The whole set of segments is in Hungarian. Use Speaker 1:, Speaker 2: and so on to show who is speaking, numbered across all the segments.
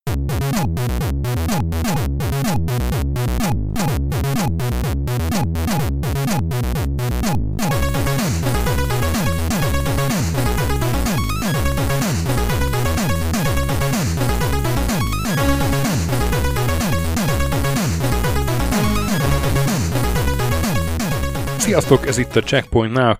Speaker 1: Sziasztok, ez itt a Checkpointnál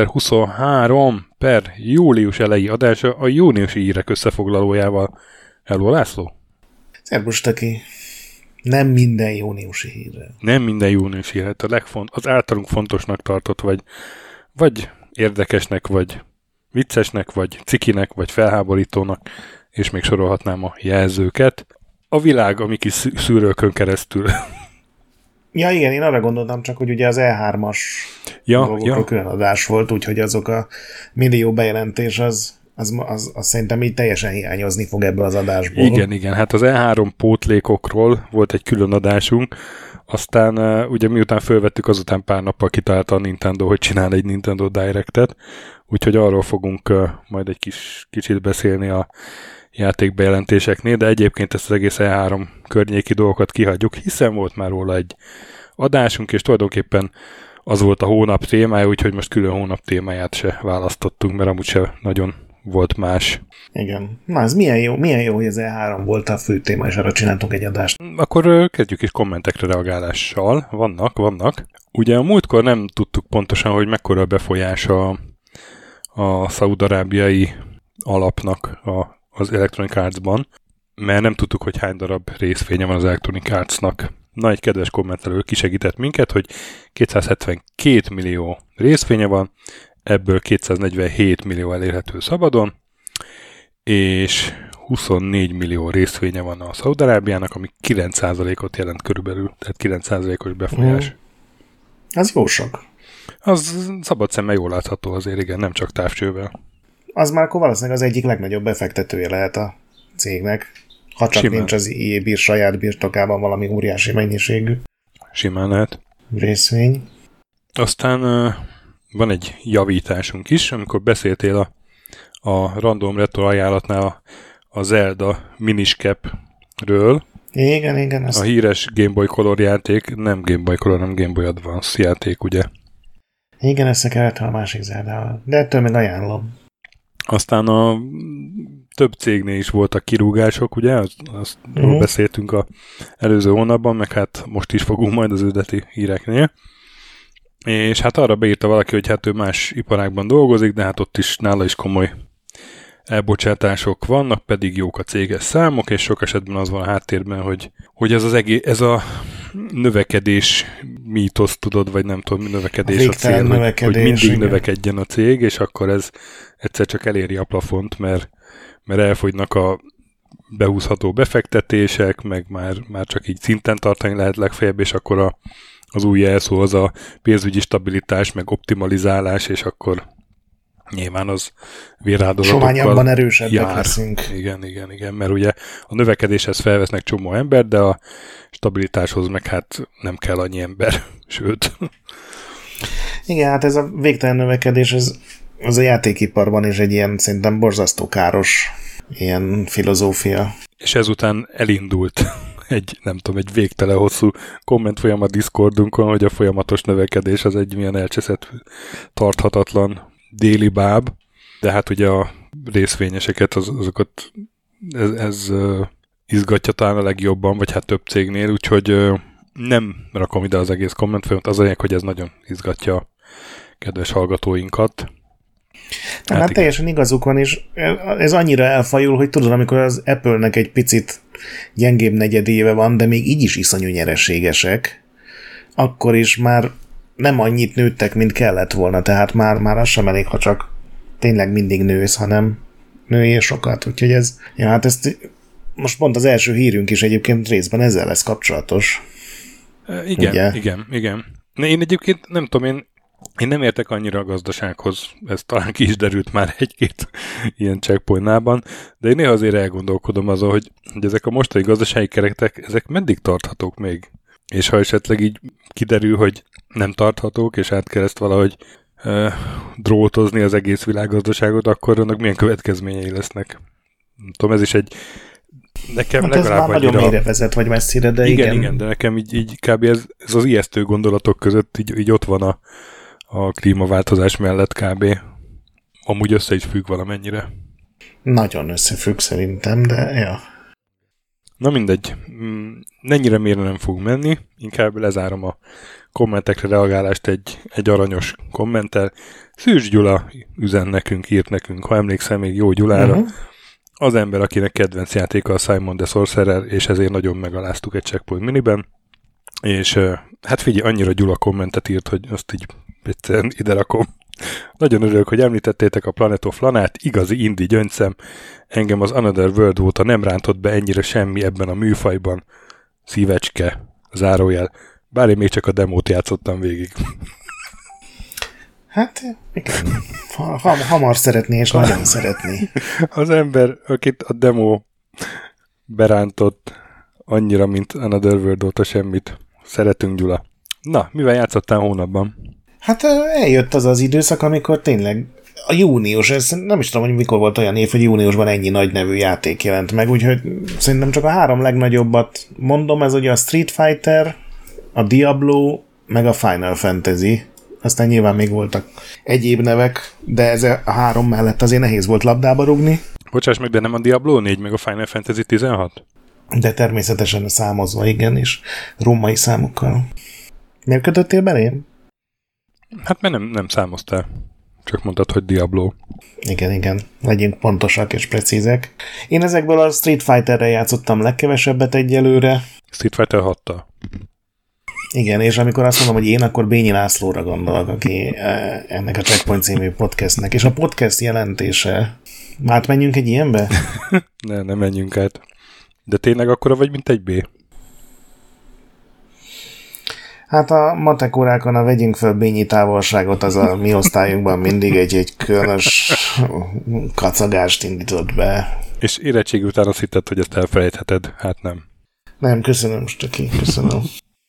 Speaker 1: 2023 per július elejé adása a júniusi hírek összefoglalójával. Hello, László?
Speaker 2: Szerbus, Taki. Nem minden júniusi hírrel.
Speaker 1: Nem minden júniusi hír. Az általunk fontosnak tartott, vagy érdekesnek, vagy viccesnek, vagy cikinek, vagy felháborítónak, és még sorolhatnám a jelzőket. A világ a mi kis szűrőkön keresztül.
Speaker 2: Ja, igen, én arra gondoltam csak, hogy ugye az E3-as dolgokról külön adás volt, úgyhogy azok a millió bejelentés az szerintem így teljesen hiányozni fog ebből az adásból.
Speaker 1: Igen, hát az E3 pótlékokról volt egy külön adásunk, aztán ugye miután fölvettük, azután pár nappal kitalálta a Nintendo, hogy csinál egy Nintendo Directet, úgyhogy arról fogunk majd egy kicsit beszélni a játékbejelentéseknél, de egyébként ezt az egész E3 környéki dolgokat kihagyjuk, hiszen volt már róla egy adásunk, és tulajdonképpen az volt a hónap témája, úgyhogy most külön hónap témáját se választottunk, mert amúgy se nagyon volt más.
Speaker 2: Igen. Na, ez milyen jó, hogy az E3 volt a fő téma, és arra csináltunk egy adást.
Speaker 1: Akkor kezdjük is kommentekre reagálással. Vannak. Ugye a múltkor nem tudtuk pontosan, hogy mekkora a befolyása a szaúd-arábiai alapnak az Electronic Arts-ban, mert nem tudtuk, hogy hány darab részvénye van az Electronic Arts-nak. Na, egy kedves kommentelő kisegített minket, hogy 272 millió részvénye van, ebből 247 millió elérhető szabadon, és 24 millió részvénye van a Szaúd-Arábiának, ami 9%-ot jelent körülbelül, tehát 9%-os befolyás.
Speaker 2: Az jó sok.
Speaker 1: Az szabad szemmel jól látható azért, igen, nem csak távcsővel.
Speaker 2: Az már akkor valószínűleg az egyik legnagyobb befektetője lehet a cégnek, ha csak simán nincs az EA saját birtokában valami óriási mennyiségű.
Speaker 1: Simán lehet.
Speaker 2: Részvény.
Speaker 1: Aztán van egy javításunk is, amikor beszéltél a Random Retro ajánlatnál a Zelda Miniscap-ről.
Speaker 2: Igen.
Speaker 1: A híres Game Boy Color játék, nem Game Boy Color, hanem Game Boy Advance játék, ugye?
Speaker 2: Igen, összekevertem a másik Zeldával, de ettől meg ajánlom.
Speaker 1: Aztán a több cégnél is voltak kirúgások, ugye? Azról beszéltünk az előző hónapban, meg hát most is fogunk majd az üzleti híreknél. És hát arra beírta valaki, hogy hát ő más iparágban dolgozik, de hát ott is nála is komoly elbocsátások vannak, pedig jók a céges számok, és sok esetben az van a háttérben, hogy ez a növekedés mítosz, tudod, vagy nem tudom, növekedés a cél, hogy mindig igen, növekedjen a cég, és akkor ez egyszer csak eléri a plafont, mert elfogynak a behúzható befektetések, meg már csak így szinten tartani lehet legfeljebb, és akkor az új jelszó az a pénzügyi stabilitás, meg optimalizálás, és akkor nyilván az vérádozatokkal
Speaker 2: sományabban erősebbek leszünk.
Speaker 1: Igen, mert ugye a növekedéshez felvesznek csomó ember, de a stabilitáshoz meg hát nem kell annyi ember, sőt.
Speaker 2: Igen, hát ez a végtelen növekedés, az a játékiparban is egy ilyen szerintem borzasztó káros ilyen filozófia. És
Speaker 1: ezután elindult egy végtelen hosszú kommentfolyamat Discordunkon, hogy a folyamatos növekedés az egy milyen elcseszett, tarthatatlan déli báb, de hát ugye a részvényeseket, azokat ez izgatja talán a legjobban, vagy hát több cégnél, úgyhogy nem rakom ide az egész kommentfolyamat, az anyag, hogy ez nagyon izgatja a kedves hallgatóinkat.
Speaker 2: Hát teljesen igazuk van, és ez annyira elfajul, hogy tudod, amikor az Apple-nek egy picit gyengébb negyedéve van, de még így is iszonyú nyereségesek, akkor is már nem annyit nőttek, mint kellett volna, tehát már az sem elég, ha csak tényleg mindig nősz, hanem nőjél sokat, úgyhogy ezt most pont az első hírünk is egyébként részben ezzel lesz kapcsolatos.
Speaker 1: Igen. Én egyébként nem tudom, én nem értek annyira a gazdasághoz, ez talán ki is derült már egy-két ilyen checkpointnában, de én néha azért elgondolkodom azon, hogy ezek a mostani gazdasági keretek, ezek meddig tarthatók még? És ha esetleg így kiderül, hogy nem tarthatók, és át kell ezt valahogy drótozni az egész világgazdaságot, akkor annak milyen következményei lesznek? Nem tudom, ez is egy Nekem
Speaker 2: hát
Speaker 1: legalább
Speaker 2: ez már nagyon mélyre vezet, vagy messzire, de
Speaker 1: igen, de nekem így kb. Ez az ijesztő gondolatok között így ott van a klímaváltozás mellett kb. Amúgy össze is függ valamennyire.
Speaker 2: Nagyon összefügg szerintem, de ja.
Speaker 1: Na mindegy. Ennyire mélyre nem fog menni. Inkább lezárom a kommentekre reagálást egy aranyos kommenttel. Szűcs Gyula írt nekünk, ha emlékszel még Jó Gyulára. Az ember, akinek kedvenc játéka a Simon the Sorcerer, és ezért nagyon megaláztuk egy Checkpoint Miniben. És hát figyelj, annyira Gyula kommentet írt, hogy azt így egyszerűen ide rakom. Nagyon örülök, hogy említettétek a Planet of Lanát, igazi indie gyöngyszem. Engem az Another World óta nem rántott be ennyire semmi ebben a műfajban. Szívecske, zárójel. Bár én még csak a demót játszottam végig.
Speaker 2: Hát, igen. Hamar szeretné, és nagyon szeretné.
Speaker 1: Az ember, akit a demo berántott annyira, mint Another World óta semmit. Szeretünk, Gyula. Na, mivel játszottál hónapban?
Speaker 2: Hát eljött az időszak, amikor tényleg a június, ez nem is tudom, hogy mikor volt olyan év, hogy júniusban ennyi nagy nevű játék jelent meg, úgyhogy szerintem csak a 3 legnagyobbat mondom, ez ugye a Street Fighter, a Diablo, meg a Final Fantasy. Aztán nyilván még voltak egyéb nevek, de ez a 3 mellett azért nehéz volt labdába rugni.
Speaker 1: Bocsáss meg, de nem a Diablo 4, meg a Final Fantasy 16?
Speaker 2: De természetesen számozva, igen, és római számokkal. Miért kötöttél belém?
Speaker 1: Hát mert nem számoztál. Csak mondtad, hogy Diablo.
Speaker 2: Igen. Legyünk pontosak és precízek. Én ezekből a Street Fighterre játszottam legkevesebbet egyelőre.
Speaker 1: Street Fighter 6-tal.
Speaker 2: Igen, és amikor azt mondom, hogy én, akkor Bényi Lászlóra gondolok, aki ennek a Checkpoint című podcastnek. És a podcast jelentése... Hát menjünk egy ilyenbe?
Speaker 1: Nem menjünk át. De tényleg akkora vagy, mint egy B?
Speaker 2: Hát a matek órákon a vegyünk föl Bényi távolságot, az a mi osztályunkban mindig egy különös kacagást indított be.
Speaker 1: És érettség után azt hitted, hogy ezt elfelejtheted? Hát nem.
Speaker 2: Nem, köszönöm, Stöki, köszönöm.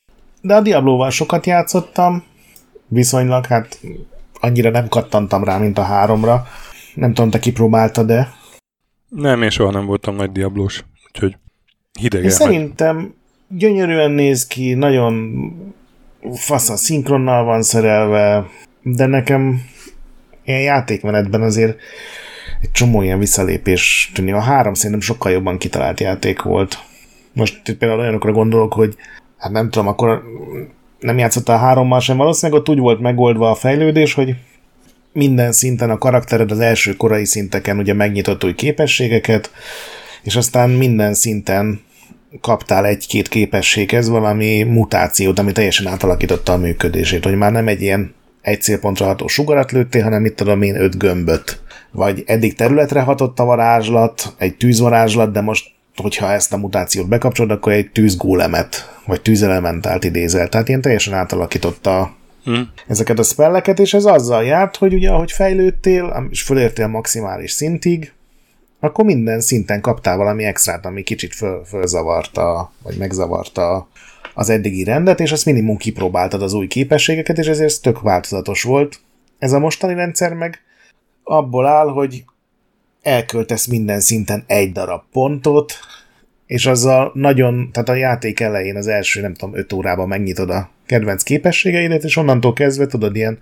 Speaker 2: De a Diablóval sokat játszottam, viszonylag, hát annyira nem kattantam rá, mint a 3-ra. Nem tudom, te kipróbáltad, de...
Speaker 1: Nem, én soha nem voltam nagy Diablós, úgyhogy hidegen.
Speaker 2: Szerintem gyönyörűen néz ki, nagyon fasz a szinkronnal van szerelve, de nekem ilyen játékmenetben azért egy csomó ilyen visszalépés tűnik. A 3 szerintem sokkal jobban kitalált játék volt. Most például olyanokra gondolok, hogy hát nem tudom, akkor nem játszottál 3-mal sem, valószínűleg ott úgy volt megoldva a fejlődés, hogy minden szinten a karaktered az első korai szinteken ugye megnyitott új képességeket, és aztán minden szinten kaptál 1-2 képességhez valami mutációt, ami teljesen átalakította a működését, hogy már nem egy ilyen egy célpontra ható sugarat lőttél, hanem mit tudom én 5 gömböt. Vagy eddig területre hatott a varázslat, egy tűzvarázslat, de most, hogyha ezt a mutációt bekapcsolod, akkor egy tűzgólemet, vagy tűzelementált idézel. Tehát ilyen teljesen átalakította ezeket a spelleket, és ez azzal járt, hogy ugye ahogy fejlődtél, és fölértél maximális szintig, akkor minden szinten kaptál valami extrát, ami kicsit fölzavarta, vagy megzavarta az eddigi rendet, és azt minimum kipróbáltad az új képességeket, és ezért ez tök változatos volt. Ez a mostani rendszer meg abból áll, hogy elköltesz minden szinten 1 darab pontot, és azzal nagyon, tehát a játék elején az első, nem tudom, 5 órában megnyitod a kedvenc képességeidet, és onnantól kezdve tudod, ilyen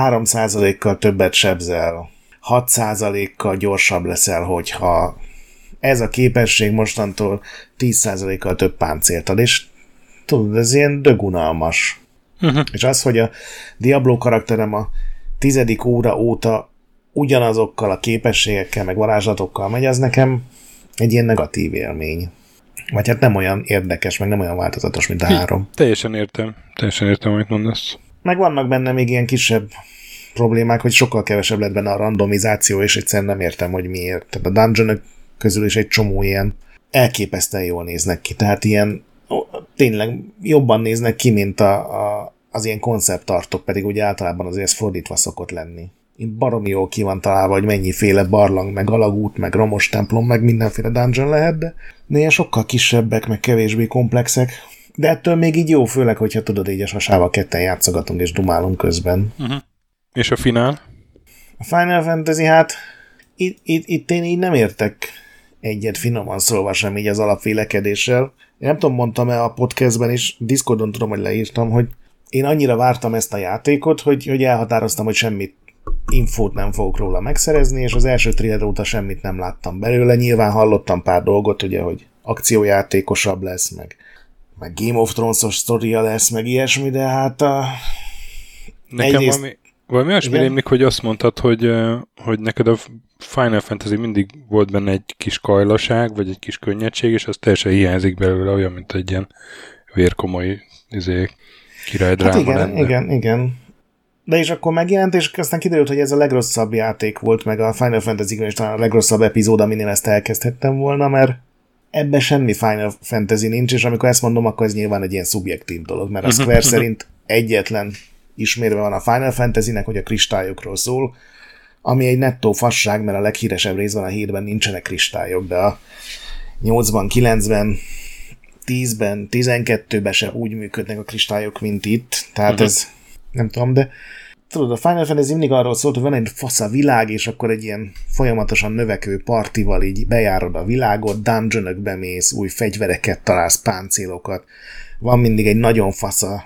Speaker 2: 3%-kal többet sebzel, 6%-kal gyorsabb leszel, hogyha ez a képesség mostantól 10%-kal több páncélt ad, és tudod, ez ilyen dögunalmas. És az, hogy a Diablo karakterem a 10. óra óta ugyanazokkal a képességekkel, meg varázslatokkal megy, az nekem egy ilyen negatív élmény. Vagy hát nem olyan érdekes, meg nem olyan változatos, mint a 3.
Speaker 1: Teljesen értem, amit mondasz.
Speaker 2: Meg vannak benne még ilyen kisebb problémák, hogy sokkal kevesebb lett benne a randomizáció, és egyszerűen nem értem, hogy miért. Tehát a dungeonok közül is egy csomó ilyen elképesztően jól néznek ki. Tehát ilyen tényleg jobban néznek ki, mint az ilyen konceptartok, pedig ugye általában azért ez fordítva szokott lenni. Baromi jól ki van találva, hogy mennyiféle barlang, meg alagút, meg romos templom, meg mindenféle dungeon lehet, de néha sokkal kisebbek, meg kevésbé komplexek. De ettől még így jó, főleg, hogyha tudod, így a sasával ketten játszogatunk és dumálunk közben.
Speaker 1: És a finál?
Speaker 2: A Final Fantasy, hát itt én így nem értek egyet finoman szólva sem így az alapvélekedéssel. Én nem tudom, mondtam-e a podcastben is, Discordon tudom, hogy leírtam, hogy én annyira vártam ezt a játékot, hogy elhatároztam, hogy semmit infót nem fogok róla megszerezni, és az első trailer óta semmit nem láttam belőle. Nyilván hallottam pár dolgot, ugye, hogy akciójátékosabb lesz, meg Game of Thrones-os sztoria lesz, meg ilyesmi, de hát
Speaker 1: nekem valami olyasmi rémlik, hogy azt mondtad, hogy neked a Final Fantasy mindig volt benne egy kis kajlaság, vagy egy kis könnyedség, és az teljesen hiányzik belőle, olyan, mint egy ilyen vérkomoly királydráma lenne.
Speaker 2: Igen. De és akkor megjelent, és aztán kiderült, hogy ez a legrosszabb játék volt, meg a Final Fantasy-ben is talán a legrosszabb epizód, aminél ezt elkezdhettem volna, mert ebben semmi Final Fantasy nincs, és amikor ezt mondom, akkor ez nyilván egy ilyen szubjektív dolog, mert a Square szerint egyetlen ismérve van a Final Fantasy-nek, hogy a kristályokról szól, ami egy nettó fasság, mert a leghíresebb részben, a 7-ben nincsenek kristályok, de a 8-ban, 9-ben, 10-ben, 12-ben sem úgy működnek a kristályok, mint itt, tehát ez nem tudom, de tudod, a Final Fantasy mindig arról szólt, hogy van egy fasz a világ, és akkor egy ilyen folyamatosan növekvő partival így bejárod a világot, dungeonökbe mész, új fegyvereket találsz, páncélokat, van mindig egy nagyon fasz a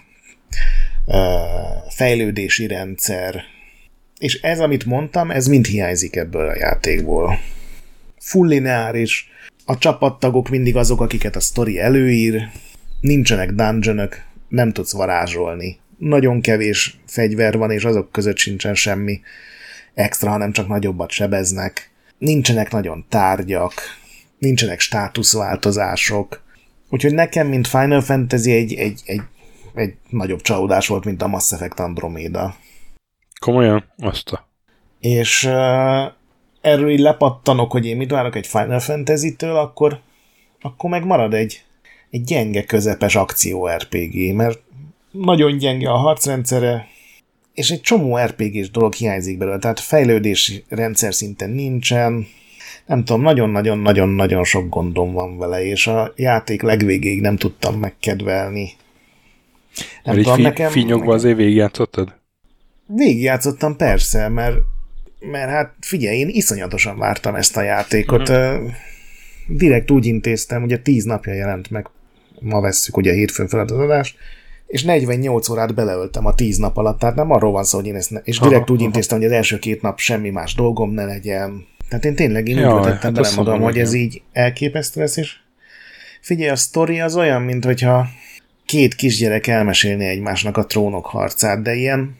Speaker 2: fejlődési rendszer, és ez, amit mondtam, ez mind hiányzik ebből a játékból. Full lineáris, a csapattagok mindig azok, akiket a sztori előír, nincsenek dungeonök, nem tudsz varázsolni. Nagyon kevés fegyver van, és azok között sincsen semmi extra, hanem csak nagyobbat sebeznek. Nincsenek nagyon tárgyak, nincsenek státuszváltozások. Úgyhogy nekem, mint Final Fantasy egy nagyobb csalódás volt, mint a Mass Effect Andromeda.
Speaker 1: Komolyan?
Speaker 2: És erről így lepattanok, hogy én mit várok egy Final Fantasy-től, akkor meg marad egy gyenge közepes akció RPG, mert nagyon gyenge a harcrendszere, és egy csomó RPG-s dolog hiányzik belőle, tehát fejlődési rendszer szinten nincsen, nem tudom, nagyon-nagyon-nagyon sok gondom van vele, és a játék legvégéig nem tudtam megkedvelni.
Speaker 1: Nem tudom, nekem... Fínyogva azért végigjátszottad?
Speaker 2: Végigjátszottam, persze, mert hát figyelj, én iszonyatosan vártam ezt a játékot. Direkt úgy intéztem, ugye 10 napja jelent meg, ma vesszük ugye hétfőn fel az adást, és 48 órát beleöltem a 10 nap alatt, tehát nem arról van szó, hogy én ezt és direkt úgy intéztem, hogy az első 2 nap semmi más dolgom ne legyen. Tehát én tényleg úgy vetettem bele magam, hogy ez így elképesztő lesz, és figyelj, a sztori az olyan, mint hogyha 2 kisgyerek elmesélni egymásnak a Trónok harcát, de ilyen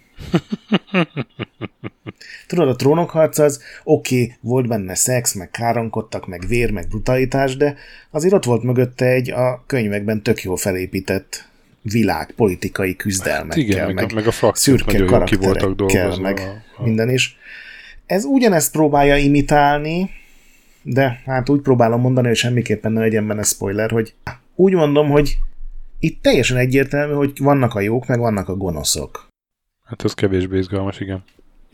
Speaker 2: tudod, a Trónok harca az oké, volt benne szex, meg káromkodtak, meg vér, meg brutalitás, de azért ott volt mögötte egy a könyvekben tök jól felépített világ, politikai küzdelmekkel,
Speaker 1: hát igen, meg a frakciók
Speaker 2: szürke karakterekkel, meg minden is. Ez ugyanezt próbálja imitálni, de hát úgy próbálom mondani, hogy semmiképpen ne legyen benne spoiler, hogy úgy mondom, hogy itt teljesen egyértelmű, hogy vannak a jók, meg vannak a gonoszok.
Speaker 1: Hát ez kevésbé izgalmas, igen.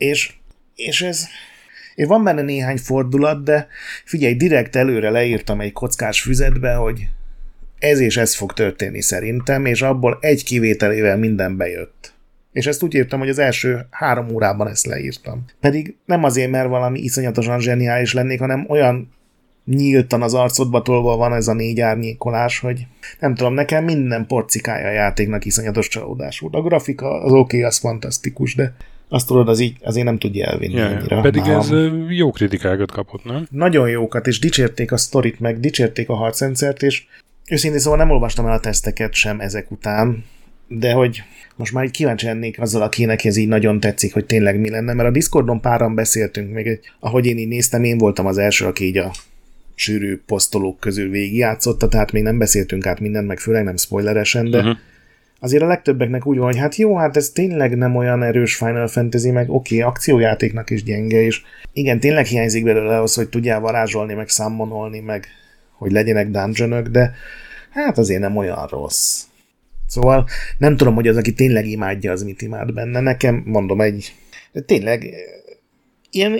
Speaker 2: És van benne néhány fordulat, de figyelj, direkt előre leírtam egy kockás füzetbe, hogy ez és ez fog történni szerintem, és abból egy kivételével minden bejött. És ezt úgy írtam, hogy az első 3 órában ezt leírtam. Pedig nem azért, mert valami iszonyatosan zseniális lennék, hanem olyan nyíltan az arcodba tolva van ez a 4 árnyékolás, hogy nem tudom, nekem minden porcikája a játéknak iszonyatos csalódás volt. A grafika az oké, az fantasztikus, de azt tudod, az így azért nem tudja elvinni annyira.
Speaker 1: Pedig ez jó kritikákat kapott, nem?
Speaker 2: Nagyon jókat, és dicsérték a sztorit, meg dicsérték a harcrendszert, és őszintén szóval nem olvastam el a teszteket sem ezek után, de hogy most már így kíváncsi lennék azzal, akinek ez így nagyon tetszik, hogy tényleg mi lenne, mert a Discordon páran beszéltünk, még ahogy én így néztem, én voltam az első, aki így a sűrű posztolók közül végigjátszotta, tehát még nem beszéltünk át mindent, meg főleg nem spoileresen, de azért a legtöbbeknek úgy van, hogy hát jó, hát ez tényleg nem olyan erős Final Fantasy, meg oké, akciójátéknak is gyenge, és igen, tényleg hiányzik belőle ahhoz, hogy tudjál varázsolni, meg számmonolni, meg hogy legyenek dungeonök, de hát azért nem olyan rossz. Szóval nem tudom, hogy az, aki tényleg imádja, az mit imád benne. Nekem, mondom, tényleg ilyen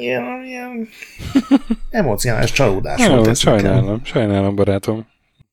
Speaker 2: emocionális csalódás volt ez.
Speaker 1: Sajnálom, barátom.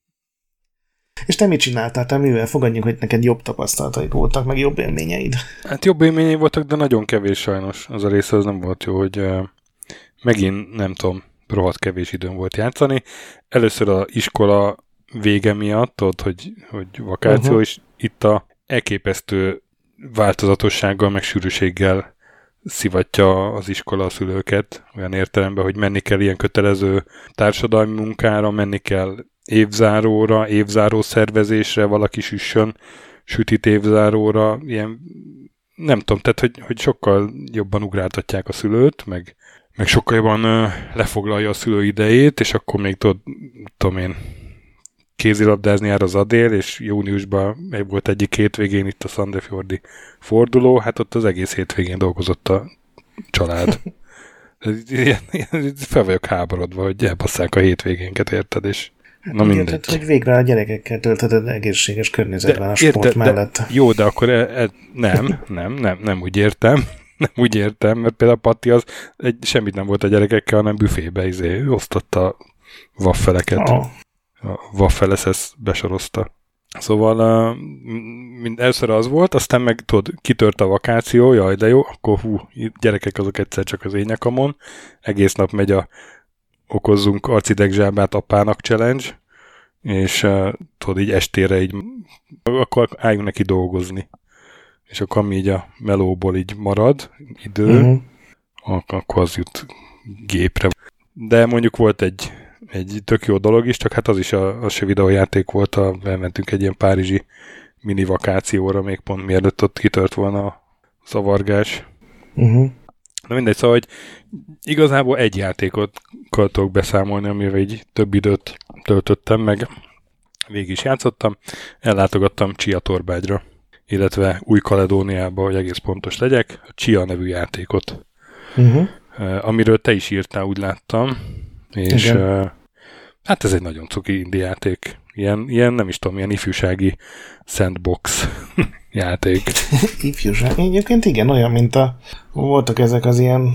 Speaker 2: És te mit csináltál? Te mivel fogadjuk, hogy neked jobb tapasztalataid voltak, meg jobb élményeid?
Speaker 1: Hát jobb élményeid voltak, de nagyon kevés sajnos. Az a része az nem volt jó, hogy megint, nem tudom, rohadt kevés időm volt játszani. Először az iskola vége miatt, ott, hogy vakáció, és itt a elképesztő változatossággal, meg sűrűséggel szivatja az iskola a szülőket, olyan értelemben, hogy menni kell ilyen kötelező társadalmi munkára, menni kell évzáróra, évzáró szervezésre, valaki süssön sütit évzáróra, ilyen, nem tudom, tehát, hogy sokkal jobban ugráltatják a szülőt, meg sokkal jobban lefoglalja a szülő idejét, és akkor még tudom én, kézilabdázni jár az Adél, és júniusban volt egyik hétvégén itt a Sandefjordi forduló, hát ott az egész hétvégén dolgozott a család. Fel vagyok háborodva, hogy elbasszák a hétvégénket, érted, és na mindegy.
Speaker 2: Tehát, hogy végre a gyerekekkel töltheted egészséges környezetben a sport mellett.
Speaker 1: Jó, de akkor nem úgy értem. Nem úgy értem, mert például Patti az semmit nem volt a gyerekekkel, hanem büfébe osztotta waffeleket. A Waffle SS besorozta. Szóval először az volt, aztán meg tudod, kitört a vakáció, jaj de jó, akkor gyerekek azok egyszer csak az én nyakamon, egész nap megy a okozzunk arcidegzsábát apának challenge, és tudod, így estére így, akkor álljunk neki dolgozni. És akkor ami így a melóból így marad idő, akkor az jut gépre. De mondjuk volt egy tök jó dolog is, csak hát az is az se videójáték volt, elmentünk egy ilyen párizsi mini vakációra, még pont mielőtt ott kitört volna a zavargás. Na mindegy, szóval, hogy igazából egy játékot tudok beszámolni, amivel így több időt töltöttem, meg végig is játszottam. Ellátogattam Chia Torbágyra, illetve Új-Kaledóniába, hogy egész pontos legyek, a Chia nevű játékot. Amiről te is írtál, úgy láttam. És hát ez egy nagyon cuki indie játék. Ilyen nem is tudom, ilyen ifjúsági sandbox játék.
Speaker 2: Ifjúság? Egyébként igen, olyan, mint voltak ezek az ilyen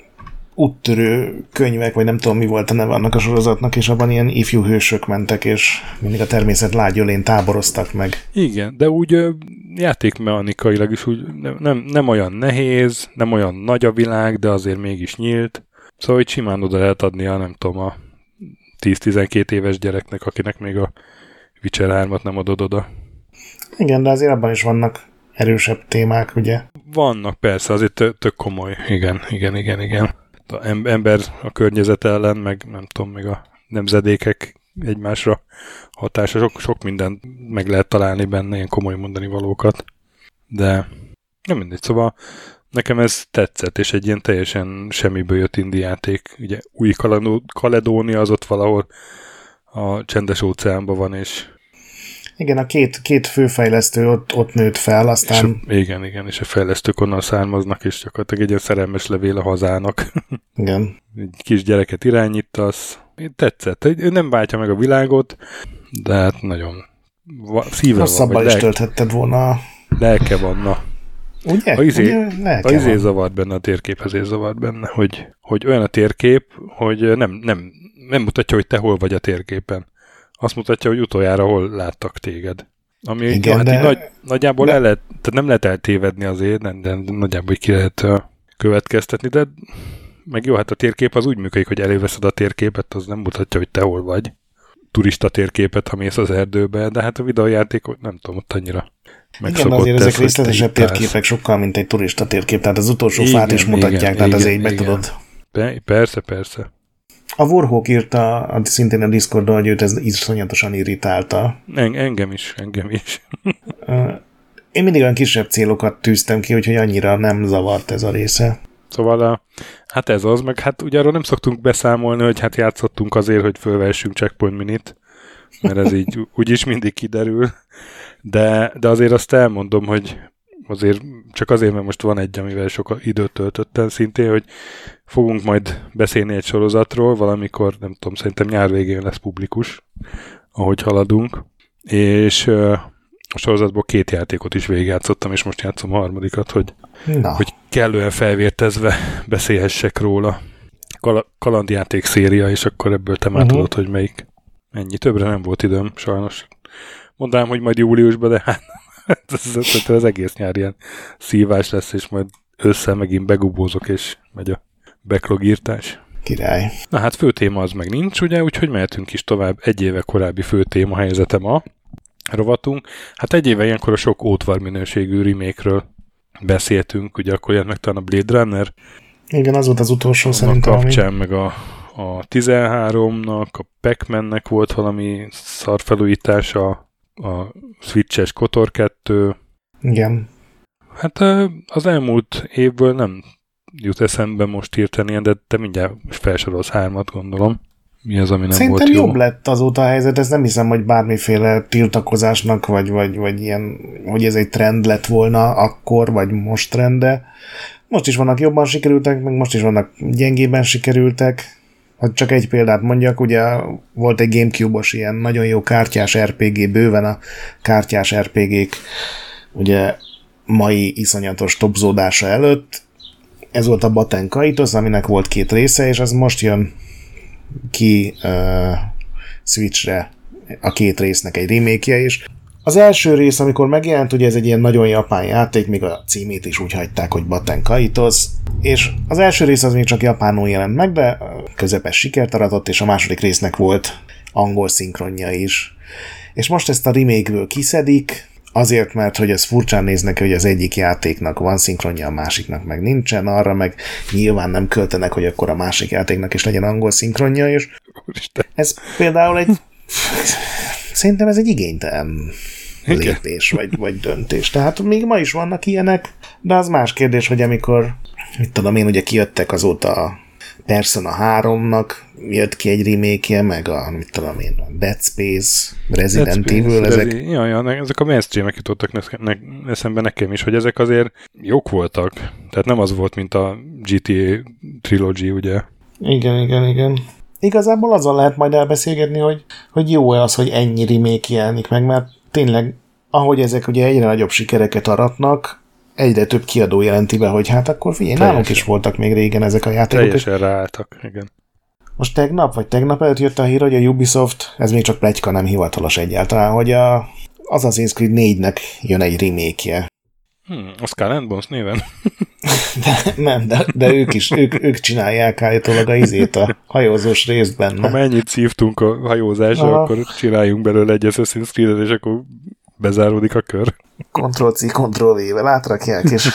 Speaker 2: úttörő könyvek, vagy nem tudom, mi volt a neve annak a sorozatnak, és abban ilyen ifjú hősök mentek, és mindig a természet lágyölén táboroztak meg.
Speaker 1: Igen, de úgy játékmechanikailag is úgy nem olyan nehéz, nem olyan nagy a világ, de azért mégis nyílt. Szóval itt simán oda lehet adni nem tudom, a 10-12 éves gyereknek, akinek még a Witcher 3-at nem adod oda.
Speaker 2: Igen, de azért abban is vannak erősebb témák, ugye?
Speaker 1: Vannak, persze, azért tök komoly. Igen. A ember a környezet ellen, meg nem tudom, meg a nemzedékek egymásra hatása. Sok mindent meg lehet találni benne, ilyen komoly mondani valókat. De nem mindegy, szóval nekem ez tetszett, és egy ilyen teljesen semmiből jött indie játék. Ugye Új-Kaledónia az ott valahol a Csendes-óceánban van, és
Speaker 2: igen, a két főfejlesztő ott nőtt fel, aztán...
Speaker 1: Igen, és a fejlesztők onnan származnak, és gyakorlatilag egy ilyen szerelmes levél a hazának.
Speaker 2: Igen.
Speaker 1: Egy kis gyereket irányítasz. Tetszett. Ő nem váltja meg a világot, de hát nagyon szíve van.
Speaker 2: Rosszabbal is tölthetted volna.
Speaker 1: Lelke van, na.
Speaker 2: Ugye?
Speaker 1: A izé zavart benne, a térkép azért zavart benne, hogy olyan a térkép, hogy nem mutatja, hogy te hol vagy a térképen. Azt mutatja, hogy utoljára hol láttak téged. Ami igen, hát nagyjából tehát nem lehet eltévedni azért, de nagyjából ki lehet következtetni, de meg jó, hát a térkép az úgy működik, hogy előveszed a térképet, az nem mutatja, hogy te hol vagy. Turista térképet, ha mész az erdőbe, de hát a videójáték, nem tudom, ott annyira
Speaker 2: igen, azért ezek részletesebb térképek sokkal, mint egy turista térkép, tehát az utolsó fát is mutatják, tehát azért így meg tudod.
Speaker 1: Persze.
Speaker 2: A Warhawk írta szintén a Discordon, hogy őt ez iszonyatosan irritálta.
Speaker 1: Engem is.
Speaker 2: Én mindig olyan kisebb célokat tűztem ki, úgyhogy annyira nem zavart ez a része.
Speaker 1: Szóval hát ez az, meg hát ugye arról nem szoktunk beszámolni, hogy hát játszottunk azért, hogy fölvessünk Checkpoint Minit, mert ez így úgyis mindig kiderül, de azért azt elmondom, hogy azért csak azért, mert most van egy, amivel sok időt töltöttem szintén, hogy fogunk majd beszélni egy sorozatról, valamikor, nem tudom, szerintem nyár végén lesz publikus, ahogy haladunk, és a sorozatból 2 játékot is végigjátszottam, és most játszom a harmadikat, hogy kellően felvértezve beszélhessek róla. Kalandjáték széria, és akkor ebből te már tudod, hogy melyik. Ennyi, többre nem volt időm, sajnos. Mondanám, hogy majd júliusban, de hát az egész nyár ilyen szívás lesz, és majd ősszel megint begubózok, és megy a backlog írtás.
Speaker 2: Király.
Speaker 1: Na hát főtéma az meg nincs, ugye, úgyhogy mehetünk is tovább. Egy éve korábbi főtéma helyzete ma rovatunk. Hát egy éve ilyenkor a sok ótvar minőségű remake-ről beszéltünk, ugye akkor jelent meg talán a Blade Runner.
Speaker 2: Igen, az volt az utolsó szerintem.
Speaker 1: A kapcsán, meg a 13-nak, a Pac-Man-nek volt valami szarfelújítása, a Switch-es Kotor 2.
Speaker 2: Igen.
Speaker 1: Hát az elmúlt évből nem jut eszembe most hirtelen, de te mindjárt felsorolsz 3, gondolom. Mi az, ami nem
Speaker 2: szerintem
Speaker 1: volt jó?
Speaker 2: Jobb lett azóta a helyzet, ez nem hiszem, hogy bármiféle tiltakozásnak, vagy ilyen, hogy ez egy trend lett volna akkor, vagy most trend, de most is vannak jobban sikerültek, meg most is vannak gyengében sikerültek. Ha csak egy példát mondjak, ugye volt egy Gamecube-os ilyen nagyon jó kártyás RPG, bőven a kártyás RPG-k ugye mai iszonyatos topzódása előtt. Ez volt a Baten Kaitos, aminek volt 2 része, és az most jön ki Switchre a 2 résznek egy remake-je is. Az első rész, amikor megjelent, ugye ez egy ilyen nagyon japán játék, még a címét is úgy hagyták, hogy Baten Kaitos, és az első rész az még csak japánul jelent meg, de közepes sikert aratott, és a második résznek volt angol szinkronja is. És most ezt a remake-ből kiszedik, azért, mert hogy ez furcsán néz neki, hogy az egyik játéknak van szinkronja, a másiknak meg nincsen, arra meg nyilván nem költenek, hogy akkor a másik játéknak is legyen angol szinkronja, és ez például egy szerintem ez egy igénytelen lépés, vagy döntés. Tehát még ma is vannak ilyenek, de az más kérdés, hogy amikor, mit tudom én, ugye kijöttek azóta a Persona 3-nak, jött ki egy remake-je, meg a, mit tudom én, a Dead Space, Resident Evil, ezek...
Speaker 1: ezek a mainstream-ek jutottak eszembe nekem is, hogy ezek azért jók voltak. Tehát nem az volt, mint a GTA Trilogy, ugye?
Speaker 2: Igen. Igazából azon lehet majd elbeszélgetni, hogy jó-e az, hogy ennyi remake jelenik meg, mert tényleg, ahogy ezek ugye egyre nagyobb sikereket aratnak, egyre több kiadó jelenti be, hogy hát akkor figyelj, nálunk is voltak még régen ezek a játékok.
Speaker 1: Teljesen ráálltak, igen.
Speaker 2: Most tegnap előtt jött a hír, hogy a Ubisoft, ez még csak pletyka, nem hivatalos egyáltalán, hogy az Assassin's Creed 4-nek jön egy remake-je.
Speaker 1: A Skull and Bones néven?
Speaker 2: de ők csinálják állítólag a hajózós részt benne.
Speaker 1: Ha mennyit szívtunk a hajózásra, akkor csináljunk belőle egy Assassin's Creed-et, és akkor bezáródik a kör.
Speaker 2: Ctrl-C, Ctrl-V-vel átrakják, és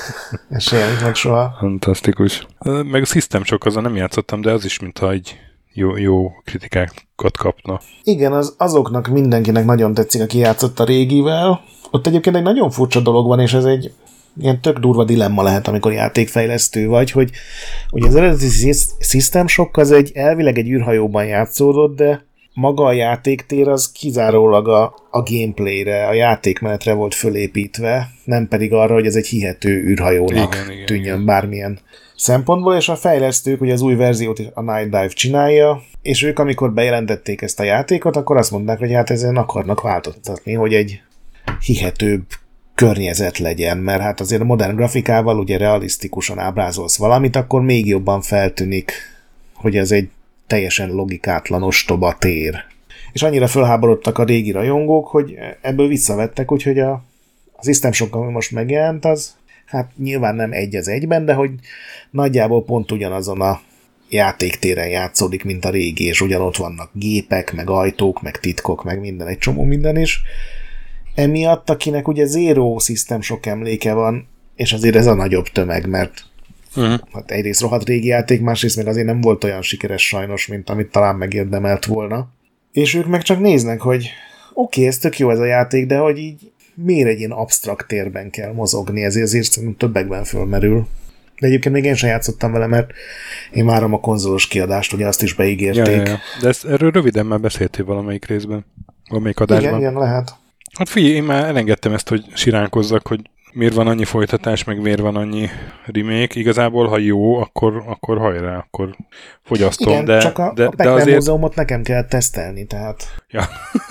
Speaker 2: élnek meg soha.
Speaker 1: Fantasztikus. Meg a System Shock, azon nem játszottam, de az is, mintha egy jó kritikákat kapna.
Speaker 2: Igen, azoknak mindenkinek nagyon tetszik, aki játszott a régivel. Ott egyébként egy nagyon furcsa dolog van, és ez egy ilyen tök durva dilemma lehet, amikor játékfejlesztő vagy, hogy ugye az eredeti System Shock az elvileg egy űrhajóban játszódott, de maga a játéktér az kizárólag a gameplayre, a játékmenetre volt fölépítve, nem pedig arra, hogy ez egy hihető űrhajónak tűnjön bármilyen szempontból, és a fejlesztők, ugye az új verziót a Night Dive csinálja, és ők amikor bejelentették ezt a játékot, akkor azt mondták, hogy hát ezen akarnak változtatni, hogy egy hihetőbb környezet legyen, mert hát azért a modern grafikával ugye realisztikusan ábrázolsz valamit, akkor még jobban feltűnik, hogy ez egy teljesen logikátlan ostoba tér. És annyira fölháborodtak a régi rajongók, hogy ebből visszavettek, úgyhogy a System Shock, ami most megjelent, az hát nyilván nem egy az egyben, de hogy nagyjából pont ugyanazon a játéktéren játszódik, mint a régi, és ugyanott vannak gépek, meg ajtók, meg titkok, meg minden, egy csomó minden is. Emiatt, akinek ugye zero System Shock emléke van, és azért ez a nagyobb tömeg, mert hát egyrészt rohadt régi játék, másrészt meg azért nem volt olyan sikeres sajnos, mint amit talán megérdemelt volna. És ők meg csak néznek, hogy oké, ez tök jó ez a játék, de hogy így miért egy ilyen absztrakt térben kell mozogni, ezért szerintem többekben fölmerül. De egyébként még én sem játszottam vele, mert én várom a konzolos kiadást, ugye azt is beígérték.
Speaker 1: Ja. De erről röviden már beszéltél valamelyik részben, valamelyik adásban.
Speaker 2: Igen, lehet.
Speaker 1: Hát figyelj, én már elengedtem ezt, hogy siránkozzak, hogy miért van annyi folytatás, meg miért van annyi remake. Igazából, ha jó, akkor hajrá, akkor fogyasztom.
Speaker 2: Igen,
Speaker 1: de,
Speaker 2: csak a Pac-Man
Speaker 1: azért...
Speaker 2: múzeumot nekem kell tesztelni, tehát...
Speaker 1: Ja.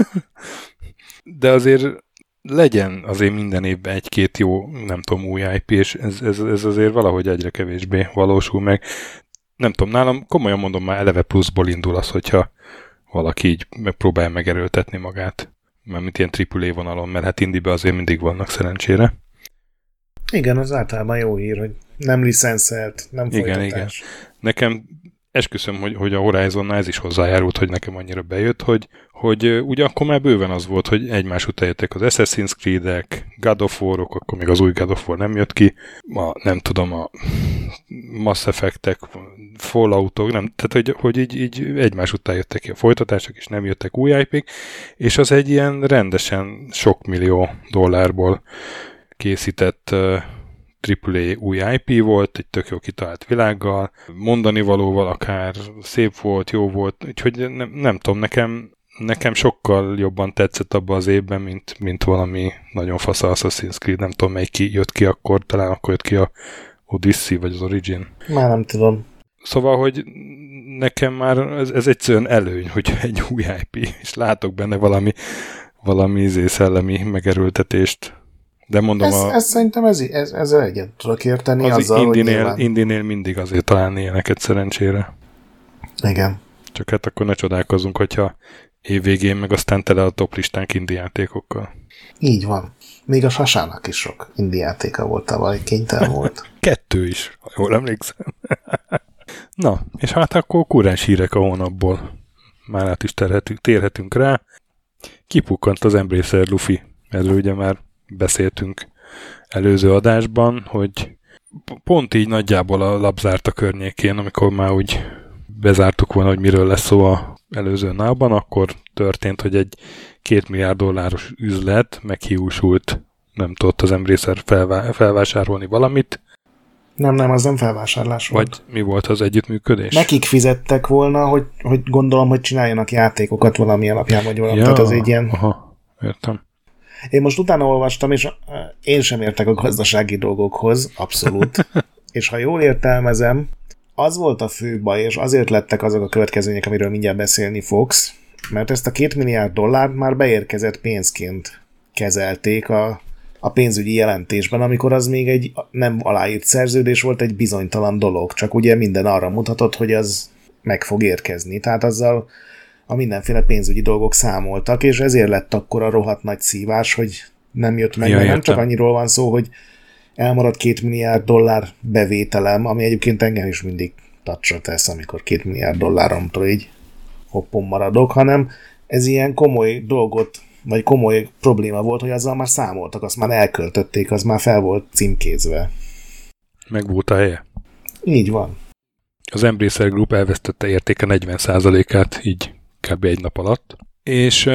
Speaker 1: De azért legyen azért minden évben egy-két jó, nem tudom, új IP, és ez azért valahogy egyre kevésbé valósul meg. Nem tudom, nálam komolyan mondom, már eleve pluszból indul az, hogyha valaki így megpróbál megerőltetni magát. Mármint ilyen AAA vonalon, mert hát indibe azért mindig vannak szerencsére.
Speaker 2: Igen, az általában jó hír, hogy nem licenszelt, nem folytatás.
Speaker 1: Igen. Nekem esküszöm, hogy a Horizonnál ez is hozzájárult, hogy nekem annyira bejött, hogy ugye akkor már bőven az volt, hogy egymás után jöttek az Assassin's Creed-ek, God of War-ok, akkor még az új God of War nem jött ki, nem tudom, a Mass Effect-ek, Fallout-ok, nem, tehát hogy így egymás után jöttek ki a folytatások, és nem jöttek új IP-k, és az egy ilyen rendesen sok millió dollárból készített AAA új IP volt, egy tök jó kitalált világgal, mondani valóval akár szép volt, jó volt, úgyhogy nem tudom, nekem sokkal jobban tetszett abban az évben, mint valami nagyon fasz Assassin's Creed, nem tudom melyik jött ki akkor, talán akkor jött ki a Odyssey vagy az Origin.
Speaker 2: Már nem tudom.
Speaker 1: Szóval, hogy nekem már ez egyszerűen előny, hogy egy új IP, és látok benne valami szellemi megerőltetést. De mondom,
Speaker 2: ez szerintem ezzel egyet tudok érteni.
Speaker 1: Az
Speaker 2: azzal,
Speaker 1: Indinél mindig azért találni ilyeneket szerencsére.
Speaker 2: Igen.
Speaker 1: Csak hát akkor ne csodálkozunk, hogyha évvégén meg aztán tele a top listánk indie játékokkal.
Speaker 2: Így van. Még a Sasának is sok indie játéka volt, tavaly kénytelen volt.
Speaker 1: 2 is, ha jól emlékszem. Na, és hát akkor kurrens hírek a hónapból. Már át is térhetünk rá. Kipukkant az Embracer Luffy. Erről ugye már beszéltünk előző adásban, hogy pont így nagyjából a lapzárta környékén, amikor már úgy bezártuk volna, hogy miről lesz szó a előző nában, akkor történt, hogy egy $2 milliárd üzlet meghiúsult, nem tudott az Embracer felvásárolni valamit.
Speaker 2: Nem, az nem felvásárlás volt.
Speaker 1: Vagy mi volt az együttműködés?
Speaker 2: Nekik fizettek volna, hogy gondolom, hogy csináljanak játékokat valami alapján, vagy valami.
Speaker 1: Ja,
Speaker 2: tehát az egy ilyen...
Speaker 1: Aha, értem.
Speaker 2: Én most utána olvastam, és én sem értek a gazdasági dolgokhoz, abszolút. És ha jól értelmezem, az volt a fő baj, és azért lettek azok a következmények, amiről mindjárt beszélni fogsz, mert ezt a $2 milliárd már beérkezett pénzként kezelték a pénzügyi jelentésben, amikor az még egy nem aláírt szerződés volt, egy bizonytalan dolog, csak ugye minden arra mutatott, hogy az meg fog érkezni. Tehát azzal a mindenféle pénzügyi dolgok számoltak, és ezért lett akkor a rohadt nagy szívás, hogy nem jött meg, nem csak annyiról van szó, hogy elmaradt $2 milliárd bevételem, ami egyébként engem is mindig tacsra tesz, amikor $2 milliárd így hoppon maradok, hanem ez ilyen komoly dolgot, vagy komoly probléma volt, hogy azzal már számoltak, azt már elköltötték, az már fel volt címkézve.
Speaker 1: Meg volt a helye.
Speaker 2: Így van.
Speaker 1: Az Embracer Group elvesztette értéke 40%-át, így kb. Egy nap alatt. És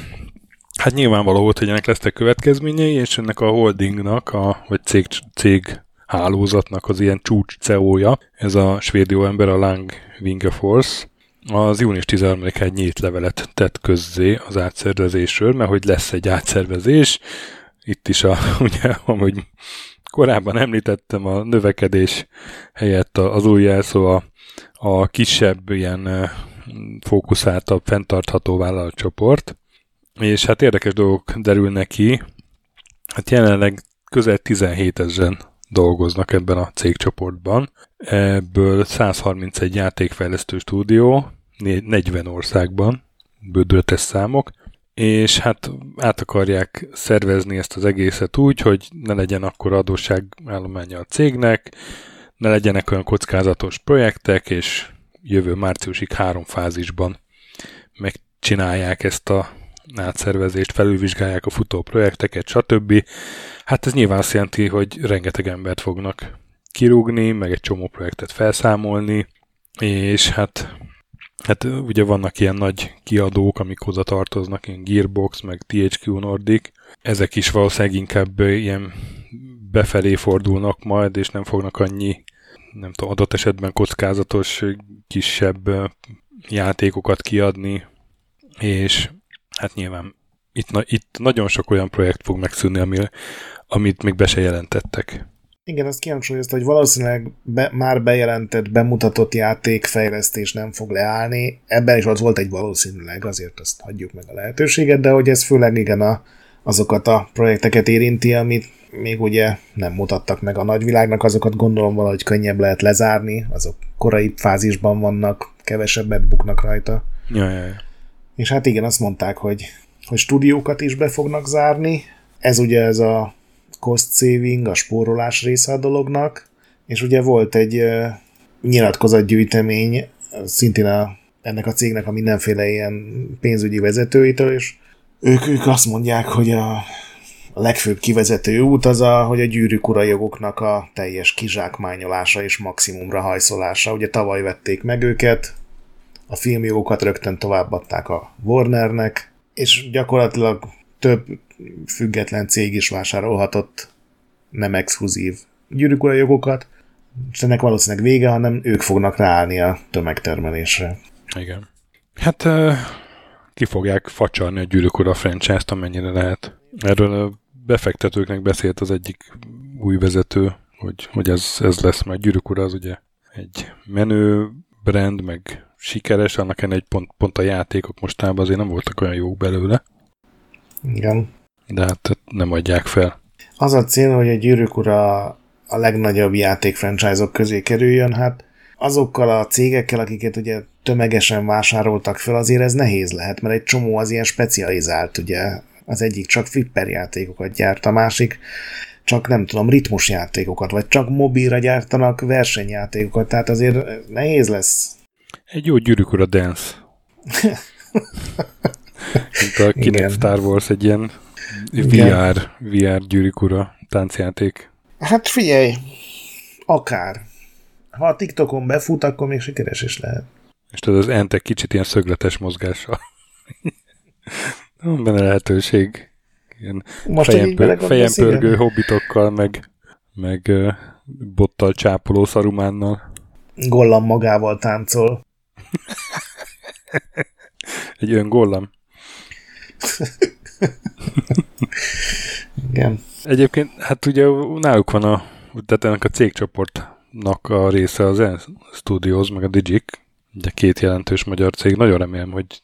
Speaker 1: hát nyilvánvaló volt, hogy ennek lesznek következményei, és ennek a holdingnak, vagy cég hálózatnak az ilyen csúcs CEO-ja, ez a svéd jó ember, a Lang Wingefors, az június 13-án nyílt levelet tett közzé az átszervezésről, mert hogy lesz egy átszervezés. Itt is ugye, ahogy korábban említettem, a növekedés helyett az új jelszó a kisebb, ilyen fókuszáltabb, fenntartható vállalatcsoport. És hát érdekes dolgok derülnek ki. Hát jelenleg közel 17 000 dolgoznak ebben a cégcsoportban. Ebből 131 játékfejlesztő stúdió, 40 országban, bődületes számok, és hát át akarják szervezni ezt az egészet úgy, hogy ne legyen akkora adósságállománya a cégnek, ne legyenek olyan kockázatos projektek, és jövő márciusig 3 fázisban megcsinálják ezt a átszervezést, felülvizsgálják a futó projekteket, stb. Hát ez nyilván azt jelenti, hogy rengeteg embert fognak kirúgni, meg egy csomó projektet felszámolni, és hát ugye vannak ilyen nagy kiadók, amik hozzá tartoznak, ilyen Gearbox, meg THQ Nordic. Ezek is valószínűleg inkább ilyen befelé fordulnak majd, és nem fognak annyi, nem tudom, adott esetben kockázatos, kisebb játékokat kiadni, és hát nyilván itt nagyon sok olyan projekt fog megszűnni, amit még be se jelentettek.
Speaker 2: Igen, azt kihangsúlyozta, hogy valószínűleg már bejelentett, bemutatott játékfejlesztés nem fog leállni. Ebben is ott volt egy valószínűleg, azért azt hagyjuk meg a lehetőséget, de hogy ez főleg igen azokat a projekteket érinti, amit még ugye nem mutattak meg a nagyvilágnak, azokat gondolom valahogy könnyebb lehet lezárni, azok korai fázisban vannak, kevesebbet buknak rajta.
Speaker 1: Ja.
Speaker 2: És hát igen, azt mondták, hogy stúdiókat is be fognak zárni. Ez ugye ez a cost saving, a spórolás része a dolognak, és ugye volt egy nyilatkozatgyűjtemény szintén ennek a cégnek a mindenféle ilyen pénzügyi vezetőitől, és ők azt mondják, hogy a legfőbb kivezető út az, hogy a Gyűrűk ura jogoknak a teljes kizsákmányolása és maximumra hajszolása. Ugye tavaly vették meg őket, a filmjogokat rögtön továbbadták a Warnernek, és gyakorlatilag több független cég is vásárolhatott nem exkluzív Gyűrűk ura jogokat, és ennek valószínűleg vége, hanem ők fognak ráállni a tömegtermelésre.
Speaker 1: Igen. Hát ki fogják facsarni a Gyűrűk ura franchise-t, amennyire lehet. Erről a befektetőknek beszélt az egyik új vezető, hogy ez lesz, mert Gyűrűk ura az ugye egy menő brand, meg sikeres, annak egy pont a játékok mostában azért nem voltak olyan jók belőle.
Speaker 2: Igen.
Speaker 1: De hát nem adják fel.
Speaker 2: Az a cél, hogy a Gyűrűk ura a legnagyobb játék franchise-ok közé kerüljön, hát azokkal a cégekkel, akiket ugye tömegesen vásároltak fel, azért ez nehéz lehet, mert egy csomó az ilyen specializált, ugye. Az egyik csak flipper játékokat gyárt, a másik csak nem tudom, ritmusjátékokat, vagy csak mobilra gyártanak versenyjátékokat, tehát azért nehéz lesz.
Speaker 1: Egy jó Gyűrűk ura dance. Mint a Kinect Star Wars, egy ilyen VR Gyűrűk ura táncjáték.
Speaker 2: Hát figyelj, akár. Ha a TikTokon befut, akkor még sikeres is lehet.
Speaker 1: És tudod, az entek kicsit ilyen szögletes mozgással. Van benne lehetőség. Ilyen fejempörgő hobbitokkal, meg bottal csápoló Sarumánnal.
Speaker 2: Gollam magával táncol.
Speaker 1: Egy öngollam.
Speaker 2: Igen.
Speaker 1: Egyébként, hát ugye náluk van tehát ennek a cégcsoportnak a része az Studios, meg a Digic, ugye két jelentős magyar cég. Nagyon remélem, hogy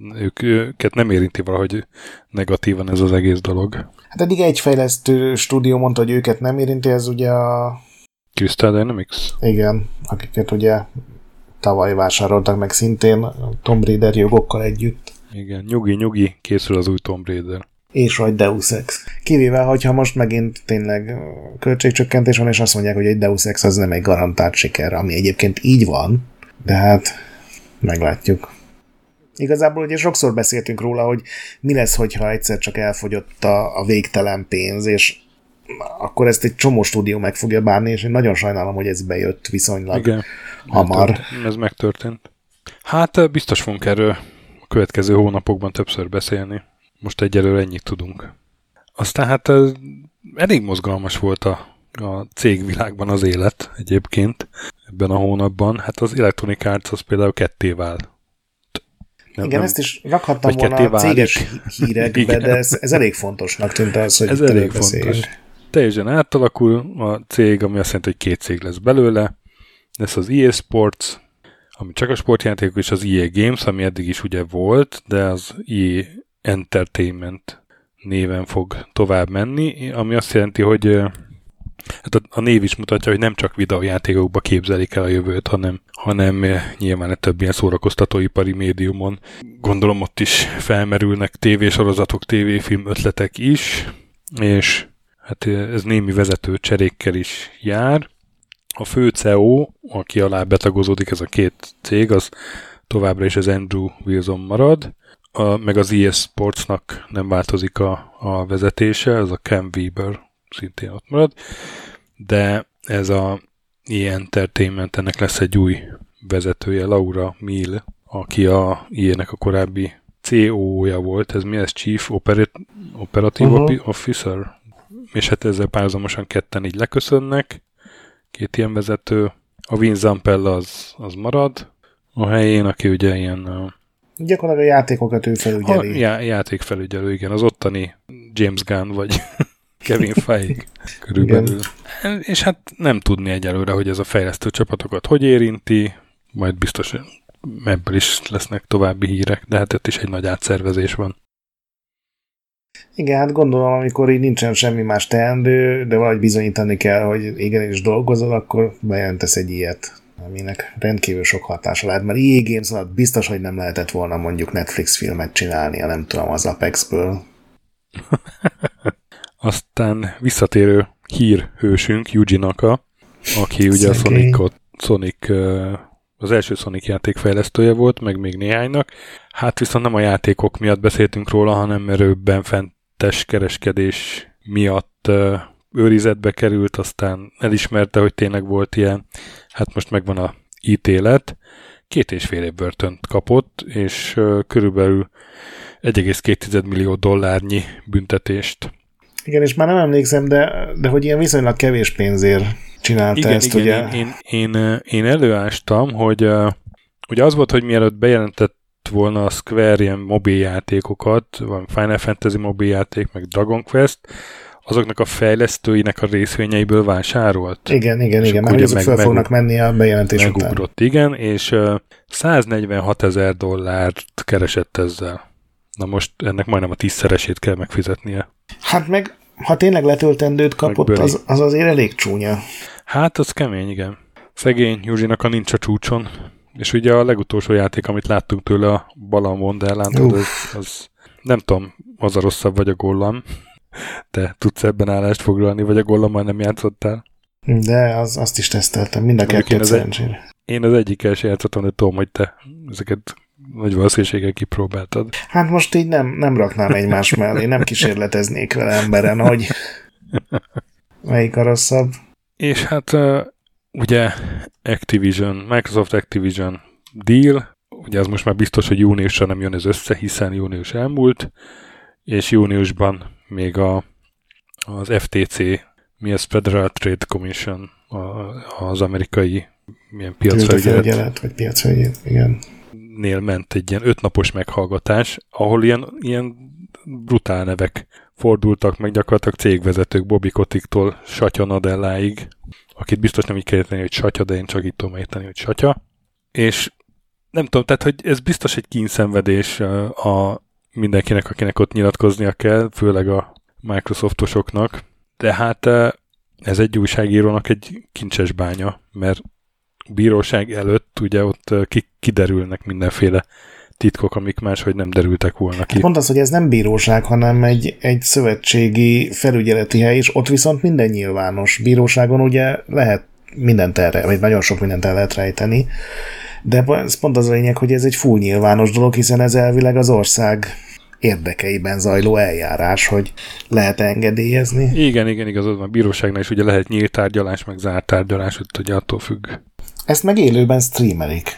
Speaker 1: őket nem érinti valahogy negatívan ez az egész dolog.
Speaker 2: Hát eddig egy fejlesztő stúdió mondta, hogy őket nem érinti, ez ugye a...
Speaker 1: Crystal Dynamics?
Speaker 2: Igen, akiket ugye tavaly vásároltak meg szintén Tomb Raider jogokkal együtt.
Speaker 1: Igen, nyugi, készül az új Tomb Raider.
Speaker 2: És vagy Deus Ex. Kivéve, hogyha most megint tényleg költségcsökkentés van, és azt mondják, hogy egy Deus Ex az nem egy garantált siker, ami egyébként így van, de hát meglátjuk. Igazából ugye sokszor beszéltünk róla, hogy mi lesz, hogyha egyszer csak elfogyott a végtelen pénz, és akkor ezt egy csomó stúdió meg fogja bánni, és én nagyon sajnálom, hogy ez bejött viszonylag hamar.
Speaker 1: Ez megtörtént. Hát biztos fogunk erről a következő hónapokban többször beszélni. Most egyelőre ennyit tudunk. Aztán hát elég mozgalmas volt a cégvilágban az élet egyébként ebben a hónapban. Hát az Electronic Arts az például ketté vált.
Speaker 2: Igen, ezt is rakhattam volna a céges hírekbe, de ez elég fontosnak tűnt az, hogy
Speaker 1: ez elég fontos. Teljesen átalakul a cég, ami azt jelenti, hogy két cég lesz belőle. Ez az EA Sports, ami csak a sportjátékok, és az EA Games, ami eddig is ugye volt, de az EA Entertainment néven fog tovább menni, ami azt jelenti, hogy hát a név is mutatja, hogy nem csak videójátékokba képzelik el a jövőt, hanem nyilván egy több ilyen szórakoztatóipari médiumon. Gondolom ott is felmerülnek tévésorozatok, tévéfilm ötletek is, és hát ez némi vezető cserékkel is jár. A fő CEO, aki alá betagozódik ez a két cég, az továbbra is az Andrew Wilson marad, meg az EA Sportsnak nem változik a vezetése, ez a Cam Weber szintén ott marad, de ez a EA Entertainment, ennek lesz egy új vezetője, Laura Mill, aki a EA-nek a korábbi CEO-ja volt, ez mi ez? Chief Operative Officer? És hát ezzel párhuzamosan ketten így leköszönnek, két ilyen vezető. A Vince Zampella az marad a helyén, aki ugye ilyen...
Speaker 2: Gyakorlatilag a játékokat ő felügyeli.
Speaker 1: Játékfelügyelő, igen. Az ottani James Gunn, vagy Kevin Feige körülbelül. Igen. És hát nem tudni egyelőre, hogy ez a fejlesztő csapatokat hogy érinti, majd biztos ebből is lesznek további hírek, de hát ott is egy nagy átszervezés van.
Speaker 2: Igen, hát gondolom, amikor így nincsen semmi más teendő, de valahogy bizonyítani kell, hogy igenis dolgozol, akkor bejelentesz egy ilyet, aminek rendkívül sok hatása lehet, mert EA Games alatt biztos, hogy nem lehetett volna mondjuk Netflix filmet csinálni, nem tudom, az Apexből.
Speaker 1: Aztán visszatérő hírhősünk, Yuji Naka, aki ugye a Sonic az első Sonic játékfejlesztője volt, meg még néhánynak. Hát viszont nem a játékok miatt beszéltünk róla, hanem mert ő benfentes kereskedés miatt őrizetbe került, aztán elismerte, hogy tényleg volt ilyen. Hát most megvan a ítélet. 2,5 év börtönt kapott, és körülbelül $1,2 millió büntetést.
Speaker 2: Igen, és már nem emlékszem, de hogy ilyen viszonylag kevés pénzért csinálta
Speaker 1: igen,
Speaker 2: ezt,
Speaker 1: igen, ugye? Én előástam, hogy ugye az volt, hogy mielőtt bejelentett volna a Square ilyen mobiljátékokat, van Final Fantasy mobiljáték, meg Dragon Quest, azoknak a fejlesztőinek a részvényeiből vásárolt.
Speaker 2: Igen, mert azok fel fognak menni a bejelentés után.
Speaker 1: Megugrott, igen, és $146,000 keresett ezzel. Na most ennek majdnem a 10-szeresét kell megfizetnie.
Speaker 2: Hát meg, ha tényleg letöltendőt kapott, az azért elég csúnya.
Speaker 1: Hát, az kemény, igen. Szegény Yuji-nak a nincs a csúcson. És ugye a legutolsó játék, amit láttunk tőle, a Balan Wonderland, az nem tudom, az a rosszabb vagy a Gollam. Te tudsz ebben állást foglalni, vagy a Gollammal nem játszottál?
Speaker 2: De azt is teszteltem, mind a kettőt szerencsére.
Speaker 1: Én az egyikkel sem játszottam, de tudom, hogy te ezeket nagy valószínűséggel kipróbáltad.
Speaker 2: Hát most így nem raknám egymás mellé, nem kísérleteznék vele emberen, hogy melyik a rosszabb.
Speaker 1: És hát ugye Microsoft Activision deal, ugye az most már biztos, hogy júniusra nem jön ez össze, hiszen június elmúlt, és júniusban még az FTC, mi az Federal Trade Commission, az amerikai milyen piacfelügyelet,
Speaker 2: vagy piacfelügyelet, igen.
Speaker 1: Nél ment egy ilyen 5 napos meghallgatás, ahol ilyen brutál nevek fordultak meg, gyakorlatilag cégvezetők Bobby Koticktól Satya Nadelláig, akit biztos nem így kell érteni, hogy Satya, de én csak így tudom érteni, hogy Satya. És nem tudom, tehát, hogy ez biztos egy kínszenvedés a mindenkinek, akinek ott nyilatkoznia kell, főleg a Microsoftosoknak, de hát ez egy újságírónak egy kincses bánya, mert bíróság előtt ugye ott kiderülnek mindenféle titkok, amik máshogy nem derültek volna ki.
Speaker 2: Pont az, hogy ez nem bíróság, hanem egy szövetségi felügyeleti hely, és ott viszont minden nyilvános. Bíróságon ugye lehet mindent erre, vagy nagyon sok mindent el lehet rejteni, de ez pont az a lényeg, hogy ez egy full nyilvános dolog, hiszen ez elvileg az ország érdekeiben zajló eljárás, hogy lehet engedélyezni.
Speaker 1: Igen, igazad van. Bíróságnál is ugye lehet nyílt tárgyalás, meg zárt tárgyalás, hogy ugye attól függ.
Speaker 2: Ezt meg élőben streamelik.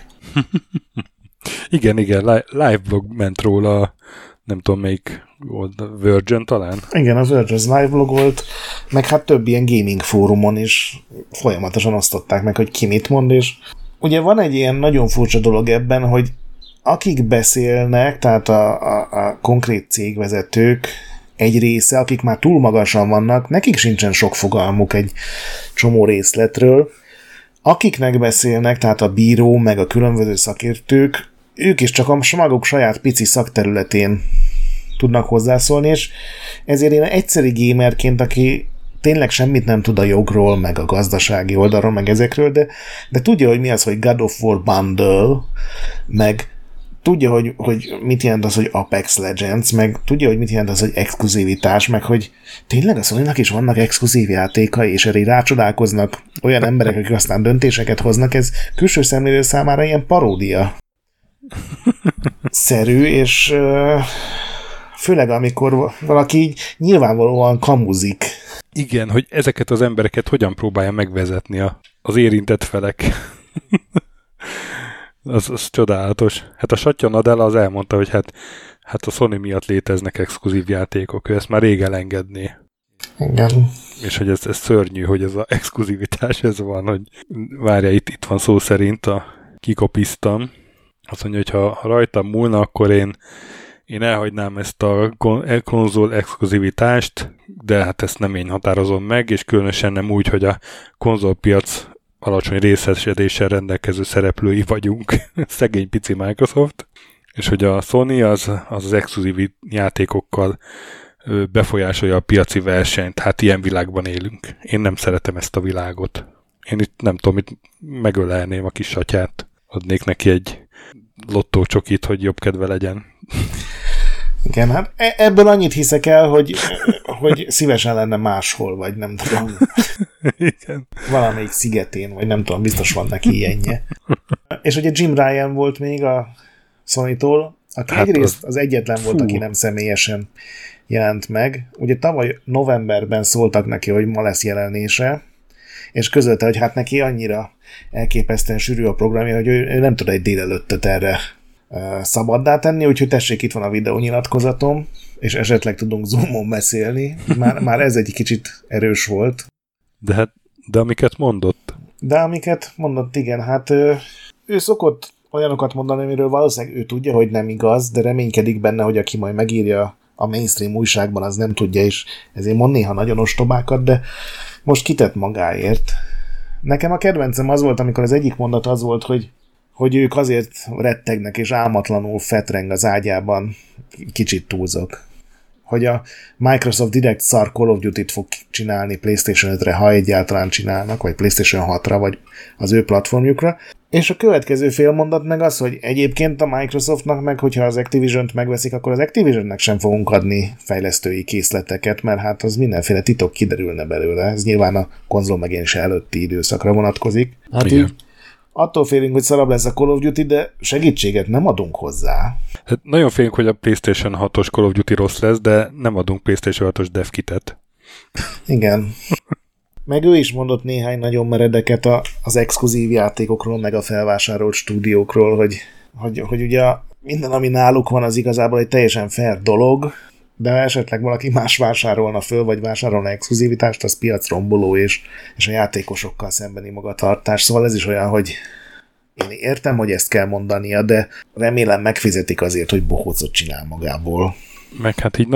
Speaker 1: igen, live blog ment róla, nem tudom melyik volt, Virgin talán?
Speaker 2: Igen, a Virgin live blog volt, meg hát több ilyen gaming fórumon is folyamatosan osztották meg, hogy ki mit mond, és ugye van egy ilyen nagyon furcsa dolog ebben, hogy akik beszélnek, tehát a konkrét cégvezetők egy része, akik már túl magasan vannak, nekik sincsen sok fogalmuk egy csomó részletről. Akiknek beszélnek, tehát a bíró, meg a különböző szakértők, ők is csak a maguk saját pici szakterületén tudnak hozzászólni, és ezért én egyszeri gamerként, aki tényleg semmit nem tud a jogról, meg a gazdasági oldalról, meg ezekről, de tudja, hogy mi az, hogy God of War Bundle, meg tudja, hogy mit jelent az, hogy Apex Legends, meg tudja, hogy mit jelent az, hogy exkluzivitás, meg hogy tényleg a Sony-nak is vannak exkluzív játékai, és erre rácsodálkoznak olyan emberek, akik aztán döntéseket hoznak, ez külső szemlélő számára ilyen paródia szerű, és főleg amikor valaki így nyilvánvalóan kamuzik.
Speaker 1: Igen, hogy ezeket az embereket hogyan próbálja megvezetni az érintett felek. Az csodálatos. Hát a Satya Nadella az elmondta, hogy hát a Sony miatt léteznek exkluzív játékok, ő ezt már rég elengedné.
Speaker 2: Igen.
Speaker 1: És hogy ez szörnyű, hogy ez az exkluzivitás ez van, hogy várja, itt van szó szerint kikopisztam. Azt mondja, hogy ha rajtam múlna, akkor én elhagynám ezt a konzol exkluzivitást, de hát ezt nem én határozom meg, és különösen nem úgy, hogy a konzolpiac alacsony részesedéssel rendelkező szereplői vagyunk, szegény pici Microsoft, és hogy a Sony az exkluzív játékokkal befolyásolja a piaci versenyt, hát ilyen világban élünk. Én nem szeretem ezt a világot. Én itt nem tudom, itt megölelném a kis Satyát, adnék neki egy lottócsokit, hogy jobb kedve legyen.
Speaker 2: Igen, hát ebből annyit hiszek el, hogy szívesen lenne máshol, vagy nem tudom.
Speaker 1: Igen.
Speaker 2: Valamelyik szigetén, vagy nem tudom, biztos van neki ilyenje. És ugye Jim Ryan volt még a Sony-tól, aki hát egyrészt az egyetlen volt, aki nem személyesen jelent meg. Ugye tavaly novemberben szóltak neki, hogy ma lesz jelenése, és közölte, hogy hát neki annyira elképesztően sűrű a programja, hogy ő nem tud egy délelőttet erre szabaddá tenni, úgyhogy tessék, itt van a videónyilatkozatom, és esetleg tudunk Zoomon beszélni. Már ez egy kicsit erős volt.
Speaker 1: De amiket mondott?
Speaker 2: De amiket mondott, igen, hát ő szokott olyanokat mondani, amiről valószínűleg ő tudja, hogy nem igaz, de reménykedik benne, hogy aki majd megírja a mainstream újságban, az nem tudja, és ezért mond néha nagyon ostobákat, de most kitett magáért. Nekem a kedvencem az volt, amikor az egyik mondat az volt, hogy ők azért rettegnek, és álmatlanul fetreng az ágyában, kicsit túlzok. Hogy a Microsoft direkt szar Call of Duty-t fog csinálni PlayStation 5-re, ha egyáltalán csinálnak, vagy PlayStation 6-ra, vagy az ő platformjukra. És a következő félmondat meg az, hogy egyébként a Microsoftnak meg, hogyha az Activision-t megveszik, akkor az Activision-nek sem fogunk adni fejlesztői készleteket, mert hát az mindenféle titok kiderülne belőle. Ez nyilván a konzol megjelenése előtti időszakra vonatkozik. Hát így attól félünk, hogy szarabb lesz a Call of Duty, de segítséget nem adunk hozzá.
Speaker 1: Hát nagyon félünk, hogy a PlayStation 6-os Call of Duty rossz lesz, de nem adunk PlayStation 6-os devkitet.
Speaker 2: Igen. Meg ő is mondott néhány nagyon meredeket az exkluzív játékokról, meg a felvásárolt stúdiókról, hogy ugye minden, ami náluk van, az igazából egy teljesen fair dolog, de esetleg valaki más vásárolna föl, vagy vásárolna exkluzivitást, az piacromboló és a játékosokkal szembeni magatartás. Szóval ez is olyan, hogy én értem, hogy ezt kell mondania, de remélem megfizetik azért, hogy bohócot csinál magából.
Speaker 1: Meg hát így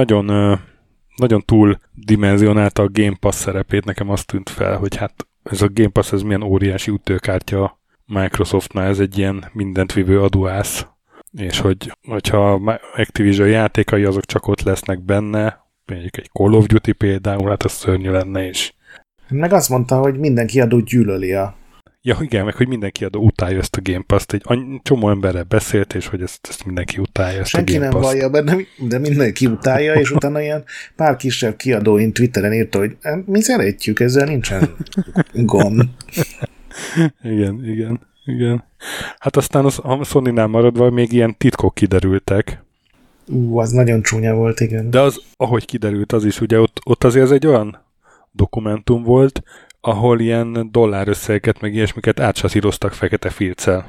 Speaker 1: nagyon túl dimenzionálta a Game Pass szerepét, nekem azt tűnt fel, hogy hát ez a Game Pass ez milyen óriási ütőkártya a Microsoftnál, ez egy ilyen mindent vívő aduász, és hogyha Activision játékai azok csak ott lesznek benne, mondjuk egy Call of Duty például, hát az szörnyű lenne is.
Speaker 2: Meg azt mondta, hogy minden kiadó gyűlöli
Speaker 1: Ja, igen, meg hogy minden kiadó utálja ezt a Game Pass-t. Egy csomó emberrel beszélt, és hogy ezt mindenki utálja, ezt
Speaker 2: senki
Speaker 1: a Game
Speaker 2: nem
Speaker 1: Pass-t.
Speaker 2: vallja benne, de mindenki utálja, és utána ilyen pár kisebb kiadóin Twitteren írta, hogy mi szeretjük, ezzel nincsen gond.
Speaker 1: Igen. Hát aztán a Sony-nál maradva még ilyen titkok kiderültek.
Speaker 2: Az nagyon csúnya volt, igen.
Speaker 1: De az, ahogy kiderült, az is, ugye ott azért ez egy olyan dokumentum volt, ahol ilyen dollárösszegeket, meg ilyesmiket átsasszíroztak fekete filccel.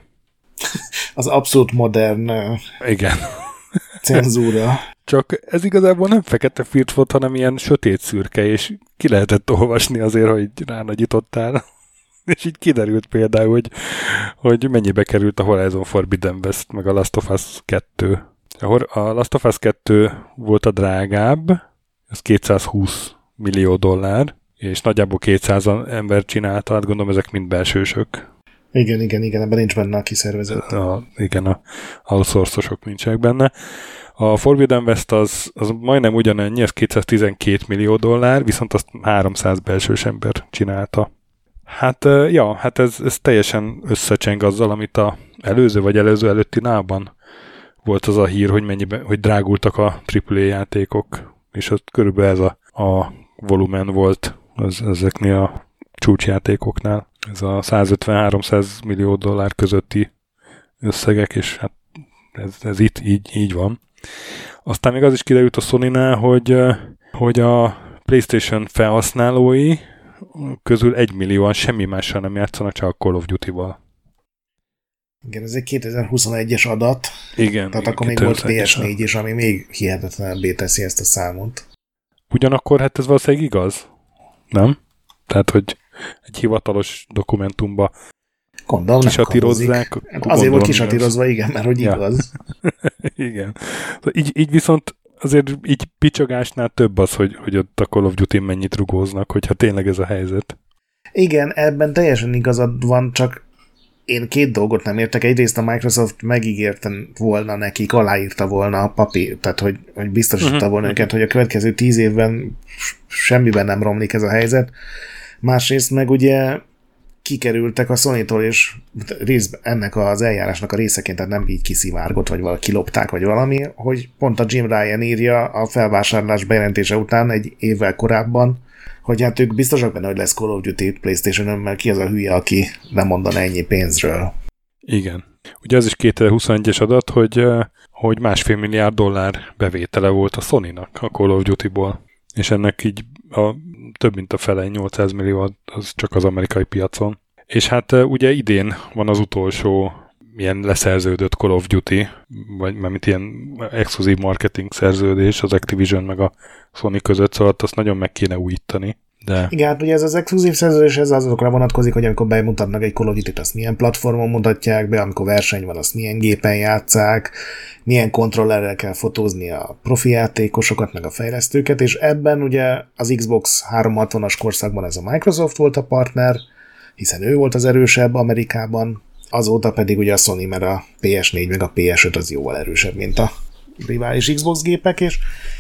Speaker 2: Az abszolút modern
Speaker 1: igen.
Speaker 2: cenzúra.
Speaker 1: Csak ez igazából nem fekete filc volt, hanem ilyen sötét szürke, és ki lehetett olvasni azért, hogy ránagyítottál. És így kiderült például, hogy mennyibe került a Horizon Forbidden West, meg a Last of Us 2. A Last of Us 2 volt a drágább, ez $220 millió, és nagyjából 200 ember csinálta, hát gondolom ezek mind belsősök.
Speaker 2: Igen, ebben nincs benne a kiszervezett.
Speaker 1: Igen, a outsourcosok nincsenek benne. A Forbidden West az majdnem ugyanennyi, ez $212 millió, viszont azt 300 belsős ember csinálta. Hát ez teljesen összecseng azzal, amit a előző vagy előző előtti nában volt az a hír, hogy drágultak a AAA játékok, és ott körülbelül ez a volumen volt ezeknél a csúcsjátékoknál. Ez a 150-300 millió dollár közötti összegek, és hát ez itt így van. Aztán még az is kiderült a Sony-nál, hogy a PlayStation felhasználói közül 1 millióan semmi mással nem játszanak, csak a Call of Duty-val.
Speaker 2: Igen, ez egy 2021-es adat.
Speaker 1: Igen.
Speaker 2: Tehát akkor még volt PS4 is, ami még hihetetlenebbé teszi ezt a számot.
Speaker 1: Ugyanakkor hát ez valószínűleg igaz, nem? Tehát, hogy egy hivatalos dokumentumba kisatírozzák.
Speaker 2: Azért volt kisatírozva, igen, mert hogy igaz.
Speaker 1: Igen. Így viszont azért így picsogásnál több az, hogy ott a Call of Duty mennyit rugóznak, hogyha tényleg ez a helyzet.
Speaker 2: Igen, ebben teljesen igazad van, csak én két dolgot nem értek. Egyrészt a Microsoft megígérte volna nekik, aláírta volna a papír, tehát hogy biztosította volna őket, hogy a következő 10 évben semmiben nem romlik ez a helyzet. Másrészt meg ugye kikerültek a Sony-tól, és ennek az eljárásnak a részeként, tehát nem így kiszivárgott, vagy valaki kilopták, vagy valami, hogy pont a Jim Ryan írja a felvásárlás bejelentése után egy évvel korábban, hogy hát ők biztosak benne, hogy lesz Call of Duty PlayStation-ön, mert ki az a hülye, aki nem mondana ennyi pénzről.
Speaker 1: Igen. Ugye az is 2021-es adat, hogy $1,5 milliárd bevétele volt a Sony-nak a Call of Duty-ból, és ennek így több mint a fele, 800 millió az csak az amerikai piacon. És hát ugye idén van az utolsó ilyen leszerződött Call of Duty, vagy mármint ilyen exkluzív marketing szerződés az Activision meg a Sony között, szóval azt nagyon meg kéne újítani. De...
Speaker 2: Igen, hát ugye ez az exkluzív szerződés, ez azokra vonatkozik, hogy amikor bemutatnak egy Call of Duty-t, azt milyen platformon mutatják be, amikor verseny van, azt milyen gépen játsszák, milyen kontrollerrel kell fotózni a profi játékosokat, meg a fejlesztőket, és ebben ugye az Xbox 360-as korszakban ez a Microsoft volt a partner, hiszen ő volt az erősebb Amerikában, azóta pedig ugye a Sony, mert a PS4 meg a PS5 az jóval erősebb, mint a rivális Xbox gépek, és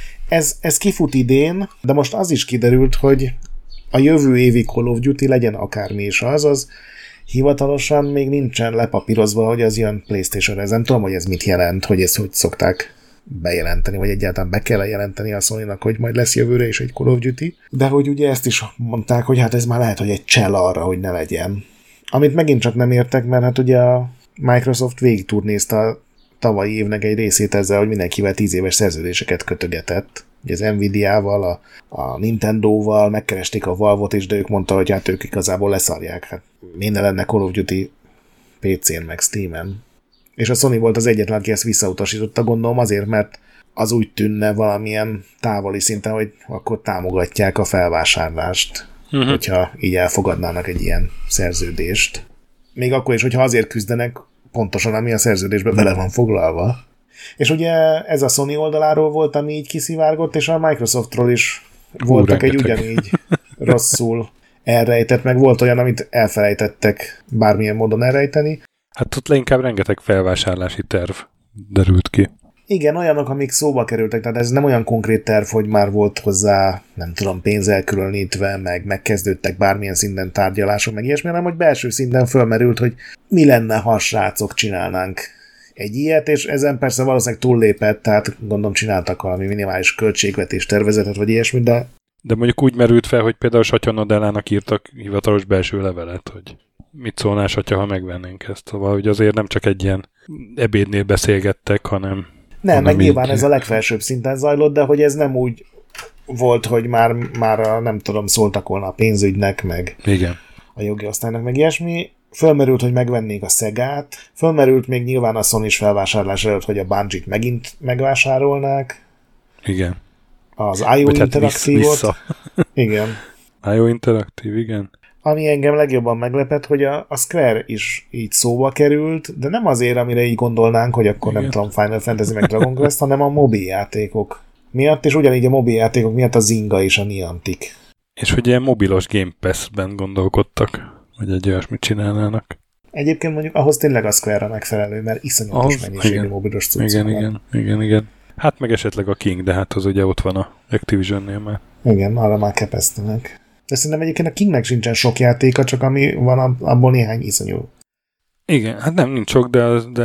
Speaker 2: ez kifut idén, de most az is kiderült, hogy a jövő évi Call of Duty legyen akármi is az hivatalosan még nincsen lepapírozva, hogy az jön PlayStation-re. Ez nem tudom, hogy ez mit jelent, hogy ezt hogy szokták bejelenteni, vagy egyáltalán be kell jelenteni a Sony-nak, hogy majd lesz jövőre is egy Call of Duty. De hogy ugye ezt is mondták, hogy hát ez már lehet, hogy egy csel arra, hogy ne legyen. Amit megint csak nem értek, mert hát ugye a Microsoft végigturnézte a tavalyi évnek egy részét ezzel, hogy mindenkivel 10 éves szerződéseket kötögetett. Ugye az Nvidia-val, a Nintendo-val megkeresték a Valve-ot is, de ők mondta, hogy hát ők igazából leszarják. Hát minden lenne Call of Duty PC-n meg Steam-en. És a Sony volt az egyetlen, aki ezt visszautasította, gondolom azért, mert az úgy tűnne valamilyen távoli szinten, hogy akkor támogatják a felvásárlást, hogyha így elfogadnának egy ilyen szerződést. Még akkor is, hogyha azért küzdenek, pontosan ami a szerződésben bele van foglalva. És ugye ez a Sony oldaláról volt, ami így kiszivárgott, és a Microsoftról is voltak egy ugyanígy rosszul elrejtett, meg volt olyan, amit elfelejtettek bármilyen módon elrejteni.
Speaker 1: Hát ott inkább rengeteg felvásárlási terv derült ki.
Speaker 2: Igen, olyanok, amik szóba kerültek, tehát ez nem olyan konkrét terv, hogy már volt hozzá, nem tudom, pénz elkülönítve, meg megkezdődtek bármilyen szinten tárgyalások, meg ilyesmi, hanem hogy belső szinten fölmerült, hogy mi lenne, ha a srácok csinálnánk egy ilyet, és ezen persze valószínűleg túllépett, tehát gondolom csináltak valami minimális költségvetés tervezetet, vagy ilyesmi, de...
Speaker 1: De mondjuk úgy merült fel, hogy például Satya Nadellának írtak hivatalos belső levelet, hogy mit szólnál, Satya, ha megvennénk ezt. Szóval, hogy azért nem csak egy ilyen ebédnél beszélgettek, hanem...
Speaker 2: Nem, meg nyilván ez a legfelsőbb szinten zajlott, de hogy ez nem úgy volt, hogy már nem tudom, szóltak volna a pénzügynek, meg
Speaker 1: igen.
Speaker 2: A jogi osztálynak, meg ilyesmi. Fölmerült, hogy megvennék a Segát, fölmerült még nyilván a Sony-s felvásárlás előtt, hogy a Bungie-t megint megvásárolnák.
Speaker 1: Igen.
Speaker 2: Az IO Interactive-ot. Igen.
Speaker 1: IO Interactive, igen.
Speaker 2: Ami engem legjobban meglepett, hogy a Square is így szóba került, de nem azért, amire így gondolnánk, hogy akkor igen. Nem tudom, Final Fantasy meg Dragon Quest, hanem a mobiljátékok miatt, és ugyanígy a mobiljátékok miatt a Zynga és a Niantic.
Speaker 1: És hogy ilyen mobilos Game Pass-ben gondolkodtak, hogy egy olyasmit csinálnának.
Speaker 2: Egyébként mondjuk ahhoz tényleg a Square-ra megfelelő, mert iszonyatos mennyiségű mobilos cuccok van.
Speaker 1: Igen. Hát meg esetleg a King, de hát az ugye ott van a Activision-nél már. Igen,
Speaker 2: arra már kepesztenek. De szerintem egyébként a Kingnek sincsen sok játéka, csak ami van, abból néhány iszonyú.
Speaker 1: Igen, hát nem nincs sok,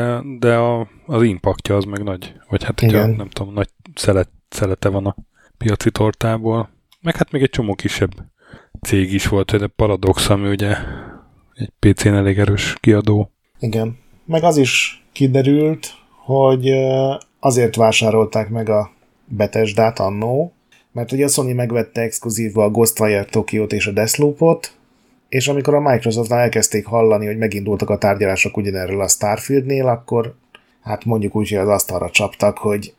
Speaker 1: de az impactja az meg nagy. Vagy hát ugye, nem tudom, nagy szelete van a piaci tortából. Meg hát még egy csomó kisebb cég is volt, hogy a Paradox, ami ugye egy PC-n elég erős kiadó. Igen.
Speaker 2: Meg az is kiderült, hogy azért vásárolták meg a Bethesdát annó, mert ugye a Sony megvette exkluzívva a Ghostwire Tokiót és a Deathloopot, és amikor a Microsoftnál elkezdték hallani, hogy megindultak a tárgyalások ugyanerről a Starfieldnél, akkor hát mondjuk úgy, hogy az asztalra csaptak, hogy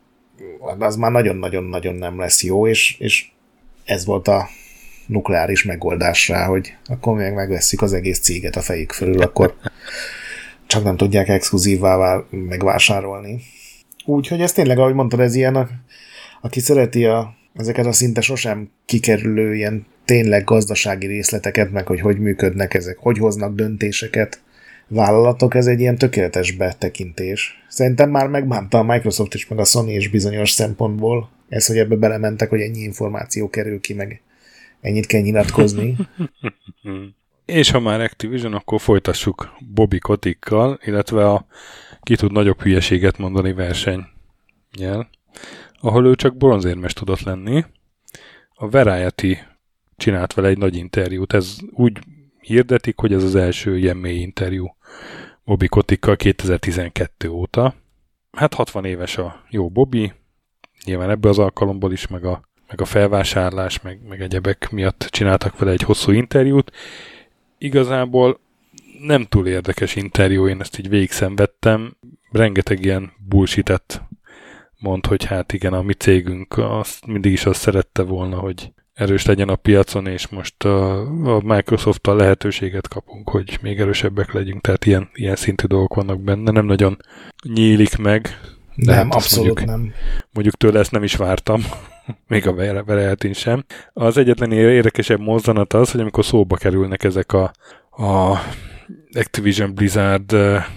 Speaker 2: az már nagyon-nagyon-nagyon nem lesz jó, és ez volt a nukleáris megoldás rá, hogy akkor még megvesszük az egész céget a fejük fölül, akkor csak nem tudják exkluzívvá megvásárolni. Úgyhogy ez tényleg, ahogy mondtad, ez ilyen, aki szereti ezeket a szinte sosem kikerülő ilyen tényleg gazdasági részleteket, meg hogy működnek ezek, hogy hoznak döntéseket vállalatok, ez egy ilyen tökéletes betekintés. Szerintem már megbánta a Microsoft is, meg a Sony is bizonyos szempontból. Ez, hogy ebbe belementek, hogy ennyi információ kerül ki, meg ennyit kell nyilatkozni.
Speaker 1: És ha már Activision, akkor folytassuk Bobby Kotickkal, illetve a ki tud nagyobb hülyeséget mondani versennyel, ahol ő csak bronzérmes tudott lenni. A Variety csinált vele egy nagy interjút. Ez úgy hirdetik, hogy ez az első ilyen mély interjú Bobby Kotickkal 2012 óta. Hát 60 éves a jó Bobby, nyilván ebből az alkalomból is, meg a felvásárlás, meg egyebek miatt csináltak vele egy hosszú interjút. Igazából nem túl érdekes interjú, én ezt így végigszenvedtem. Rengeteg ilyen bullshit-et mond, hogy hát igen, a mi cégünk mindig is azt szerette volna, hogy erős legyen a piacon, és most a Microsoft-tal lehetőséget kapunk, hogy még erősebbek legyünk, tehát ilyen szintű dolgok vannak benne, nem nagyon nyílik meg. De
Speaker 2: nem, abszolút nem.
Speaker 1: Mondjuk tőle ezt nem is vártam, még a Variety sem. Az egyetlen érdekesebb mozzanat az, hogy amikor szóba kerülnek ezek a Activision Blizzard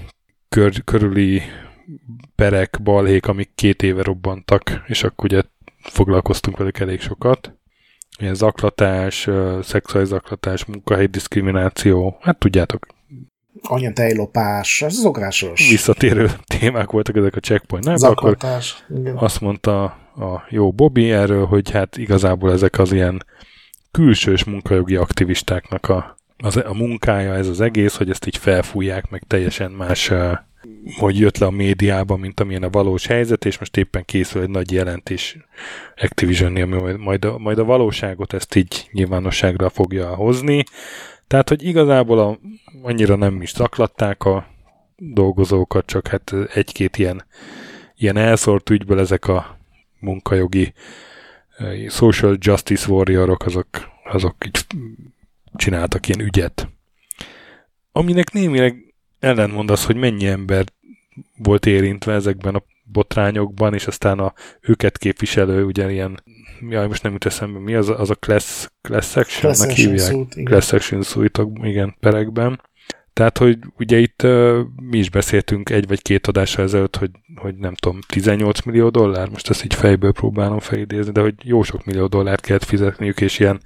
Speaker 1: körüli perek, balhék, amik 2 éve robbantak, és akkor ugye foglalkoztunk velük elég sokat. Ilyen zaklatás, szexuális zaklatás, munkahelyi diszkrimináció, hát tudjátok.
Speaker 2: Anyatejlopás, az szokásos.
Speaker 1: Visszatérő témák voltak ezek a checkpointnál.
Speaker 2: Zaklatás. Igen.
Speaker 1: Azt mondta a jó Bobby erről, hogy hát igazából ezek az ilyen külsős munkajogi aktivistáknak a munkája, ez az egész, hogy ezt így felfújják, meg teljesen más, hogy jött le a médiába, mint amilyen a valós helyzet, és most éppen készül egy nagy jelentés Activision-nél, ami majd a valóságot ezt így nyilvánosságra fogja hozni. Tehát, hogy igazából annyira nem is zaklatták a dolgozókat, csak hát egy-két ilyen elszórt ügyből ezek a munkajogi social justice warriorok, azok így csináltak ilyen ügyet. Aminek némileg ellentmond az, hogy mennyi ember volt érintve ezekben a botrányokban, és aztán őket képviselő, ugye ilyen, most nem jut eszembe, mi az a class action-nak hívják? Class action suit, igen, perekben. Tehát, hogy ugye itt mi is beszéltünk 1 vagy 2 adással ezelőtt, hogy nem tudom, $18 millió, most ezt így fejből próbálom felidézni, de hogy jó sok millió dollárt kellett fizetniük, és ilyen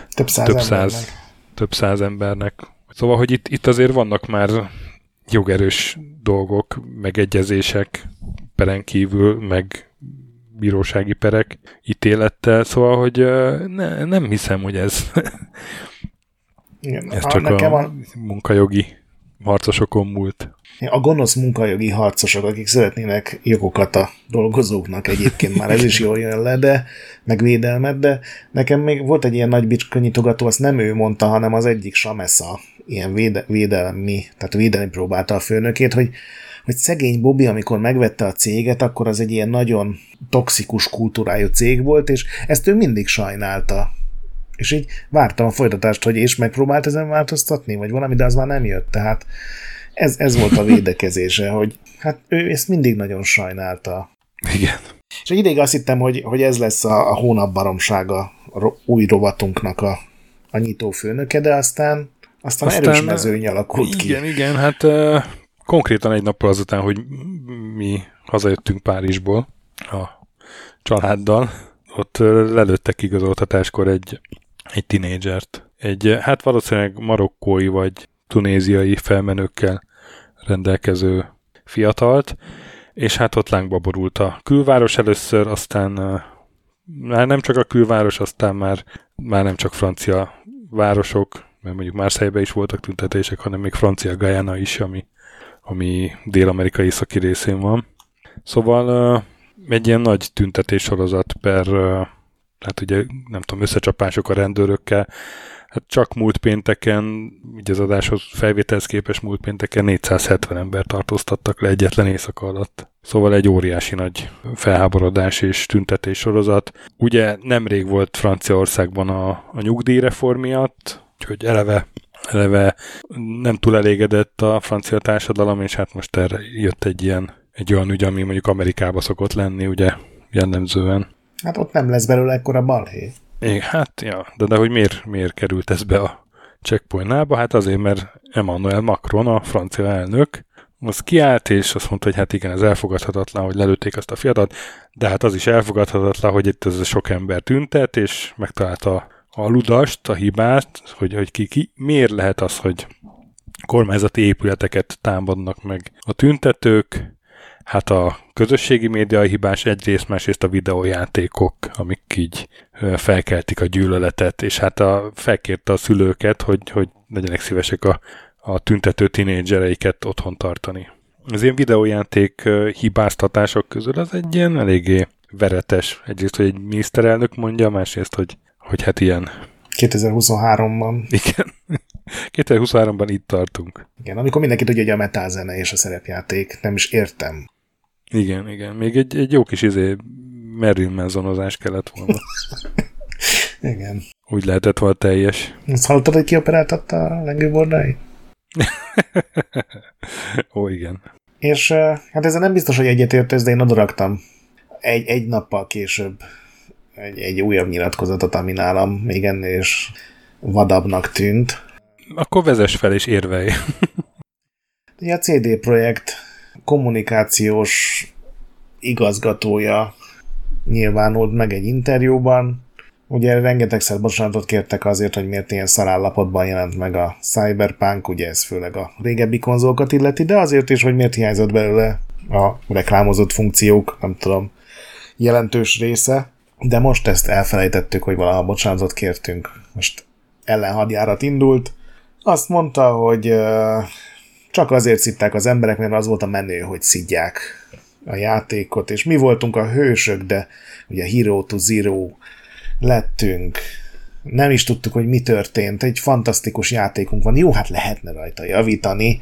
Speaker 1: több száz embernek. Szóval, hogy itt azért vannak már jogerős dolgok, megegyezések peren kívül, meg bírósági perek ítélettel, szóval, hogy nem hiszem, hogy ez
Speaker 2: igen,
Speaker 1: ez csak a munkajogi harcosokon múlt.
Speaker 2: A gonosz munkajogi harcosok, akik szeretnének jogokat a dolgozóknak, egyébként már ez is jól jön le, meg védelmet, de nekem még volt egy ilyen nagy bicskanyitogató, azt nem ő mondta, hanem az egyik Samesa, ilyen védelmi próbálta a főnökét, hogy szegény Bobby, amikor megvette a céget, akkor az egy ilyen nagyon toxikus kultúrájú cég volt, és ezt ő mindig sajnálta. És így vártam a folytatást, hogy és megpróbált ezen változtatni, vagy valami, de az már nem jött. Tehát ez volt a védekezése, hogy hát ő ezt mindig nagyon sajnálta.
Speaker 1: Igen.
Speaker 2: És egy ideig azt hittem, hogy ez lesz a hónap baromsága a új rovatunknak a nyitó főnöke, de aztán erős mezőny alakult ki.
Speaker 1: Igen, hát konkrétan egy nappal azután, hogy mi hazajöttünk Párizsból a családdal, ott lelőttek igazoltatáskor egy tinédzsert. Hát valószínűleg marokkói vagy tunéziai felmenőkkel rendelkező fiatalt, és hát ott lángba borult a külváros először, aztán már nem csak a külváros, aztán már nem csak francia városok, mert mondjuk Marseille-ben is voltak tüntetések, hanem még francia Guyana is, ami Dél-Amerika északi részén van. Szóval egy ilyen nagy tüntetéssorozat hát ugye nem tudom, összecsapások a rendőrökkel. Hát csak múlt pénteken, így az adáshoz felvételhez képest múlt pénteken 470 ember tartóztattak le egyetlen éjszaka alatt. Szóval egy óriási nagy felháborodás és tüntetéssorozat. Ugye nemrég volt Franciaországban a nyugdíjreform miatt, úgyhogy eleve nem túl elégedett a francia társadalom, és hát most erre jött egy olyan ügy, ami mondjuk Amerikában szokott lenni, ugye jellemzően.
Speaker 2: Hát ott nem lesz belőle ekkora balhé.
Speaker 1: Hát, ja, de hogy miért került ez be a checkpointnába? Hát azért, mert Emmanuel Macron, a francia elnök, az kiállt, és azt mondta, hogy hát igen, ez elfogadhatatlan, hogy lelőtték azt a fiatalt, de hát az is elfogadhatatlan, hogy itt ez sok ember tüntet, és megtalálta a ludast, a hibát, hogy ki miért lehet az, hogy kormányzati épületeket támadnak meg a tüntetők, hát a közösségi média hibás egyrészt, másrészt a videójátékok, amik így felkeltik a gyűlöletet, és hát felkérte a szülőket, hogy legyenek szívesek a tüntető tinédzsereiket otthon tartani. Az ilyen videójáték hibáztatások közül az egy ilyen eléggé veretes. Egyrészt, hogy egy miniszterelnök mondja, másrészt, hogy hát ilyen.
Speaker 2: 2023-ban.
Speaker 1: Igen. 2023-ban itt tartunk.
Speaker 2: Igen, amikor mindenki tudja, hogy a metázene és a szerepjáték. Nem is értem.
Speaker 1: Igen. Még egy jó kis Marilyn Manson-ozás kellett volna.
Speaker 2: Igen.
Speaker 1: Úgy lehetett volna teljes.
Speaker 2: Azt hallottad, hogy kioperáltatta a lengőbordáit?
Speaker 1: Ó, igen.
Speaker 2: És hát ezzel nem biztos, hogy egyetértesz, de én odaraktam egy nappal később egy újabb nyilatkozatot, ami nálam még ennél is vadabbnak tűnt.
Speaker 1: Akkor vezess fel és érvelj.
Speaker 2: Ugye a CD Projekt kommunikációs igazgatója nyilvánult meg egy interjúban. Ugye rengetegszer bocsánatot kértek azért, hogy miért ilyen szarállapotban jelent meg a Cyberpunk, ugye ez főleg a régebbi konzolokat illeti, de azért is, hogy miért hiányzott belőle a reklámozott funkciók, nem tudom, jelentős része. De most ezt elfelejtettük, hogy valaha bocsánatot kértünk. Most ellenhadjárat indult. Azt mondta, hogy csak azért szidták az emberek, mert az volt a menő, hogy szidják a játékot, és mi voltunk a hősök, de ugye Hero to Zero lettünk. Nem is tudtuk, hogy mi történt. Egy fantasztikus játékunk van. Jó, hát lehetne rajta javítani,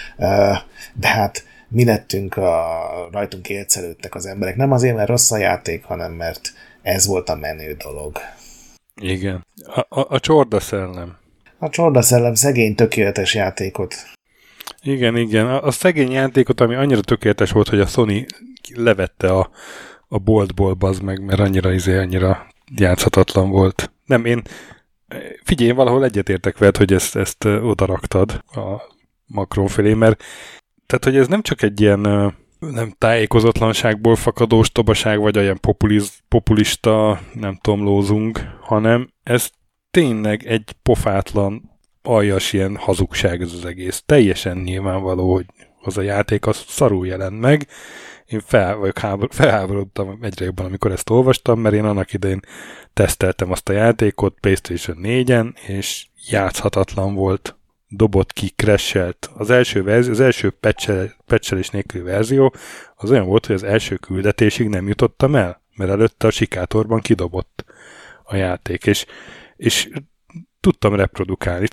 Speaker 2: de hát mi lettünk rajtunk élcelődtek az emberek. Nem azért, mert rossz a játék, hanem mert ez volt a menő dolog.
Speaker 1: Igen. A csorda szellem.
Speaker 2: A csorda szellem szegény tökéletes játékot.
Speaker 1: Igen. A szegény játékot, ami annyira tökéletes volt, hogy a Sony levette a boltból, bazd meg, mert annyira játszhatatlan volt. Nem, figyelj, én valahol egyetértek veled, hogy ezt odaraktad a Macron felé, mert tehát, hogy ez nem csak egy ilyen nem tájékozatlanságból fakadó ostobaság, vagy olyan populista, nem tudom, lózung, hanem ez tényleg egy pofátlan, aljas ilyen hazugság ez az egész. Teljesen nyilvánvaló, hogy az a játék az szarul jelent meg. Én felháborodtam egyre jobban, amikor ezt olvastam, mert én annak idején teszteltem azt a játékot PlayStation 4-en, és játszhatatlan volt. Dobott ki, crashelt. Az első patchelés nélküli verzió az olyan volt, hogy az első küldetésig nem jutottam el, mert előtte a sikátorban kidobott a játék, és tudtam reprodukálni.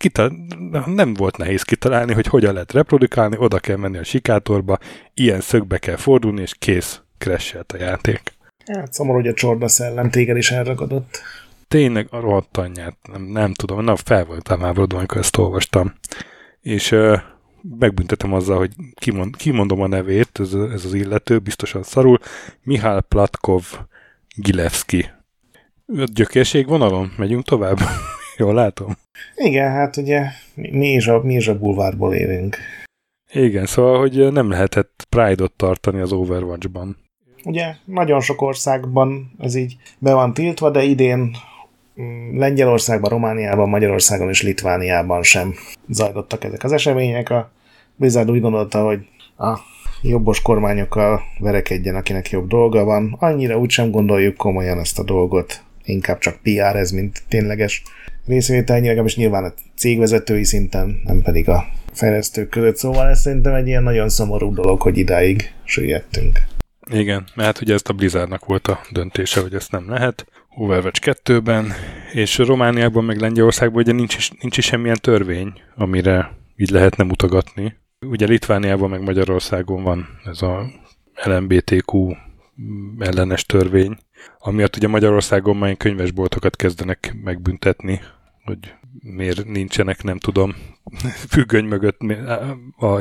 Speaker 1: Nem volt nehéz kitalálni, hogy hogyan lehet reprodukálni, oda kell menni a sikátorba, ilyen szögbe kell fordulni, és kész, crashelt a játék.
Speaker 2: Hát szomorú, hogy a csorda szellem téged is elragadott.
Speaker 1: Tényleg a rohadt anyját, nem tudom, fel voltam háborodva, amikor ezt olvastam. És megbüntetem azzal, hogy kimondom a nevét, ez az illető, biztosan szarul, Mihály Platkov Gilevski. Gyökérség vonalon? Megyünk tovább? Jól látom?
Speaker 2: Igen, hát ugye mi is a bulvárból élünk.
Speaker 1: Igen, szóval, hogy nem lehetett Pride-ot tartani az Overwatch-ban.
Speaker 2: Ugye nagyon sok országban ez így be van tiltva, de idén Lengyelországban, Romániában, Magyarországon és Litvániában sem zajlottak ezek az események. A Blizzard úgy gondolta, hogy a jobbos kormányokkal verekedjen, akinek jobb dolga van. Annyira úgysem gondoljuk komolyan ezt a dolgot. Inkább csak PR ez, mint tényleges részvételnyileg, és nyilván a cégvezetői szinten, nem pedig a fejlesztők között. Szóval ez szerintem egy ilyen nagyon szomorú dolog, hogy idáig süllyedtünk.
Speaker 1: Igen, mert ugye ezt a Blizzardnak volt a döntése, hogy ezt nem lehet. Overwatch 2-ben, és Romániában meg Lengyelországban ugye nincs is semmilyen törvény, amire így lehetne mutogatni. Ugye Litvániában meg Magyarországon van ez a LMBTQ ellenes törvény, amiatt ugye Magyarországon már könyvesboltokat kezdenek megbüntetni, hogy miért nincsenek, nem tudom, függöny mögött a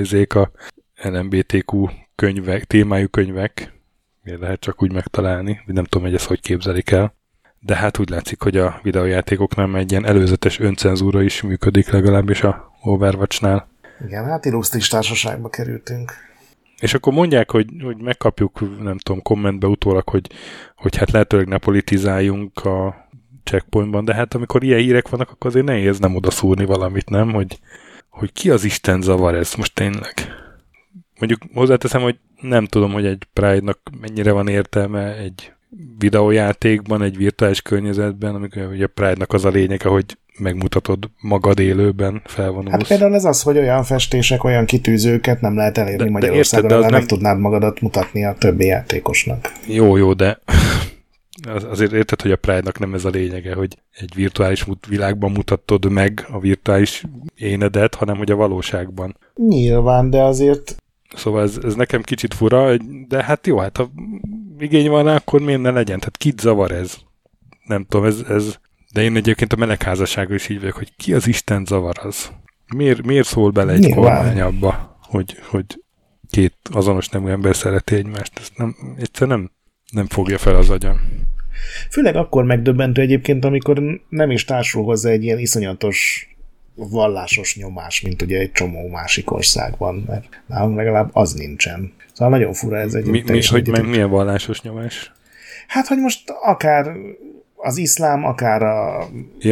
Speaker 1: LMBTQ könyvek, témájú könyvek, miért lehet csak úgy megtalálni, nem tudom, hogy ezt hogy képzelik el. De hát úgy látszik, hogy a videójátékoknál egy ilyen előzetes öncenzúra is működik, legalábbis a Overwatchnál.
Speaker 2: Igen, hát illusztris társaságba kerültünk.
Speaker 1: És akkor mondják, hogy megkapjuk, nem tudom, kommentbe utólag, hogy hát lehetőleg ne politizáljunk a checkpointban, de hát amikor ilyen hírek vannak, akkor azért nehéz nem odaszúrni valamit, nem? Hogy ki az Isten zavar ez most tényleg? Mondjuk hozzáteszem, hogy nem tudom, hogy egy Pride-nak mennyire van értelme egy videójátékban, egy virtuális környezetben, amikor ugye a Pride-nak az a lényege, hogy megmutatod magad élőben, felvonulsz.
Speaker 2: Hát például ez az, hogy olyan festések, olyan kitűzőket nem lehet elérni Magyarországon, de nem tudnád magadat mutatni a többi játékosnak.
Speaker 1: Jó, de azért érted, hogy a Pride-nak nem ez a lényege, hogy egy virtuális világban mutatod meg a virtuális énedet, hanem hogy a valóságban.
Speaker 2: Nyilván, de azért...
Speaker 1: Szóval ez nekem kicsit fura, de hát jó, hát ha igény van rá, akkor miért ne legyen? Tehát kit zavar ez? Nem tudom, ez de én egyébként a melegházasságról is így vagyok, hogy ki az Isten zavar az? Miért szól bele egy kormány abba, hogy két azonos nemű ember szereti egymást? Ezt egyszerűen nem fogja fel az agyam.
Speaker 2: Főleg akkor megdöbbentő egyébként, amikor nem is társul hozzá egy ilyen iszonyatos vallásos nyomás, mint ugye egy csomó másik országban, mert nálunk legalább az nincsen. Szóval nagyon fura ez egy...
Speaker 1: Milyen vallásos nyomás?
Speaker 2: Hát, hogy most akár az iszlám, akár a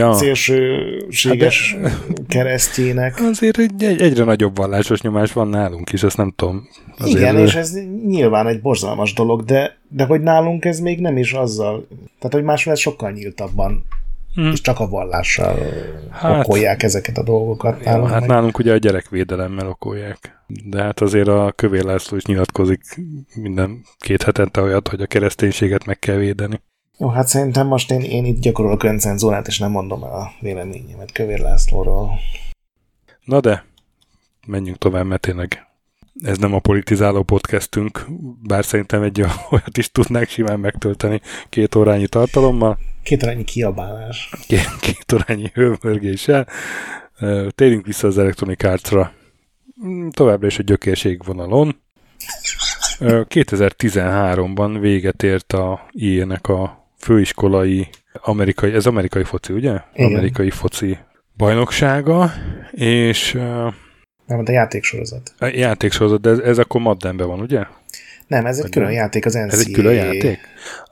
Speaker 2: szélsőséges keresztjének.
Speaker 1: Azért egyre nagyobb vallásos nyomás van nálunk is, ezt nem tudom.
Speaker 2: Azért igen, és ez nyilván egy borzalmas dolog, de hogy nálunk ez még nem is azzal, tehát hogy máshol ez sokkal nyíltabban, és csak a vallással okolják ezeket a dolgokat.
Speaker 1: Nálunk, hát nálunk ugye a gyerekvédelemmel okolják. De hát azért a Kövér László is nyilatkozik minden 2 hetente olyat, hogy a kereszténységet meg kell védeni.
Speaker 2: Jó, hát szerintem most én itt gyakorolok öncenzúrát, és nem mondom el a véleményemet Kövér Lászlóról.
Speaker 1: Na de, menjünk tovább, mert tényleg ez nem a politizáló podcastünk, bár szerintem egy olyat is tudnánk simán megtölteni 2 órányi tartalommal.
Speaker 2: 2 órányi kiabálás.
Speaker 1: 2 órányi hőmörgéssel. Térjünk vissza az Electronic Arts-ra. Továbbra is a gyökérségvonalon. 2013-ban véget ért a EA-nek a főiskolai amerikai foci, ugye? Igen. Amerikai foci bajnoksága, és...
Speaker 2: Nem, a játéksorozat.
Speaker 1: A játéksorozat, de ez akkor Maddenben van, ugye?
Speaker 2: Nem, ez egy külön játék, az NCAA.
Speaker 1: Ez egy külön játék?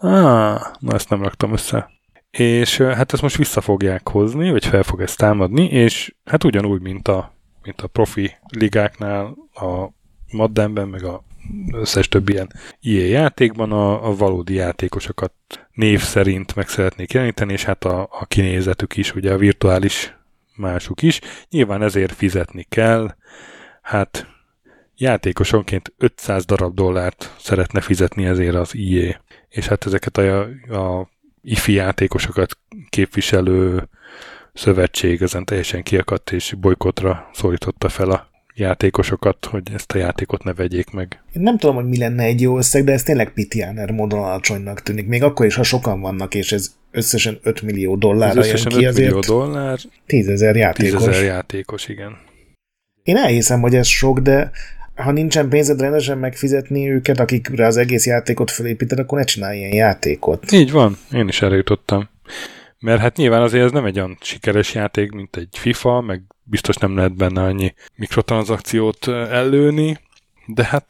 Speaker 1: Na ezt nem raktam össze. És hát ezt most vissza fogják hozni, vagy fel fog ezt támadni, és hát ugyanúgy, mint a profi ligáknál, a Maddenben, meg a összes több ilyen EA játékban a valódi játékosokat név szerint meg szeretnék jeleníteni, és hát a kinézetük is, ugye a virtuális másuk is. Nyilván ezért fizetni kell. Hát játékosonként $500 szeretne fizetni ezért az EA. És hát ezeket a ifi játékosokat képviselő szövetség ezen teljesen kiakadt és bolykottra szólította fel a játékosokat, hogy ezt a játékot ne vegyék meg.
Speaker 2: Én nem tudom, hogy mi lenne egy jó összeg, de ez tényleg pitiáner módon alacsonynak tűnik. Még akkor is, ha sokan vannak, és ez összesen $5 millió jön ki, azért
Speaker 1: $5
Speaker 2: 10 000 játékos.
Speaker 1: 10 000 játékos, igen.
Speaker 2: Én elhiszem, hogy ez sok, de ha nincsen pénzed rendesen megfizetni őket, akikre az egész játékot felépíted, akkor ne csinálj ilyen játékot.
Speaker 1: Így van, én is erre jutottam. Mert hát nyilván azért ez nem egy olyan sikeres játék, mint egy FIFA, meg biztos nem lehet benne annyi mikrotranszakciót ellőni, de hát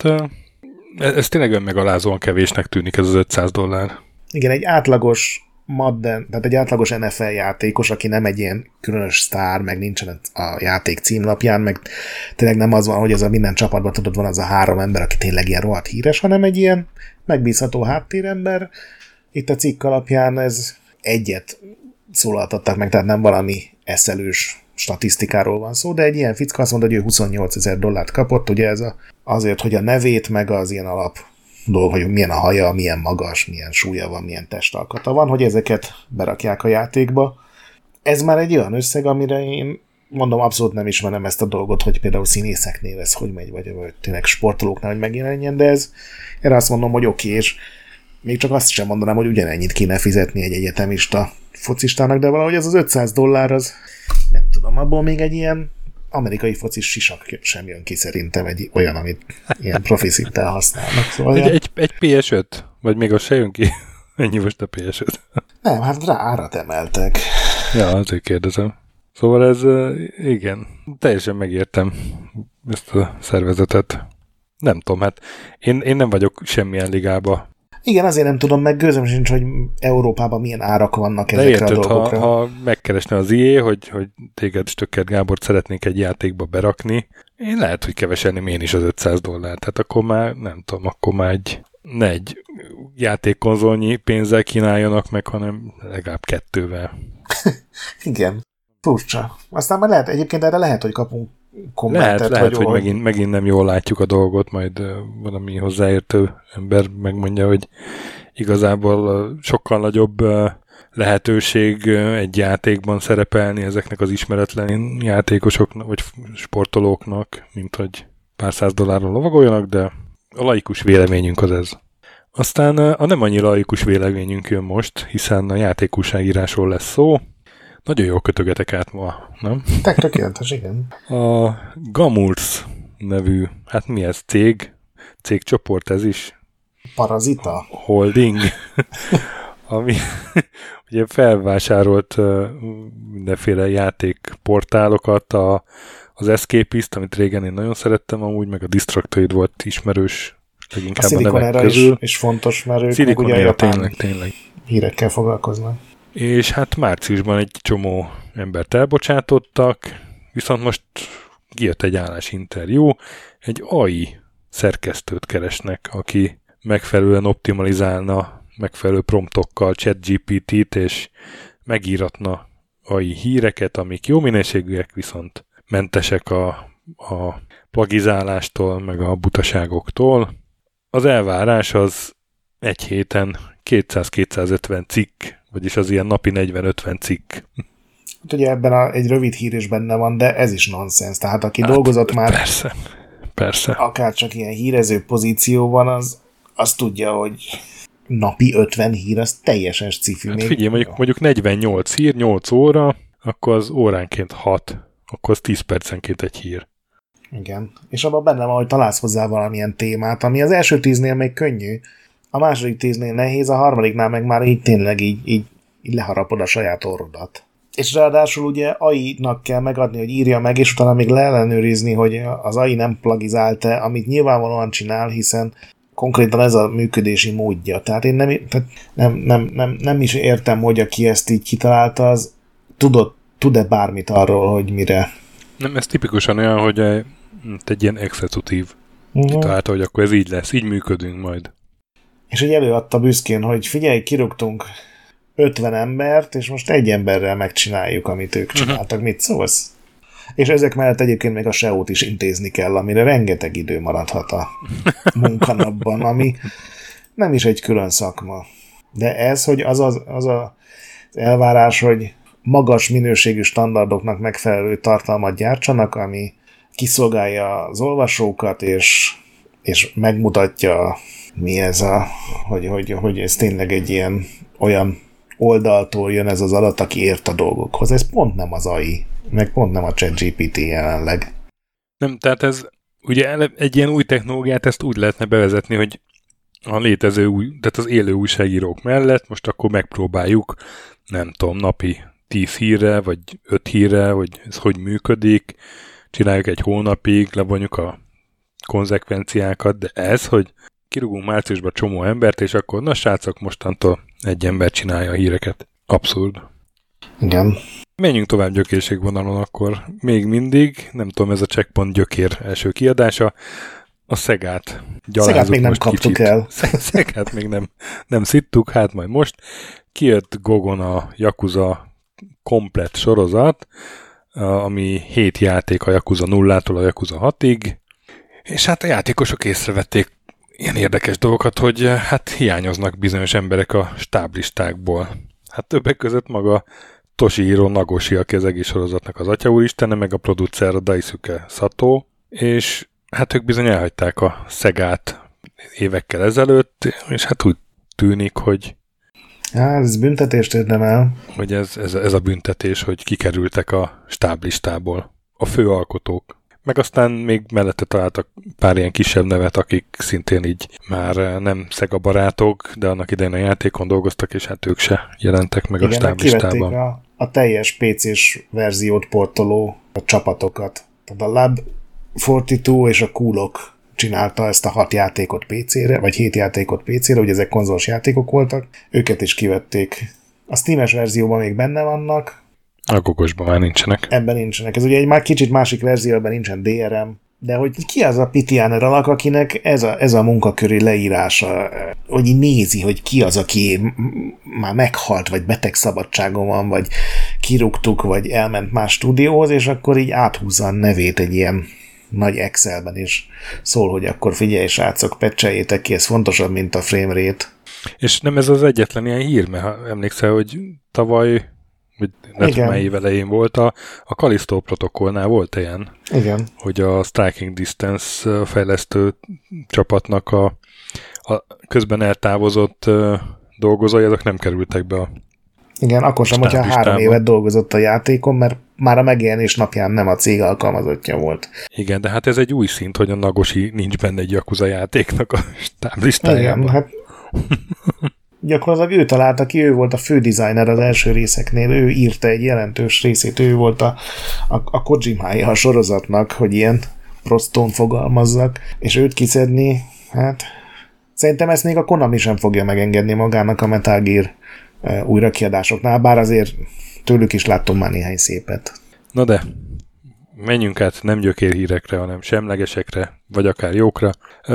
Speaker 1: ez tényleg önmegalázóan kevésnek tűnik ez az $500.
Speaker 2: Igen, egy átlagos Madden, tehát egy átlagos NFL játékos, aki nem egy ilyen különös sztár, meg nincsen a játék címlapján, meg tényleg nem az van, hogy ez a minden csapatban tudod, van az a 3 ember, aki tényleg ilyen rohadt híres, hanem egy ilyen megbízható háttérember. Itt a cikk alapján ez egyet szólaltattak meg, tehát nem valami eszelős statisztikáról van szó, de egy ilyen fickó azt mondta, hogy ő $28,000 kapott, ugye ez azért, hogy a nevét, meg az ilyen alap dolog, hogy milyen a haja, milyen magas, milyen súlya van, milyen testalkata van, hogy ezeket berakják a játékba. Ez már egy olyan összeg, amire én mondom, abszolút nem ismerem ezt a dolgot, hogy például színészeknél ez hogy megy, vagy tényleg sportolóknál, hogy megjelenjen, de erre azt mondom, hogy oké, és még csak azt sem mondanám, hogy ugyanennyit kéne fizetni egy egyetemista focistának, de valahogy ez az $500 az, nem tudom, abból még egy ilyen amerikai focis sisak sem jön ki szerintem, egy olyan, amit ilyen profi szinten használnak. Szóval
Speaker 1: egy PS5? Vagy még az se jön ki? Ennyi most a PS5?
Speaker 2: Nem, hát rá árat emeltek.
Speaker 1: Ja, azért kérdezem. Szóval ez, igen, teljesen megértem ezt a szervezetet. Nem tudom, hát én nem vagyok semmilyen ligába
Speaker 2: Igen, azért nem tudom, meg gőzöm sincs, hogy Európában milyen árak vannak ezekre
Speaker 1: érted,
Speaker 2: a dolgokra.
Speaker 1: Ha megkeresne az IE, hogy téged Stöcker Gábort szeretnék egy játékba berakni, én lehet, hogy keveselném én is az $500. Tehát akkor már, nem tudom, akkor már egy játékkonzolnyi pénzzel kínáljanak meg, hanem legalább 2-vel.
Speaker 2: Igen. Furcsa. Aztán már lehet, egyébként erre lehet, hogy kapunk kommentet.
Speaker 1: Lehet, hogy megint nem jól látjuk a dolgot, majd valami hozzáértő ember megmondja, hogy igazából sokkal nagyobb lehetőség egy játékban szerepelni ezeknek az ismeretlen játékosoknak, vagy sportolóknak, mint hogy pár $100 lovagoljanak, de a laikus véleményünk az ez. Aztán a nem annyira laikus véleményünk jön most, hiszen a játékújságírásról lesz szó. Nagyon jól kötögetek át ma, nem?
Speaker 2: Tökéletes, igen.
Speaker 1: A Gamults nevű, hát mi ez, cégcsoport ez is?
Speaker 2: Parazita?
Speaker 1: Holding, ami ugye felvásárolt mindenféle játékportálokat, az Escapist, amit régen én nagyon szerettem amúgy, meg a Distractoid volt ismerős, leginkább a nevek közül.
Speaker 2: Is fontos, mert ők
Speaker 1: Silicon
Speaker 2: meg ugye
Speaker 1: Era tényleg.
Speaker 2: Hírekkel foglalkoznak.
Speaker 1: És hát márciusban egy csomó embert elbocsátottak, viszont most kijött egy állásinterjú, egy AI szerkesztőt keresnek, aki megfelelően optimalizálna megfelelő promptokkal ChatGPT-t, és megíratna AI híreket, amik jó minőségűek, viszont mentesek a plagizálástól, meg a butaságoktól. Az elvárás az egy héten 200-250 cikk, vagyis az ilyen napi 40-50 cikk.
Speaker 2: Hát ugye ebben egy rövid hír is benne van, de ez is nonsens. Tehát aki dolgozott már
Speaker 1: persze.
Speaker 2: akár csak ilyen hírező pozícióban, az tudja, hogy napi 50 hír, az teljesen sci-fi.
Speaker 1: Hát figyelj, mondjuk 48 hír, 8 óra, akkor az óránként 6, akkor az 10 percenként egy hír.
Speaker 2: Igen. És abban benne van, hogy találsz hozzá valamilyen témát, ami az első 10-nél még könnyű, a második 10-nél nehéz, a harmadiknál meg már így tényleg így leharapod a saját orrodat. És ráadásul ugye AI-nak kell megadni, hogy írja meg, és utána még leellenőrizni, hogy az AI nem plagizált-e, amit nyilvánvalóan csinál, hiszen konkrétan ez a működési módja. Tehát én nem is értem, hogy aki ezt így kitalálta, az tud-e bármit arról, hogy mire.
Speaker 1: Nem, ez tipikusan olyan, hogy egy ilyen exekutív kitalálta, hogy akkor ez így lesz, így működünk majd.
Speaker 2: És hogy előadta büszkén, hogy figyelj, kirúgtunk 50 embert, és most egy emberrel megcsináljuk, amit ők csináltak. Mit szólsz? És ezek mellett egyébként még a SEO-t is intézni kell, amire rengeteg idő maradhat a munkanapban, ami nem is egy külön szakma. De ez, hogy az elvárás, hogy magas minőségű standardoknak megfelelő tartalmat gyártsanak, ami kiszolgálja az olvasókat, és megmutatja, mi ez hogy ez tényleg egy ilyen olyan oldaltól jön ez az adat, aki ért a dolgokhoz. Ez pont nem az AI, meg pont nem a ChatGPT jelenleg.
Speaker 1: Nem, tehát ez ugye egy ilyen új technológiát ezt úgy lehetne bevezetni, hogy a létező tehát az élő újságírók mellett most akkor megpróbáljuk, nem tudom, napi 10 hírre, vagy 5 hírre, hogy ez hogy működik, csináljuk egy hónapig, levonjuk a konzekvenciákat, de ez, hogy kirúgunk márciusban csomó embert, és akkor, na srácok, mostantól egy ember csinálja a híreket. Abszurd.
Speaker 2: Igen.
Speaker 1: Menjünk tovább gyökérségvonalon akkor. Még mindig, nem tudom, ez a Checkpoint gyökér első kiadása. A Szegát gyalázzuk.
Speaker 2: Szegát még nem kaptuk kicsit. El.
Speaker 1: Szegát még nem szittuk, hát majd most. Kijött Gogon a Yakuza komplett sorozat, ami 7 játék a Yakuza 0-tól a Yakuza 6-ig, és hát a játékosok észrevették ilyen érdekes dolgokat, hogy hát hiányoznak bizonyos emberek a stáblistákból. Hát többek között maga Toshihiro Nagoshi, aki az egész sorozatnak az atya úristene, meg a producer a Daisuke Sato, és hát ők bizony elhagyták a Szegát évekkel ezelőtt, és hát úgy tűnik, hogy
Speaker 2: ez büntetést érdemel.
Speaker 1: Hogy ez a büntetés, hogy kikerültek a stáblistából a főalkotók. Meg aztán még mellette találtak pár ilyen kisebb nevet, akik szintén így már nem Sega barátok, de annak idején a játékon dolgoztak, és hát ők se jelentek meg. Igen, a stáblistában.
Speaker 2: Kivették a teljes PC-s verziót portoló csapatokat. Tehát a Lab 42 és a Coolok csinálta ezt a 6 játékot PC-re, vagy 7 játékot PC-re, ugye ezek konzolos játékok voltak, őket is kivették. A Steam-es verzióban még benne vannak.
Speaker 1: A Gogosban már nincsenek.
Speaker 2: Ebben nincsenek. Ez ugye egy már kicsit másik verzióban nincsen DRM, de hogy ki az a Pitiáner alak, akinek ez a munkaköri leírása, hogy így nézi, hogy ki az, aki már meghalt, vagy betegszabadságon van, vagy kirúgtuk, vagy elment más stúdióhoz, és akkor így áthúzza a nevét egy ilyen nagy Excelben, és szól, hogy akkor figyelj, srácok, patcheljétek ki, ez fontosabb, mint a framerate.
Speaker 1: És nem ez az egyetlen ilyen hír, mert emlékszel, hogy tavaly, vagy nem tudom, mely év elején volt, a Callisto protokollnál volt ilyen.
Speaker 2: Igen.
Speaker 1: Hogy a Striking Distance fejlesztő csapatnak a közben eltávozott dolgozói, azok nem kerültek be a
Speaker 2: igen, akkor sem, hogyha 3 évet dolgozott a játékon, mert már a megjelenés napján nem a cég alkalmazottja volt.
Speaker 1: Igen, de hát ez egy új szint, hogy a Nagoshi nincs benne egy Yakuza játéknak a stáblistájában.
Speaker 2: Igen, hát gyakorlatilag ő találta ki, ő volt a fő designer az első részeknél, ő írta egy jelentős részét, ő volt a Kojimája a sorozatnak, hogy ilyen prostón fogalmazzak, és őt kiszedni, hát szerintem ezt még a Konami sem fogja megengedni magának a Metal Gear újrakiadásoknál, bár azért tőlük is láttam már néhány szépet.
Speaker 1: Na de, menjünk át nem gyökérhírekre, hanem semlegesekre, vagy akár jókra.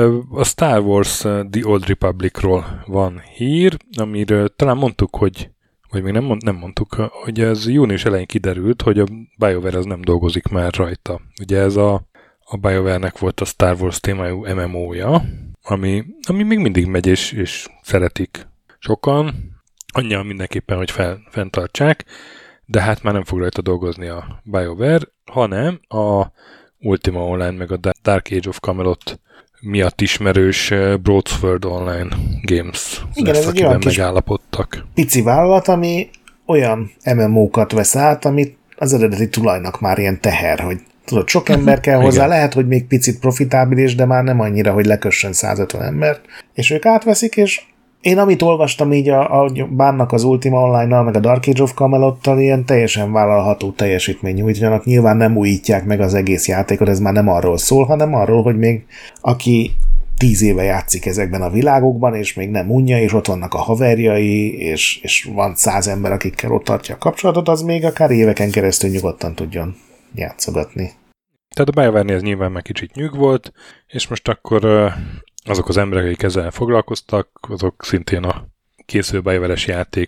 Speaker 1: A Star Wars The Old Republicról van hír, amiről talán mondtuk, hogy vagy még nem mondtuk, hogy ez június elején kiderült, hogy a BioWare az nem dolgozik már rajta. Ugye ez a BioWare-nek volt a Star Wars témájú MMO-ja, ami még mindig megy, és szeretik sokan, annyian mindenképpen, hogy fenntartsák, de hát már nem fog rajta dolgozni a BioWare, hanem a Ultima Online meg a Dark Age of Camelot miatt ismerős Broadsword Online Games.
Speaker 2: Igen,
Speaker 1: lesz,
Speaker 2: ez egy olyan
Speaker 1: megállapodtak.
Speaker 2: Pici vállalat, ami olyan MMO-kat vesz át, amit az eredeti tulajnak már ilyen teher, hogy tudod, sok ember kell hozzá, lehet, hogy még picit profitábilis, de már nem annyira, hogy lekössön 150 embert, és ők átveszik, és én amit olvastam így, ahogy bánnak az Ultima Online-nal, meg a Dark Age of Camelottal, ilyen teljesen vállalható teljesítmény nyújtjanak. Nyilván nem újítják meg az egész játékot, ez már nem arról szól, hanem arról, hogy még aki 10 éve játszik ezekben a világokban, és még nem unja, és ott vannak a haverjai, és van 100 ember, akikkel ott tartja a kapcsolatot, az még akár éveken keresztül nyugodtan tudjon játszogatni.
Speaker 1: Tehát a BioWare-nél ez nyilván már kicsit nyug volt, és most akkor azok az emberek, akik ezzel foglalkoztak, azok szintén a készülő BioWare-es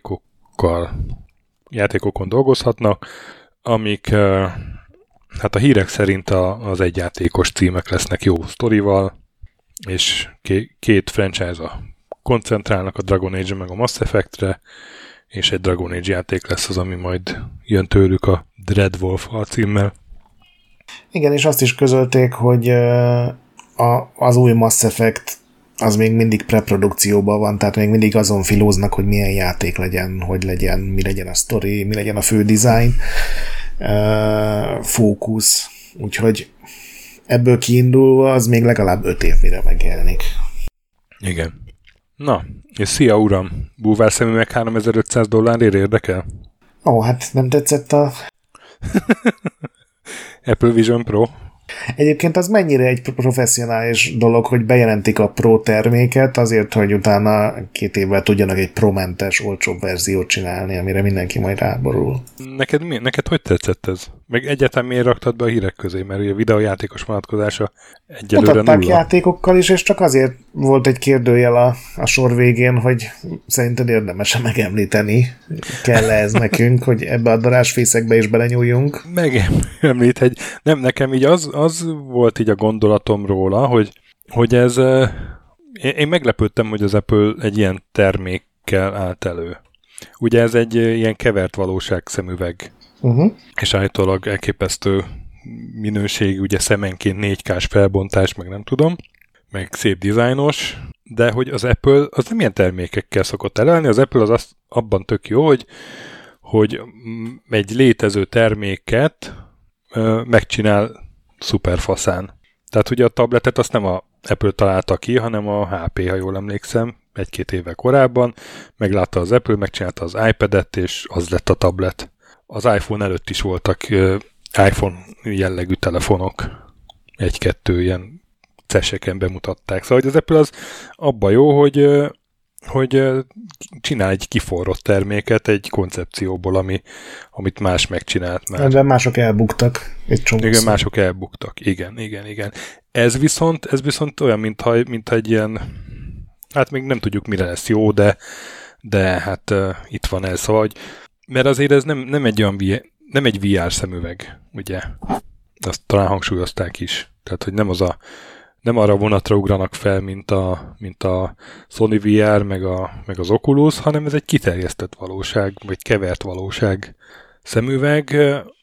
Speaker 1: játékokon dolgozhatnak, amik hát a hírek szerint az egyjátékos címek lesznek jó sztorival, és két franchise-a koncentrálnak, a Dragon Age-re meg a Mass Effect-re, és egy Dragon Age játék lesz az, ami majd jön tőlük a Dreadwolf címmel.
Speaker 2: Igen, és azt is közölték, hogy az új Mass Effect az még mindig preprodukcióban van, tehát még mindig azon filóznak, hogy milyen játék legyen, hogy legyen, mi legyen a sztori, mi legyen a fő design, fókusz, úgyhogy ebből kiindulva az még legalább 5 év mire megjelenik.
Speaker 1: Igen. Na, és szia uram, búvárszemű meg $3500 érdekel?
Speaker 2: Ó, hát nem tetszett a
Speaker 1: Apple Vision Pro?
Speaker 2: Egyébként az mennyire egy professzionális dolog, hogy bejelentik a Pro terméket azért, hogy utána 2 évvel tudjanak egy Pro-mentes, olcsóbb verziót csinálni, amire mindenki majd ráborul.
Speaker 1: Neked hogy tetszett ez? Meg egyáltalán miért raktad be a hírek közé? Mert ugye a videójátékos vonatkozása egyelőre
Speaker 2: mutatták
Speaker 1: nulla.
Speaker 2: játékokkal is, és csak azért volt egy kérdőjel a sor végén, hogy szerinted érdemes megemlíteni. Kell ez nekünk, hogy ebbe a darásfészekbe is belenyúljunk?
Speaker 1: Megemlít nem, nekem így az volt így a gondolatom róla, hogy ez én meglepődtem, hogy az Apple egy ilyen termékkel állt elő. Ugye ez egy ilyen kevert valóság szemüveg, és állítólag elképesztő minőség, ugye szemenként 4K-s felbontás, meg nem tudom, meg szép dizájnos, de hogy az Apple az nem ilyen termékekkel szokott elállni, az Apple az abban tök jó, hogy egy létező terméket megcsinál szuper faszán. Tehát ugye a tabletet azt nem a Apple találta ki, hanem a HP, ha jól emlékszem, 1-2 éve korábban, meglátta az Apple, megcsinálta az iPad-et, és az lett a tablet. Az iPhone előtt is voltak iPhone jellegű telefonok, 1-2 ilyen CES-eken bemutatták. Szóval hogy az Apple az abban jó, hogy csinál egy kiforrott terméket egy koncepcióból, amit más megcsinált már.
Speaker 2: De mások elbuktak.
Speaker 1: Igen, mások elbuktak. Igen. Ez viszont olyan, mintha egy ilyen, hát még nem tudjuk, mire lesz jó, de hát itt van ez. Szóval, mert azért ez nem egy olyan nem egy VR szemüveg, ugye? Azt talán hangsúlyozták is. Tehát, hogy nem arra vonatra ugranak fel, mint a Sony VR, meg az Oculus, hanem ez egy kiterjesztett valóság, vagy kevert valóság szemüveg,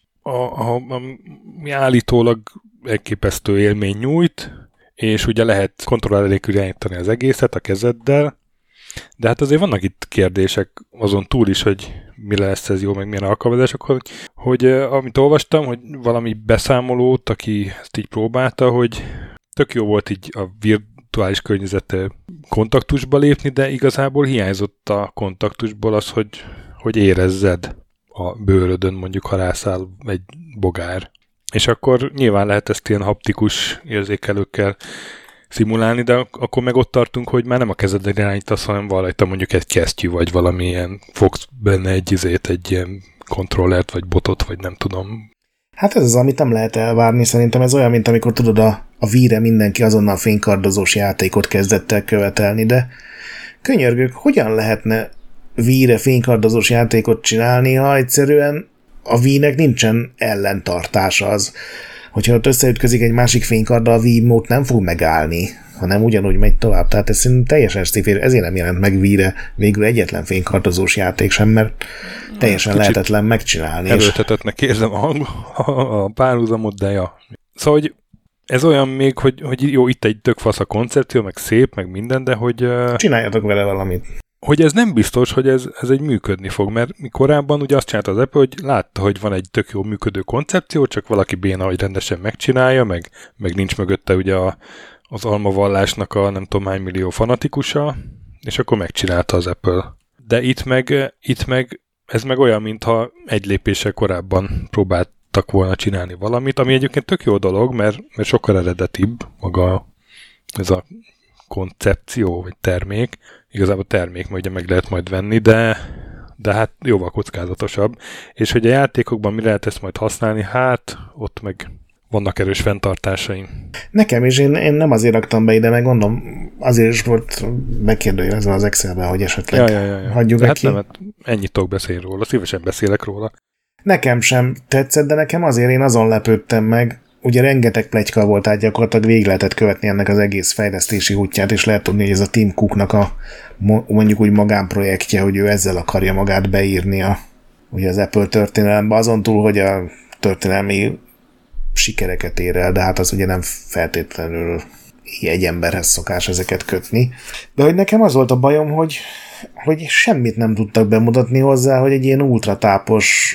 Speaker 1: ami állítólag elképesztő élmény nyújt, és ugye lehet kontroller nélkül irányítani az egészet a kezeddel, de hát azért vannak itt kérdések azon túl is, hogy mire lesz ez jó, meg milyen alkalmazások, hogy amit olvastam, hogy valami beszámolót, aki ezt így próbálta, hogy tök jó volt így a virtuális környezete kontaktusba lépni, de igazából hiányzott a kontaktusból az, hogy érezzed a bőrödön, mondjuk, ha rászáll egy bogár. És akkor nyilván lehet ezt ilyen haptikus érzékelőkkel szimulálni, de akkor meg ott tartunk, hogy már nem a kezeddel irányítasz, hanem valajta mondjuk egy kesztyű, vagy valamilyen fogsz benne egy ilyen kontrollert, vagy botot, vagy nem tudom.
Speaker 2: Hát ez az, amit nem lehet elvárni. Szerintem ez olyan, mint amikor tudod, a Wii-re mindenki azonnal fénykardozós játékot kezdett el követelni, de könyörgök, hogyan lehetne Wii-re fénykardozós játékot csinálni, ha egyszerűen a Wii-nek nincsen ellentartása az. Hogyha ott összeütközik egy másik fénykarddal, a Wii mód nem fog megállni, hanem ugyanúgy megy tovább. Tehát ez szerintem teljesen stífér, ezért nem jelent meg Wii-re végül egyetlen fénykardozós játék sem, mert teljesen lehetetlen megcsinálni.
Speaker 1: Erőltetetnek érzem a párhuzamot, de ja. Szóval, hogy ez olyan még, hogy jó, itt egy tök fasz a koncepció, meg szép, meg minden, de hogy...
Speaker 2: Csináljatok vele valamit.
Speaker 1: Hogy ez nem biztos, hogy ez egy működni fog, mert korábban ugye azt csinálta az Apple, hogy látta, hogy van egy tök jó működő koncepció, csak valaki béna, hogy rendesen megcsinálja, meg nincs mögötte ugye az almavallásnak a nem tudom hány millió fanatikusa, és akkor megcsinálta az Apple. De itt meg ez meg olyan, mintha egy lépéssel korábban próbáltak volna csinálni valamit, ami egyébként tök jó dolog, mert sokkal eredetibb maga ez a koncepció, vagy termék. Igazából termék, majd ugye meg lehet majd venni, de hát jóval kockázatosabb. És hogy a játékokban mi lehet ezt majd használni, hát ott meg vannak erős fenntartásaim.
Speaker 2: Nekem is, én nem azért raktam be ide, meg gondolom, azért is volt megkérdőjelezve az Excelben, hogy esetleg hagyjuk
Speaker 1: de
Speaker 2: neki.
Speaker 1: Hát nem, ennyit tudok beszélni róla, szívesen beszélek róla.
Speaker 2: Nekem sem tetszett, de nekem azért én azon lepődtem meg, ugye rengeteg pletyka volt, tehát gyakorlatilag végig lehetett követni ennek az egész fejlesztési útját, és lehet tudni, hogy ez a Tim Cooknak a mondjuk úgy magánprojektje, hogy ő ezzel akarja magát beírni ugye az Apple történelembe, azon túl, hogy a történelmi sikereket ér el, de hát az ugye nem feltétlenül egy emberhez szokás ezeket kötni. De hogy nekem az volt a bajom, hogy semmit nem tudtak bemutatni hozzá, hogy egy ilyen ultratápos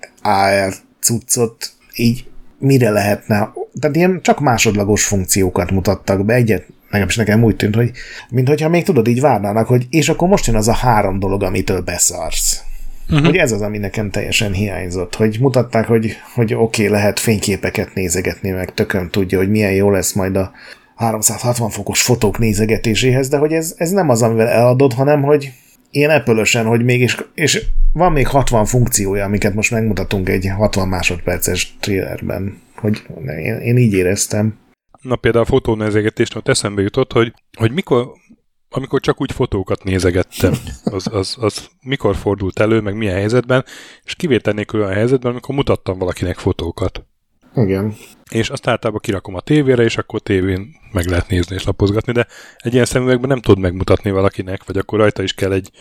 Speaker 2: AR cuccot így mire lehetne, tehát ilyen csak másodlagos funkciókat mutattak be, nekem úgy tűnt, hogy minthogyha még tudod, így várnának, hogy és akkor most jön az a 3 dolog, amitől beszarsz. Hogy ez az, ami nekem teljesen hiányzott, hogy mutatták, hogy oké, lehet fényképeket nézegetni, meg tököm tudja, hogy milyen jó lesz majd a 360 fokos fotók nézegetéséhez, de hogy ez nem az, amivel eladod, hanem hogy ilyen Apple-ösen, hogy mégis, és van még 60 funkciója, amiket most megmutatunk egy 60 másodperces trailerben, hogy én így éreztem.
Speaker 1: Na például a fotónézegetésnél ott eszembe jutott, hogy amikor csak úgy fotókat nézegettem, az mikor fordult elő, meg milyen helyzetben, és kivétel nélkül olyan helyzetben, amikor mutattam valakinek fotókat.
Speaker 2: Igen.
Speaker 1: És azt általában kirakom a tévére, és akkor tévén meg lehet nézni és lapozgatni, de egy ilyen szemüvegben nem tud megmutatni valakinek, vagy akkor rajta is kell egy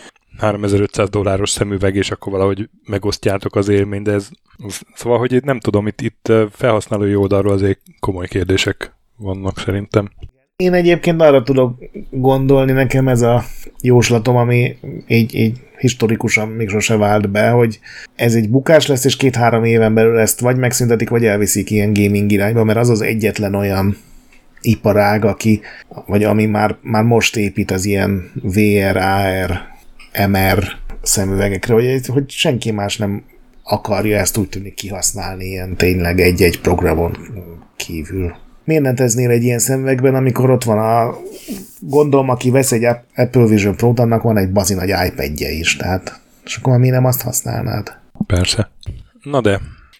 Speaker 1: $3500 szemüveg, és akkor valahogy megosztjátok az élményt, de szóval, hogy nem tudom, itt felhasználói oldalról azért komoly kérdések vannak szerintem.
Speaker 2: Én egyébként arra tudok gondolni, nekem ez a jóslatom, ami így historikusan még sose vált be, hogy ez egy bukás lesz, és 2-3 éven belül ezt vagy megszüntetik, vagy elviszik ilyen gaming irányba, mert az egyetlen olyan iparág, ami már most épít az ilyen VR, AR, MR szemüvegekre, hogy senki más nem akarja ezt úgy tűnik kihasználni ilyen tényleg egy-egy programon kívül. miért nem tesznél egy ilyen szemüvegben, amikor ott van gondolom, aki vesz egy Apple Vision Pro-t, annak van egy bazi nagy iPad-je is, tehát és akkor mi nem azt használnád?
Speaker 1: Persze. Na de,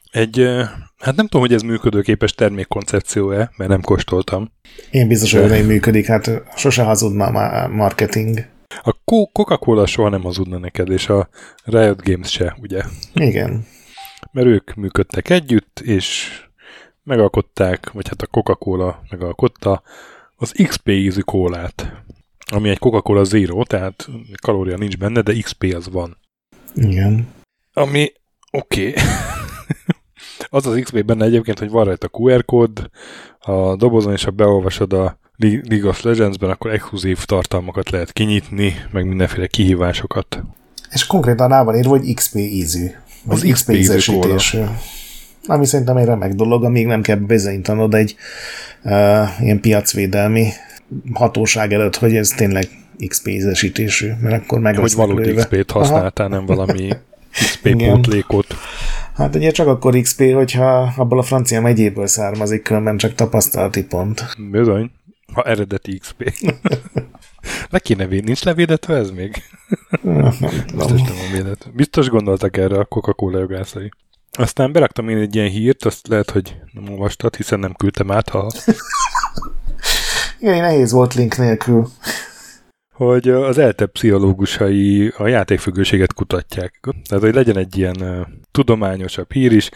Speaker 1: hát nem tudom, hogy ez működőképes termékkoncepció-e, mert nem kóstoltam.
Speaker 2: Én biztos, hogy nem működik, hát sose hazudna a marketing.
Speaker 1: A Coca-Cola soha nem hazudna neked, és a Riot Games se, ugye?
Speaker 2: Igen.
Speaker 1: Mert ők működtek együtt, és megalkották, vagy hát a Coca-Cola megalkotta az XP ízű kólát, ami egy Coca-Cola Zero, tehát kalória nincs benne, de XP az van.
Speaker 2: Igen.
Speaker 1: Ami oké. Az az XP benne egyébként, hogy van rajta QR kód a dobozon, és ha beolvasod a League of Legends-ben, akkor exkluzív tartalmakat lehet kinyitni, meg mindenféle kihívásokat.
Speaker 2: És konkrétan rá van írva, hogy XP ízű.
Speaker 1: Az XP ízesítésű.
Speaker 2: Ami szerintem egy remek dolog, amíg nem kell bizonyítanod egy ilyen piacvédelmi hatóság előtt, hogy ez tényleg XP ízesítésű, mert akkor meg
Speaker 1: hogy valódi XP-t használtál, nem valami XP pótlékot.
Speaker 2: Hát ugye csak akkor XP, hogyha abból a francia megyéből származik, különben csak tapasztalati pont.
Speaker 1: Bizony, ha eredeti XP. Le kéne védni, nincs levédetve ez még? Biztos nem van védetve. Biztos gondoltak erre a Coca-Cola jogászai. Aztán beraktam én egy ilyen hírt, azt lehet, hogy nem olvastad, hiszen nem küldtem át, ha...
Speaker 2: Igen, nehéz volt link nélkül.
Speaker 1: Hogy az ELTE pszichológusai a játékfüggőséget kutatják. Tehát, hogy legyen egy ilyen tudományosabb hír is.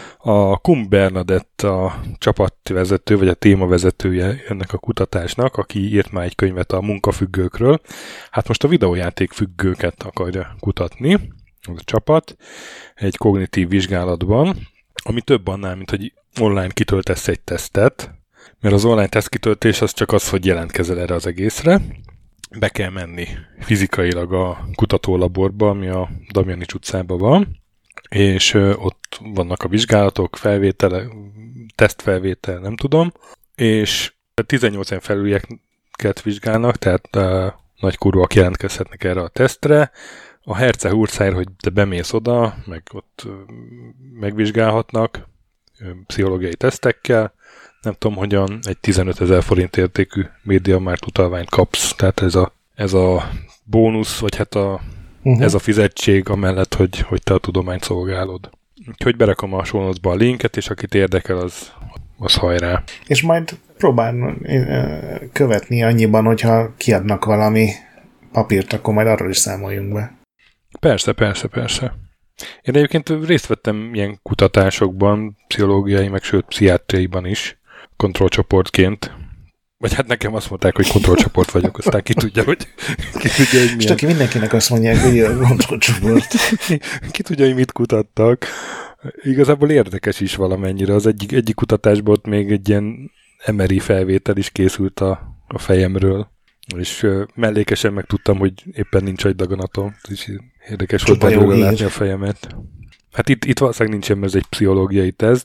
Speaker 1: A Kum Bernadett a csapatvezető, vagy a témavezetője ennek a kutatásnak, aki írt már egy könyvet a munkafüggőkről. Hát most a videójátékfüggőket akarja kutatni, az a csapat, egy kognitív vizsgálatban, ami több annál, mint hogy online kitöltesz egy tesztet, mert az online tesztkitöltés az csak az, hogy jelentkezel erre az egészre. Be kell menni fizikailag a kutatólaborba, ami a Damjanics utcában van, és ott vannak a vizsgálatok, felvétele, tesztfelvétel, nem tudom, és 18 en felülieket vizsgálnak, tehát nagykorúak jelentkezhetnek erre a tesztre. A herce hurcáért, hogy te bemész oda, meg ott megvizsgálhatnak pszichológiai tesztekkel, nem tudom, hogyan egy 15 000 forint értékű MediaMarkt utalványt kapsz, tehát ez a bónusz, vagy hát ez a fizetség amellett, hogy te a tudományt szolgálod. Úgyhogy berakom a show notes-ba a linket, és akit érdekel, az hajrá. És
Speaker 2: majd próbál követni annyiban, hogyha kiadnak valami papírt, akkor majd arról is számoljunk be.
Speaker 1: Persze. Én egyébként részt vettem ilyen kutatásokban, pszichológiai, meg sőt, pszichiátriaiban is, kontrollcsoportként. Vagy hát nekem azt mondták, hogy kontrollcsoport vagyok, aztán ki tudja, hogy milyen.
Speaker 2: És aki mindenkinek azt mondják, hogy a kontrollcsoport.
Speaker 1: Ki tudja, hogy mit kutattak. Igazából érdekes is valamennyire. Az egyik kutatásban ott még egy ilyen MRI felvétel is készült a fejemről. És mellékesen megtudtam, hogy éppen nincs agydaganatom. És érdekes volt belőle látni a fejemet. Hát itt valószínűleg nincsen, ez egy pszichológiai teszt,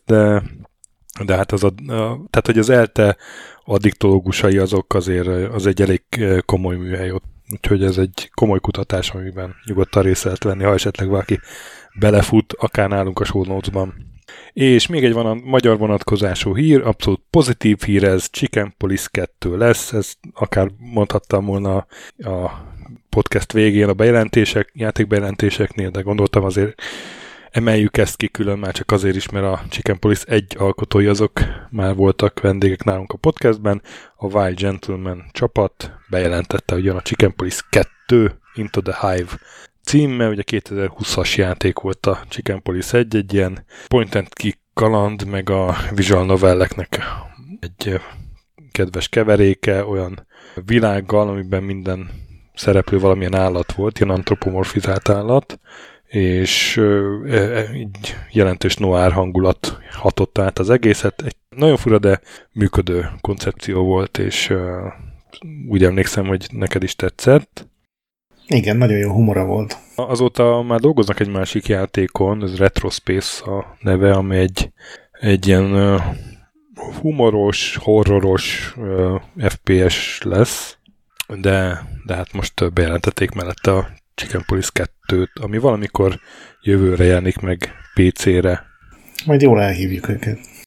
Speaker 1: de hát tehát, hogy az ELTE addiktológusai azok azért az egy elég komoly műhely ott. Úgyhogy ez egy komoly kutatás, amiben nyugodtan részt lehet venni, ha esetleg valaki belefut, akár nálunk a show notes-ban. És még egy magyar vonatkozású hír, abszolút pozitív hír, ez Chicken Police 2 lesz, ez akár mondhattam volna a podcast végén a játékbejelentéseknél, de gondoltam azért emeljük ezt ki külön már csak azért is, mert a Chicken Police 1 alkotói azok már voltak vendégek nálunk a podcastben. A Wild Gentleman csapat bejelentette, hogy jön a Chicken Police 2 Into the Hive címmel, ugye 2020-as játék volt a Chicken Police 1, egy ilyen point and click kaland, meg a visual novelleknek egy kedves keveréke, olyan világgal, amiben minden szereplő valamilyen állat volt, ilyen antropomorfizált állat, és így jelentős noir hangulat hatott át az egészet. Egy nagyon fura, de működő koncepció volt, és úgy emlékszem, hogy neked is tetszett.
Speaker 2: Igen, nagyon jó humora volt.
Speaker 1: Azóta már dolgoznak egy másik játékon, ez Retrospace a neve, ami egy ilyen humoros, horroros FPS lesz, de hát most bejelentették mellette a Chicken Police 2-t, ami valamikor jövőre jelenik meg PC-re.
Speaker 2: Majd jól elhívjuk őket.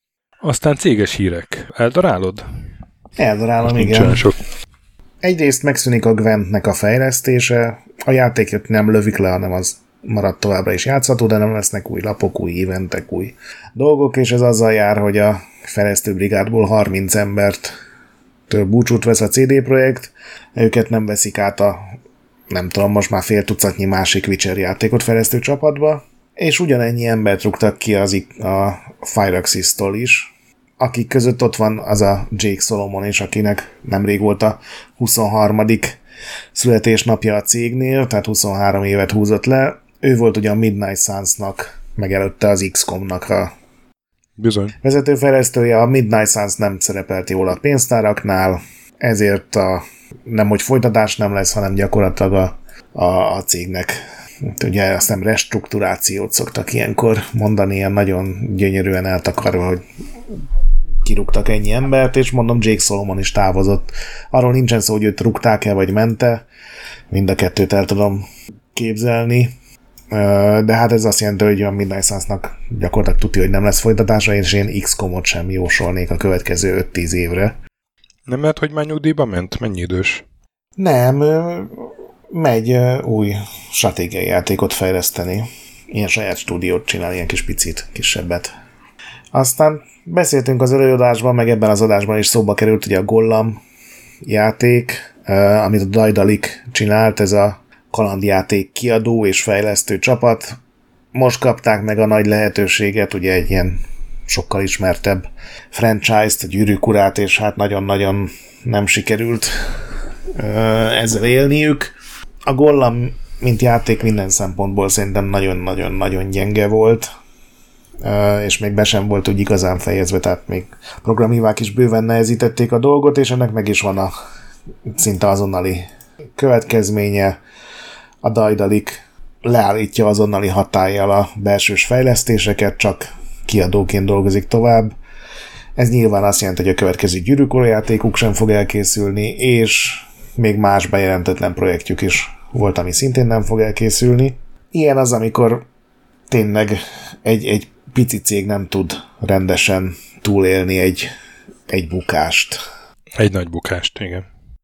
Speaker 1: Aztán céges hírek. Eldarálod?
Speaker 2: Eldarálom, igen. Sok. Egyrészt megszűnik a Gwentnek a fejlesztése, a játékot nem lövik le, hanem az marad továbbra is játszható, de nem lesznek új lapok, új eventek, új dolgok, és ez azzal jár, hogy a fejlesztő brigádból 30 embert búcsút vesz a CD Projekt, őket nem veszik át a, nem tudom, most már fél tucatnyi másik Witcher játékot fejlesztő csapatba, és ugyanennyi embert rúgtak ki a Firaxis-tól is, akik között ott van az a Jake Solomon is, akinek nemrég volt a 23. születésnapja a cégnél, tehát 23 évet húzott le. Ő volt ugye a Midnight Suns-nak, meg előtte az XCOM-nak a vezetőfejlesztője. A Midnight Suns nem szerepelt jól a pénztáraknál, ezért nem hogy folytatás nem lesz, hanem gyakorlatilag a cégnek. Ugye azt nem restrukturációt szoktak ilyenkor mondani, ilyen nagyon gyönyörűen eltakarva, hogy kirúgtak ennyi embert, és mondom, Jake Solomon is távozott. Arról nincsen szó, hogy őt rúgták-e, vagy mente. Mind a kettőt el tudom képzelni. De hát ez azt jelenti, hogy a Midnight Suns-nak gyakorlatilag tudja, hogy nem lesz folytatása, és én XCOM-ot sem jósolnék a következő 5-10 évre.
Speaker 1: Nem lehet, hogy már nyugdíjba ment? Mennyi idős?
Speaker 2: Nem, megy új stratégiai játékot fejleszteni. Ilyen saját stúdiót csinál, ilyen kis picit, kisebbet. Aztán beszéltünk az előadásban, meg ebben az adásban is szóba került ugye a Gollam játék, amit a Daedalic csinált, ez a kalandjáték kiadó és fejlesztő csapat. Most kapták meg a nagy lehetőséget, ugye egy ilyen sokkal ismertebb franchise-t, a Gyűrűk urát, és hát nagyon-nagyon nem sikerült ezzel élniük. A Gollam, mint játék minden szempontból szerintem nagyon-nagyon-nagyon gyenge volt, és még be sem volt úgy igazán fejezve, tehát még programhívák is bőven nehezítették a dolgot, és ennek meg is van a szinte azonnali következménye. A Daedalic leállítja azonnali hatállyal a belsős fejlesztéseket, csak kiadóként dolgozik tovább. Ez nyilván azt jelenti, hogy a következő Gyűrűk ura játékuk sem fog elkészülni, és még más bejelentetlen projektjük is volt, ami szintén nem fog elkészülni. Ilyen az, amikor tényleg egy pici cég nem tud rendesen túlélni egy bukást.
Speaker 1: Egy nagy bukást, igen.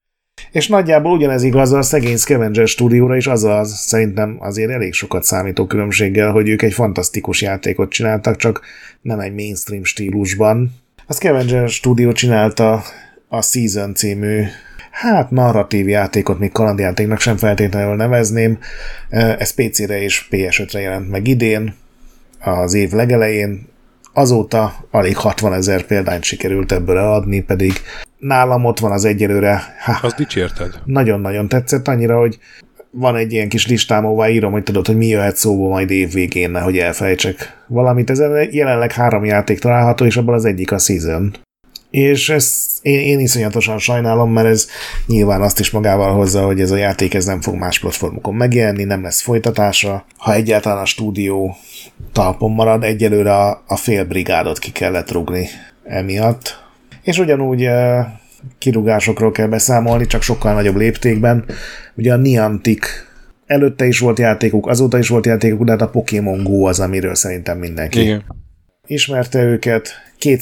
Speaker 2: És nagyjából ugyanez igaz a szegény Scavenger stúdióra is, az szerintem azért elég sokat számító különbséggel, hogy ők egy fantasztikus játékot csináltak, csak nem egy mainstream stílusban. A Scavenger stúdió csinálta a Season című narratív játékot, még kalandjátéknak sem feltétlenül nevezném. Ez PC-re és PS5-re jelent meg idén, az év legelején. Azóta alig 60 000 példányt sikerült ebből eladni, pedig nálam ott van az egyelőre.
Speaker 1: Azt dicsérted.
Speaker 2: Nagyon-nagyon tetszett, annyira, hogy van egy ilyen kis listám, ahová írom, hogy tudod, hogy mi jöhet szóba majd év végén, nehogy elfelejtsek valamit. Ezen jelenleg 3 játék található, és abban az egyik a Season. És ezt én iszonyatosan sajnálom, mert ez nyilván azt is magával hozza, hogy ez a játék ez nem fog más platformokon megjelenni, nem lesz folytatása. Ha egyáltalán a stúdió talpon marad, egyelőre a fél brigádot ki kellett rúgni emiatt. És ugyanúgy kirúgásokról kell beszámolni, csak sokkal nagyobb léptékben. Ugye a Niantic előtte is volt játékuk, azóta is volt játékuk, de hát a Pokémon Go az, amiről szerintem mindenki ismerte őket.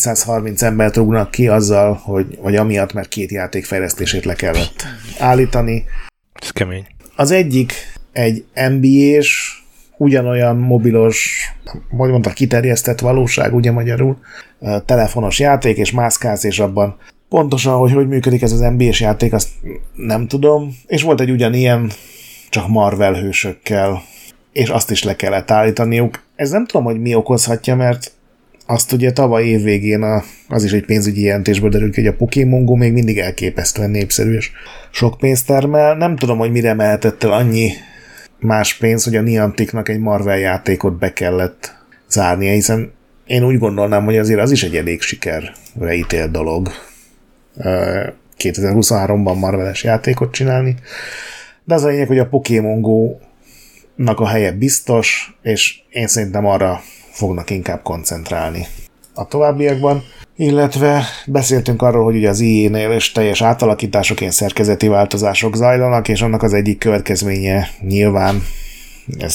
Speaker 2: 230 embert rúgnak ki azzal, vagy amiatt, mert 2 játék fejlesztését le kellett állítani.
Speaker 1: Ez kemény.
Speaker 2: Az egyik egy NBA-s, ugyanolyan mobilos, hogy mondta, kiterjesztett valóság, ugye magyarul, telefonos játék, és mászkálsz, és abban pontosan, hogy működik ez az NBA-s játék, azt nem tudom. És volt egy ugyanilyen, csak Marvel hősökkel, és azt is le kellett állítaniuk. Ez nem tudom, hogy mi okozhatja, mert azt ugye tavaly év végén az is egy pénzügyi jelentésből derült ki, hogy a Pokémon Go még mindig elképesztően népszerű, és sok pénzt termel. Nem tudom, hogy mire mehetett el annyi más pénz, hogy a Nianticnak egy Marvel játékot be kellett zárnia, hiszen én úgy gondolnám, hogy azért az is egy elég sikerre ítélt dolog 2023-ban Marveles játékot csinálni. De az a lényeg, hogy a Pokémon Go-nak a helye biztos, és én szerintem arra fognak inkább koncentrálni a továbbiakban. Illetve beszéltünk arról, hogy ugye az EA-nél is teljes átalakítások, ilyen szerkezeti változások zajlanak, és annak az egyik következménye nyilván, ez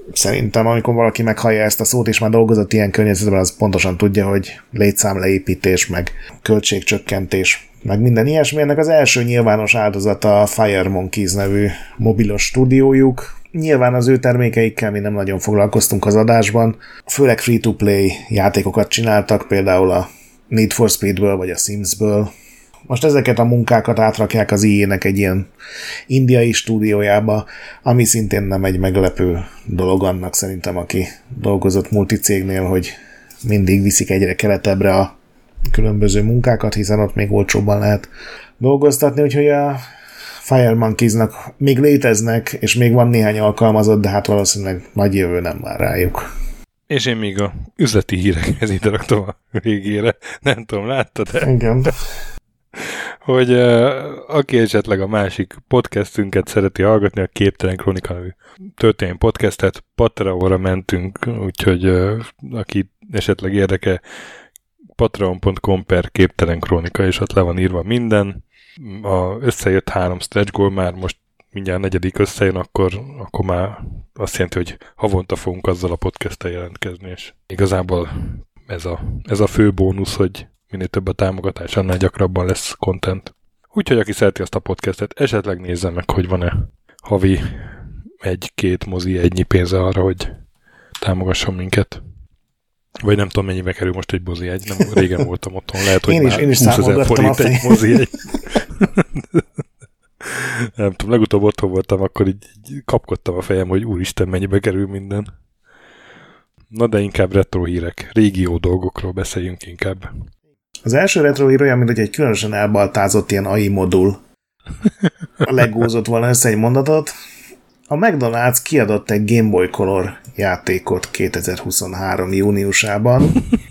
Speaker 2: szerintem, amikor valaki meghallja ezt a szót, és már dolgozott ilyen környezetben, az pontosan tudja, hogy létszámleépítés, meg költségcsökkentés, meg minden ilyesmi. Ennek az első nyilvános áldozata a Fire Monkeys nevű mobilos stúdiójuk. Nyilván az ő termékeikkel mi nem nagyon foglalkoztunk az adásban. Főleg free-to-play játékokat csináltak, például a Need for Speedből vagy a Simsből. Most ezeket a munkákat átrakják az EA-nek egy ilyen indiai stúdiójába, ami szintén nem egy meglepő dolog annak szerintem, aki dolgozott multicégnél, hogy mindig viszik egyre keletebbre a különböző munkákat, hiszen ott még olcsóbban lehet dolgoztatni, úgyhogy a Fire Monkeysnak még léteznek, és még van néhány alkalmazott, de hát valószínűleg nagy jövő nem vár rájuk.
Speaker 1: És én még a üzleti hírekhez ide raktam a végére. Nem tudom, láttad?
Speaker 2: Igen.
Speaker 1: Hogy aki esetleg a másik podcastünket szereti hallgatni, a Képtelen Krónika nevű történelmi podcastet, Patreonra mentünk, úgyhogy aki esetleg érdeke, patreon.com/Képtelen Krónika, és ott le van írva minden. Összejött 3 stretch goal, már most mindjárt 4. összejön, akkor már azt jelenti, hogy havonta fogunk azzal a podcasttel jelentkezni, és igazából ez a fő bónusz, hogy minél több a támogatás, annál gyakrabban lesz content. Úgyhogy aki szereti azt a podcastet, esetleg nézze meg, hogy van-e havi 1-2 mozi egynyi pénze arra, hogy támogasson minket. Vagy nem tudom, mennyibe kerül most egy mozi egy, nem régen voltam otthon, lehet, hogy
Speaker 2: én is
Speaker 1: 20 000 forint egy mozi egy. Nem tudom, legutóbb otthon voltam, akkor így kapkodtam a fejem, hogy úristen, mennyibe kerül minden. Na de inkább retro hírek, régió dolgokról beszéljünk inkább.
Speaker 2: Az első retro hír olyan, mint hogy egy különösen elbaltázott ilyen AI modul legózott volna össze egy mondatot. A McDonald's kiadott egy Game Boy Color játékot 2023. júniusában.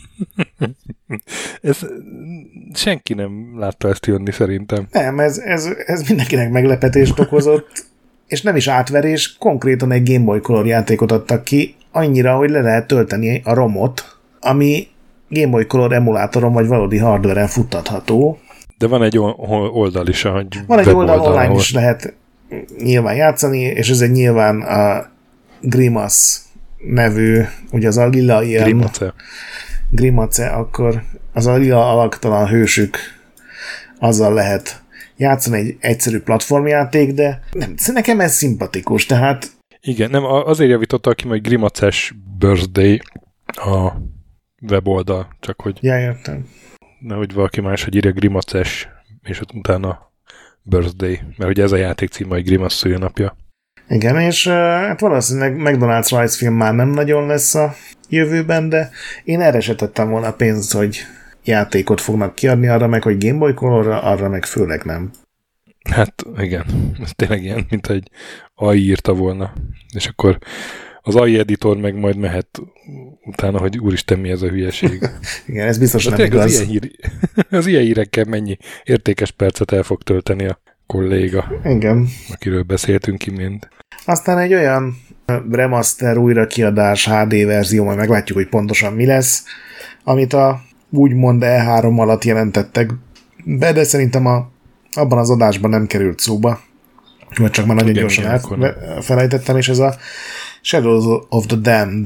Speaker 1: Senki nem látta ezt jönni szerintem.
Speaker 2: Nem, ez mindenkinek meglepetést okozott, és nem is átverés, konkrétan egy Game Boy Color játékot adtak ki, annyira, hogy le lehet tölteni a ROM-ot, ami Game Boy Color emulátoron vagy valódi hardware-en futtatható.
Speaker 1: De van egy oldal is, hogy
Speaker 2: van egy oldal, online is lehet nyilván játszani, és ez egy nyilván a Grimace nevű, ugye az a lila ilyen... Grimace, akkor az a lila alaktalan hősük, azzal lehet játszani, egy egyszerű platformjáték, de nem, nekem ez szimpatikus, tehát...
Speaker 1: Igen, nem, azért javítottak ki, hogy Grimaces Birthday a weboldal, csak hogy...
Speaker 2: Ja, értem.
Speaker 1: Nehogy valaki más, hogy írja Grimaces, és ott utána Birthday, mert ugye ez a játék címe, hogy Grimace szülinapja.
Speaker 2: Igen, és hát valószínűleg McDonald's rajzfilm már nem nagyon lesz a jövőben, de én erre se tettem volna pénzt, hogy játékot fognak kiadni arra meg, hogy Game Boy Colorra, arra meg főleg nem.
Speaker 1: Hát igen, ez tényleg ilyen, mint egy AI írta volna, és akkor az AI editor meg majd mehet utána, hogy úristen, mi ez a hülyeség.
Speaker 2: Igen, ez biztos nem igaz.
Speaker 1: Az ilyen hírekkel mennyi értékes percet el fog tölteni a kolléga,
Speaker 2: igen,
Speaker 1: akiről beszéltünk imént.
Speaker 2: Aztán egy olyan remaster újrakiadás HD verzió, majd meglátjuk, hogy pontosan mi lesz, amit a úgymond E3 alatt jelentettek be, de szerintem abban az adásban nem került szóba, vagy csak már nagyon gyorsan felejtettem, és ez a Shadows of the Damned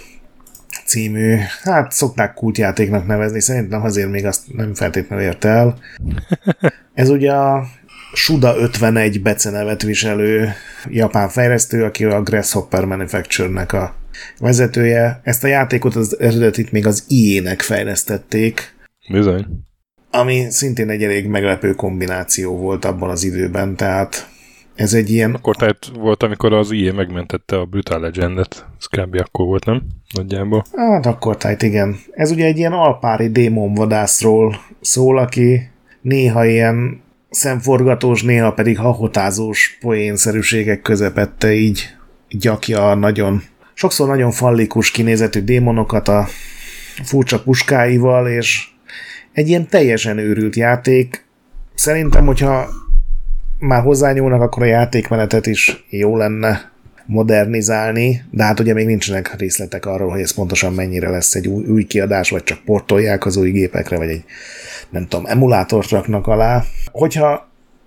Speaker 2: című, hát szokták kultjátéknak nevezni, szerintem azért még azt nem feltétlenül érte el. Ez ugye a Suda 51 becenevet viselő japán fejlesztő, aki a Grasshopper Manufacture-nek a vezetője. Ezt a játékot az eredetit még az EA-nek fejlesztették.
Speaker 1: Bizony.
Speaker 2: Ami szintén egy elég meglepő kombináció volt abban az időben, tehát ez egy ilyen...
Speaker 1: Akkor tehát volt, amikor az EA megmentette a Brutal Legend-et. Ez kb. Akkor volt, nem? Nagyjából.
Speaker 2: Hát akkor tájt, igen. Ez ugye egy ilyen alpári démonvadászról szól, aki néha ilyen szemforgatós, néha pedig hahotázós poénszerűségek közepette így gyakja a sokszor nagyon fallikus kinézetű démonokat a furcsa puskáival, és egy ilyen teljesen őrült játék. Szerintem, hogyha már hozzányúlnak, akkor a játékmenetet is jó lenne modernizálni, de hát ugye még nincsenek részletek arról, hogy ez pontosan mennyire lesz egy új kiadás, vagy csak portolják az új gépekre, vagy egy, nem tudom, emulátort raknak alá. Hogyha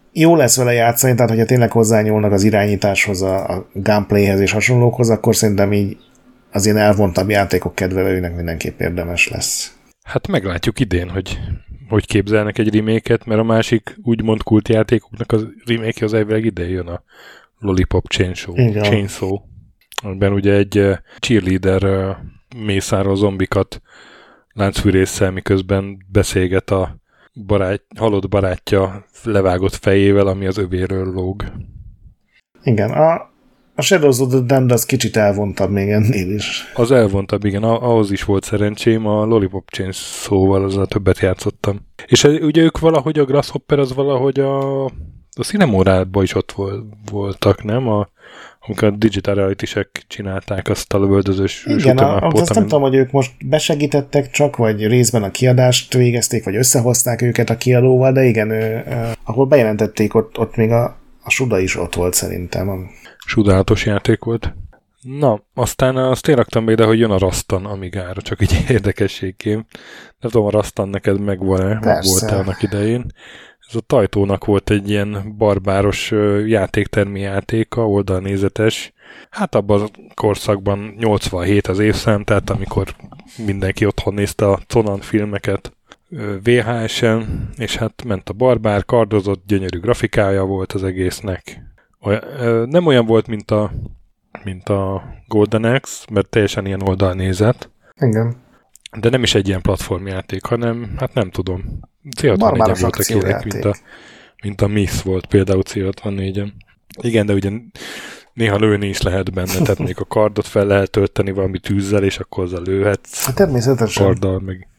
Speaker 2: jó lesz vele játszani, tehát hogyha tényleg hozzányúlnak az irányításhoz, a gunplayhez és hasonlókhoz, akkor szerintem így az ilyen elvontabb játékok kedvelőinek mindenképp érdemes lesz.
Speaker 1: Hát meglátjuk idén, hogy képzelnek egy remake-et, mert a másik úgymond kultjátékoknak a remake az elvileg idén jön, a Lollipop Chainsaw, amiben ugye egy cheerleader mészárol zombikat láncfűrésszel, miközben beszélget a halott barátja levágott fejével, ami az övéről lóg.
Speaker 2: Igen, a Shadows of the Damned az kicsit elvontabb még ennél is.
Speaker 1: Az elvontabb, igen, ahhoz is volt szerencsém, a Lollipop Chainsaw-val azzal többet játszottam. És ugye ők valahogy, a Grasshopper az valahogy a Cinemorában is ott voltak, nem? Amikor a Digital Reality-sek csinálták azt a lövöldözős
Speaker 2: shoot'em-upot. Azt nem tudom, hogy ők most besegítettek csak, vagy részben a kiadást végezték, vagy összehozták őket a kiadóval, de igen, ahol bejelentették, ott még a Suda is ott volt szerintem.
Speaker 1: Sudálatos játék volt. Na, aztán azt én raktam be ide, hogy jön a Rastan Amigára, csak így érdekességként. Nem tudom, a Rastan neked megvan-e? Volt-e annak idején? Ez a Tajtónak volt egy ilyen barbáros játéktermi játéka, oldalnézetes. Hát abban a korszakban 87 az évszám, tehát amikor mindenki otthon nézte a Conan filmeket VHS-en, és hát ment a barbár, kardozott, gyönyörű grafikája volt az egésznek. Nem olyan volt, mint a Golden Axe, mert teljesen ilyen oldalnézet.
Speaker 2: Igen.
Speaker 1: De nem is egy ilyen platformjáték, hanem, hát nem tudom. C64-en voltak hírek, mint a Myth volt például C64-en. Igen, de ugye néha lőni is lehet benne, tehát még a kardot fel lehet tölteni valami tűzzel, és akkor azzal lőhetsz.
Speaker 2: Hát természetesen.
Speaker 1: Karddal meg.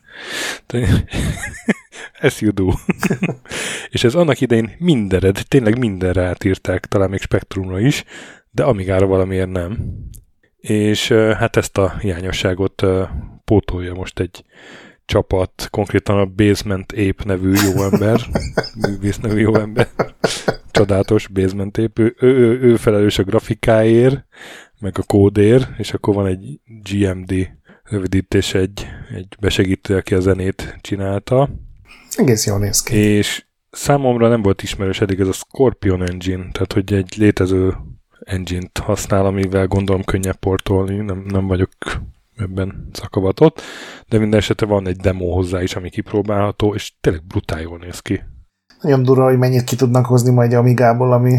Speaker 1: Ezt you do. És ez annak idején mindenre, de tényleg mindenre átírták, talán még Spectrumra is, de Amigára valamiért nem. És hát ezt a hiányosságot pótolja most egy csapat, konkrétan a Basement Ape nevű jó ember, művész nevű jó ember, csodálatos Basement Ape, ő felelős a grafikáért, meg a kódért, és akkor van egy GMD rövidítés, egy besegítő, aki a zenét csinálta.
Speaker 2: Egész jól néz ki.
Speaker 1: És számomra nem volt ismerős eddig ez a Scorpion Engine, tehát hogy egy létező engine-t használ, amivel gondolom könnyebb portolni, nem vagyok ebben szakavatott, de minden esetre van egy demo hozzá is, ami kipróbálható, és tényleg brutál jól néz ki.
Speaker 2: Nagyon durva, hogy mennyit ki tudnak hozni majd Amigából, ami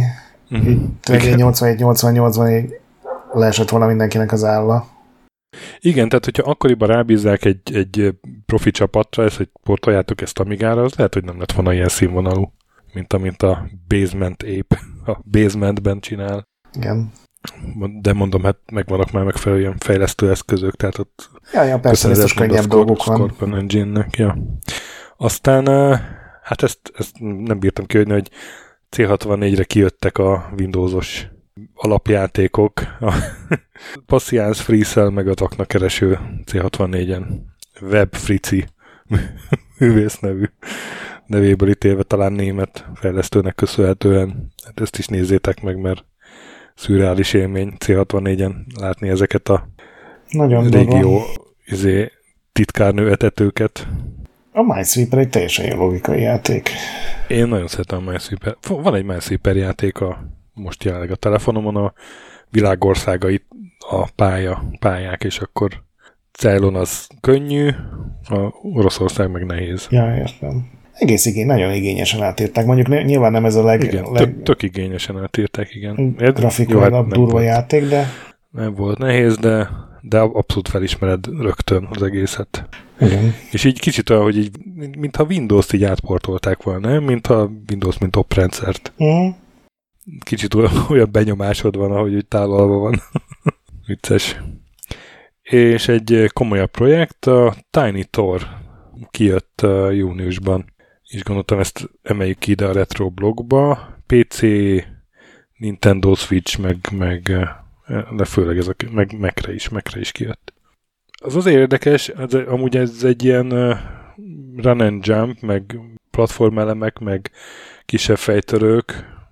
Speaker 2: 87-88-ban leesett volna mindenkinek az álla.
Speaker 1: Igen, tehát hogyha akkoriban rábízzák egy profi csapatra, ezt, hogy portoljátok ezt Amigára, az lehet, hogy nem lett volna ilyen színvonalú, mint amint a Basement Ape a Basementben csinál.
Speaker 2: Igen.
Speaker 1: De mondom, hát megvannak már megfelelő ilyen fejlesztő eszközök, tehát ott
Speaker 2: ja, persze, biztos könnyebb dolgok van.
Speaker 1: Scorpion Engine-nek, ja. Aztán, hát ezt nem bírtam kihagyni, hogy C64-re kijöttek a Windowsos alapjátékok, a Passions FreeCell meg a Takna kereső C64-en. Web Frici művész nevéből ítélve, talán német fejlesztőnek köszönhetően. Hát ezt is nézzétek meg, mert szürreális élmény C64-en látni ezeket a
Speaker 2: nagyon
Speaker 1: régió titkárnő etetőket.
Speaker 2: A Minesweeper egy teljesen jó logikai játék.
Speaker 1: Én nagyon szeretem a Minesweeper. Van egy Minesweeper játék most jelenleg a telefonomon, a világországai a pályák, és akkor Ceylon az könnyű, a Oroszország meg nehéz.
Speaker 2: Ja, értem. Nagyon igényesen átírták. Mondjuk nyilván nem ez a
Speaker 1: tök igényesen átírták, igen.
Speaker 2: Grafikailag durva játék, de...
Speaker 1: Nem volt nehéz, de abszolút felismered rögtön az egészet.
Speaker 2: Igen.
Speaker 1: És így kicsit olyan, hogy így, mintha Windows-t így átportolták volna, nem? Mintha Windows, mint oprendszert. Kicsit olyan benyomásod van, ahogy úgy tálalva van. Vicces. És egy komolyabb projekt, a Tiny Tor kijött júniusban. És gondoltam, ezt emeljük ki ide a Retro blogba. PC, Nintendo Switch, de főleg meg Mac-re is kijött. Az azért érdekes, amúgy ez egy ilyen run and jump, meg platformelemek, meg kisebb fejtörők,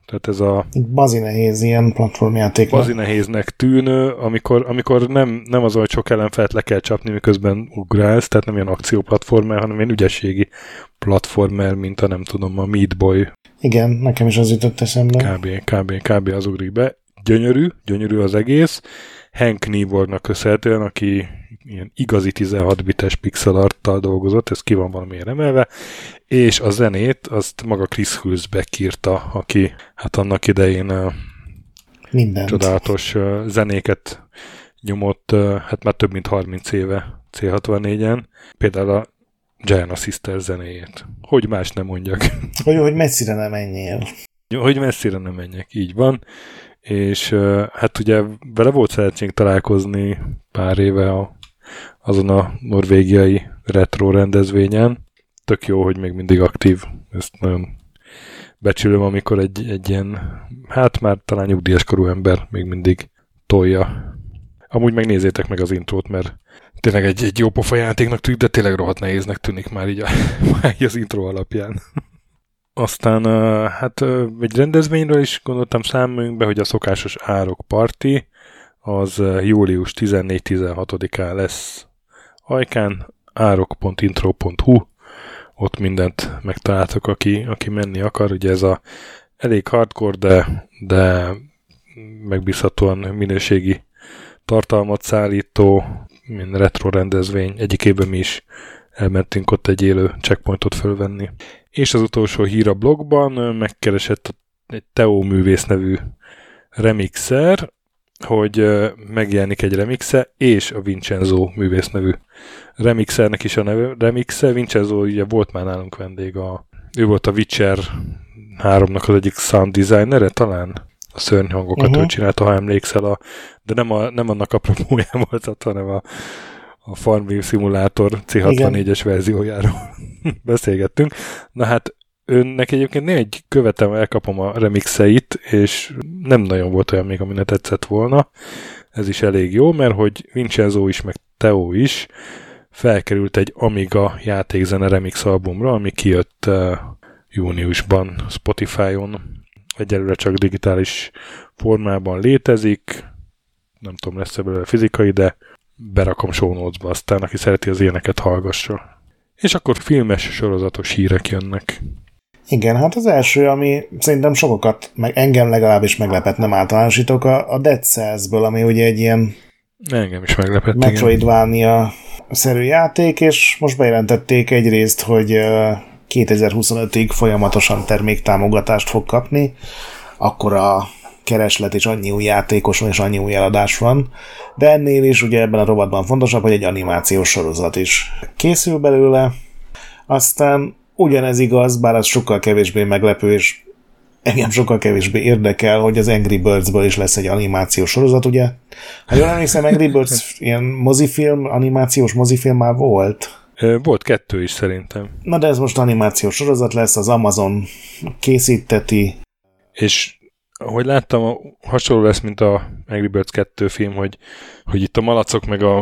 Speaker 1: Tehát ez a...
Speaker 2: Bazi nehéz ilyen platformjáték.
Speaker 1: Bazi nehéznek tűnő, amikor nem az, hogy sok ellenfelet le kell csapni, miközben ugrálsz, tehát nem ilyen akcióplatformer, hanem ilyen ügyességi platformer, mint a nem tudom, a Meat Boy.
Speaker 2: Igen, nekem is az jutott eszembe.
Speaker 1: Kb. Az ugrik be. Gyönyörű az egész. Hank Niebuhrnak köszönhetően, aki ilyen igazi 16 bites pixel arttal dolgozott, ez ki van valamiért emelve, és a zenét azt maga Chris Hülsbeck írta, aki hát annak idején csodálatos zenéket nyomott, hát már több mint 30 éve C64-en, például a Giant Sister zenéjét. Hogy más nem mondjak.
Speaker 2: Hogy messzire nem menjél.
Speaker 1: Hogy messzire nem menjek, így van. És hát ugye vele volt szerencség találkozni pár éve azon a norvégiai retro rendezvényen. Tök jó, hogy még mindig aktív. Ezt nagyon becsülöm, amikor egy ilyen, hát már talán nyugdíjas korú ember még mindig tolja. Amúgy megnézzétek meg az intrót, mert tényleg egy jó pofa játéknak tűnik, de tényleg rohadt nehéznek tűnik már így az intro alapján. Aztán hát egy rendezvényről is gondoltam számoljunk be, hogy a szokásos árok parti az július 14-16-án lesz Ajkán, árok.intro.hu, ott mindent megtaláltok, aki menni akar. Ugye ez a elég hardcore, de megbízhatóan minőségi tartalmat szállító, mint retro rendezvény. Egyik évben mi is elmentünk ott egy élő checkpointot fölvenni. És az utolsó hír a blogban megkeresett egy Teo művész nevű remixer, hogy megjelenik egy remixe, és a Vincenzo művész nevű remixernek is a neve remixe. Vincenzo ugye volt már nálunk vendég, ő volt a Witcher 3-nak az egyik sound designere, talán a szörnyhangokat ő csinálta, ha emlékszel, de nem annak apropóján volt, hanem a Farmville Simulator C64-es verziójáról beszélgettünk. Na hát önnek egyébként négy követem, elkapom a remixeit, és nem nagyon volt olyan még, ami ne tetszett volna. Ez is elég jó, mert hogy Vincenzo is, meg Teo is felkerült egy Amiga játékzene remix albumra, ami kijött júniusban Spotify-on. Egyelőre csak digitális formában létezik. Nem tudom, lesz-e belőle fizikai, de berakom show notes-ba, aztán aki szereti az ilyeneket hallgassa. És akkor filmes, sorozatos hírek jönnek.
Speaker 2: Igen, hát az első, ami szerintem sokakat, meg engem legalábbis meglepett, nem általánosítok, a Dead Cells-ből, ami ugye egy ilyen
Speaker 1: engem is meglepett,
Speaker 2: Metroidvania-szerű játék, és most bejelentették egyrészt, hogy 2025-ig folyamatosan terméktámogatást fog kapni, akkor a kereslet és annyi új játékos van, és annyi új eladás van, de ennél is ugye ebben a rovatban fontosabb, hogy egy animációs sorozat is készül belőle. Aztán ugyanez igaz, bár az sokkal kevésbé meglepő, és engem sokkal kevésbé érdekel, hogy az Angry Birds-ből is lesz egy animációs sorozat, ugye? Ha jól emlékszem, Angry Birds ilyen mozifilm, animációs mozifilm már volt.
Speaker 1: Volt 2 is szerintem.
Speaker 2: Na de ez most animációs sorozat lesz, az Amazon készíteti.
Speaker 1: És ahogy láttam, hasonló lesz, mint a Angry Birds 2 film, hogy itt a malacok meg a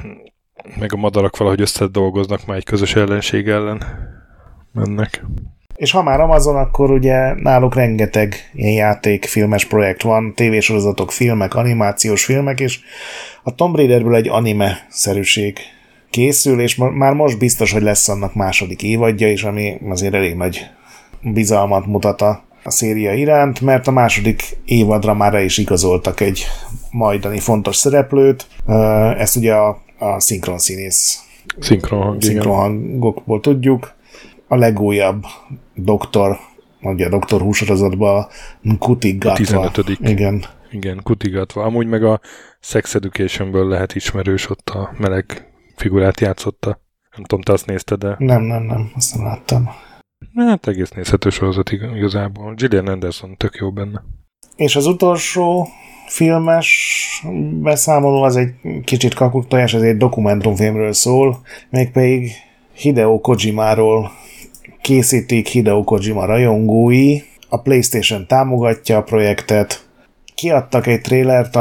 Speaker 1: madarak valahogy összedolgoznak már egy közös ellenség ellen mennek.
Speaker 2: És ha már Amazon, akkor ugye náluk rengeteg ilyen játék, filmes projekt van, tévésorozatok, filmek, animációs filmek, és a Tomb Raiderből egy anime-szerűség készül, és már most biztos, hogy lesz annak második évadja is, ami azért elég nagy bizalmat mutat a széria iránt, mert a második évadra már is igazoltak egy majdani fontos szereplőt. Ezt ugye a szinkronszínész szinkronhangokból tudjuk. A legújabb doktor, ugye a Doktor Who sorozatban Ncuti Gatwa.
Speaker 1: A 15. Igen, Ncuti Gatwa. Amúgy meg a Sex Educationből lehet ismerős, ott a meleg figurát játszotta. Nem tudom, te azt nézted, de...
Speaker 2: Nem, azt nem láttam.
Speaker 1: Hát egész nézhető sorozat igazából. Gillian Anderson tök jó benne.
Speaker 2: És az utolsó filmes beszámoló az egy kicsit kakuktojás, ez egy dokumentumfilmről szól, mégpedig Hideo Kojimáról készítik Hideo Kojima rajongói. A PlayStation támogatja a projektet. Kiadtak egy trélert,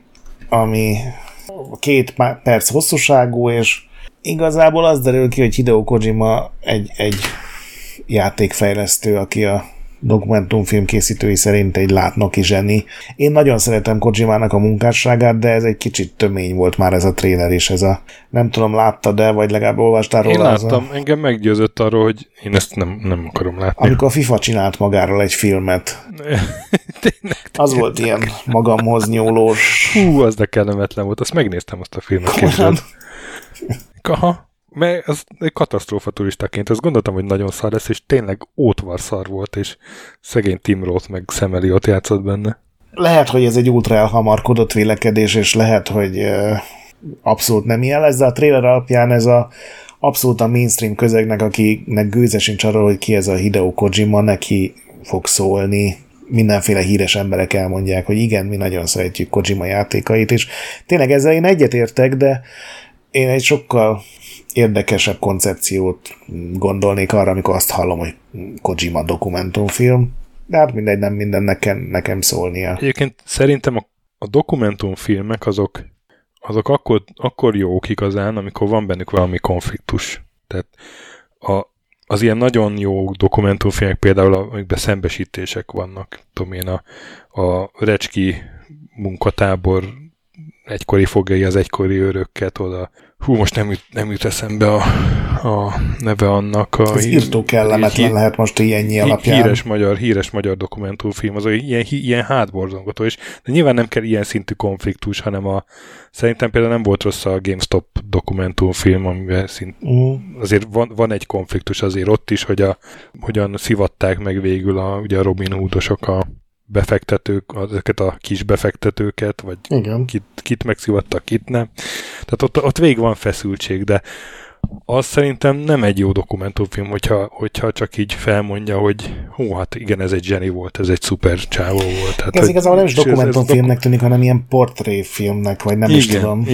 Speaker 2: ami 2 perc hosszúságú, és igazából az derül ki, hogy Hideo Kojima egy játékfejlesztő, aki a dokumentumfilm készítői szerint egy látnoki zseni. Én nagyon szeretem Kojimának a munkásságát, de ez egy kicsit tömény volt már ez a trailer is. Ez a, nem tudom, láttad de vagy legalább olvastál róla?
Speaker 1: Én láttam, engem meggyőzött arról, hogy én ezt nem akarom látni.
Speaker 2: Amikor a FIFA csinált magáról egy filmet.
Speaker 1: Tényleg.
Speaker 2: Az volt ilyen magamhoz nyúlós.
Speaker 1: Hú, az de kellemetlen volt. Azt megnéztem, azt a filmet. Aha. Mert az egy katasztrófa turistaként. Azt gondoltam, hogy nagyon szar lesz, és tényleg ótvar szar volt, és szegény Tim Roth meg Sam Elliott játszott benne.
Speaker 2: Lehet, hogy ez egy ultra elhamarkodott vélekedés, és lehet, hogy abszolút nem ilyen lesz, de a trailer alapján ez abszolút a mainstream közegnek, akinek gőze sincs arról, hogy ki ez a Hideo Kojima, neki fog szólni. Mindenféle híres emberek elmondják, hogy igen, mi nagyon szeretjük Kojima játékait, és tényleg ezzel én egyetértek, de én egy sokkal érdekesebb koncepciót gondolnék arra, amikor azt hallom, hogy Kojima dokumentumfilm, de hát mindegy, nem minden nekem szólnia.
Speaker 1: Egyébként szerintem a dokumentumfilmek azok akkor jók igazán, amikor van bennük valami konfliktus. Tehát az ilyen nagyon jó dokumentumfilmek, például amikben szembesítések vannak. Tudom én, a Recski munkatábor egykori fogjai az egykori őrökket oda. Hú, most nem jut eszembe a neve annak.
Speaker 2: Ez írtó kellemetlen lehet most ilyennyyi alapján.
Speaker 1: Híres magyar dokumentumfilm, az ilyen hátborzongató is. De nyilván nem kell ilyen szintű konfliktus, hanem szerintem például nem volt rossz a GameStop dokumentumfilm, amiben azért van egy konfliktus azért ott is, hogy hogyan szivatták meg végül ugye a Robin Hoodosok a befektetők, ezeket a kis befektetőket, vagy kit megszivattak, kit nem. Tehát ott végig van feszültség, de az szerintem nem egy jó dokumentumfilm, hogyha csak így felmondja, hogy hát igen, ez egy zseni volt, ez egy szuper csávó volt. Tehát,
Speaker 2: ez igazából nem is dokumentumfilmnek tűnik, hanem ilyen portréfilmnek, vagy nem is tudom.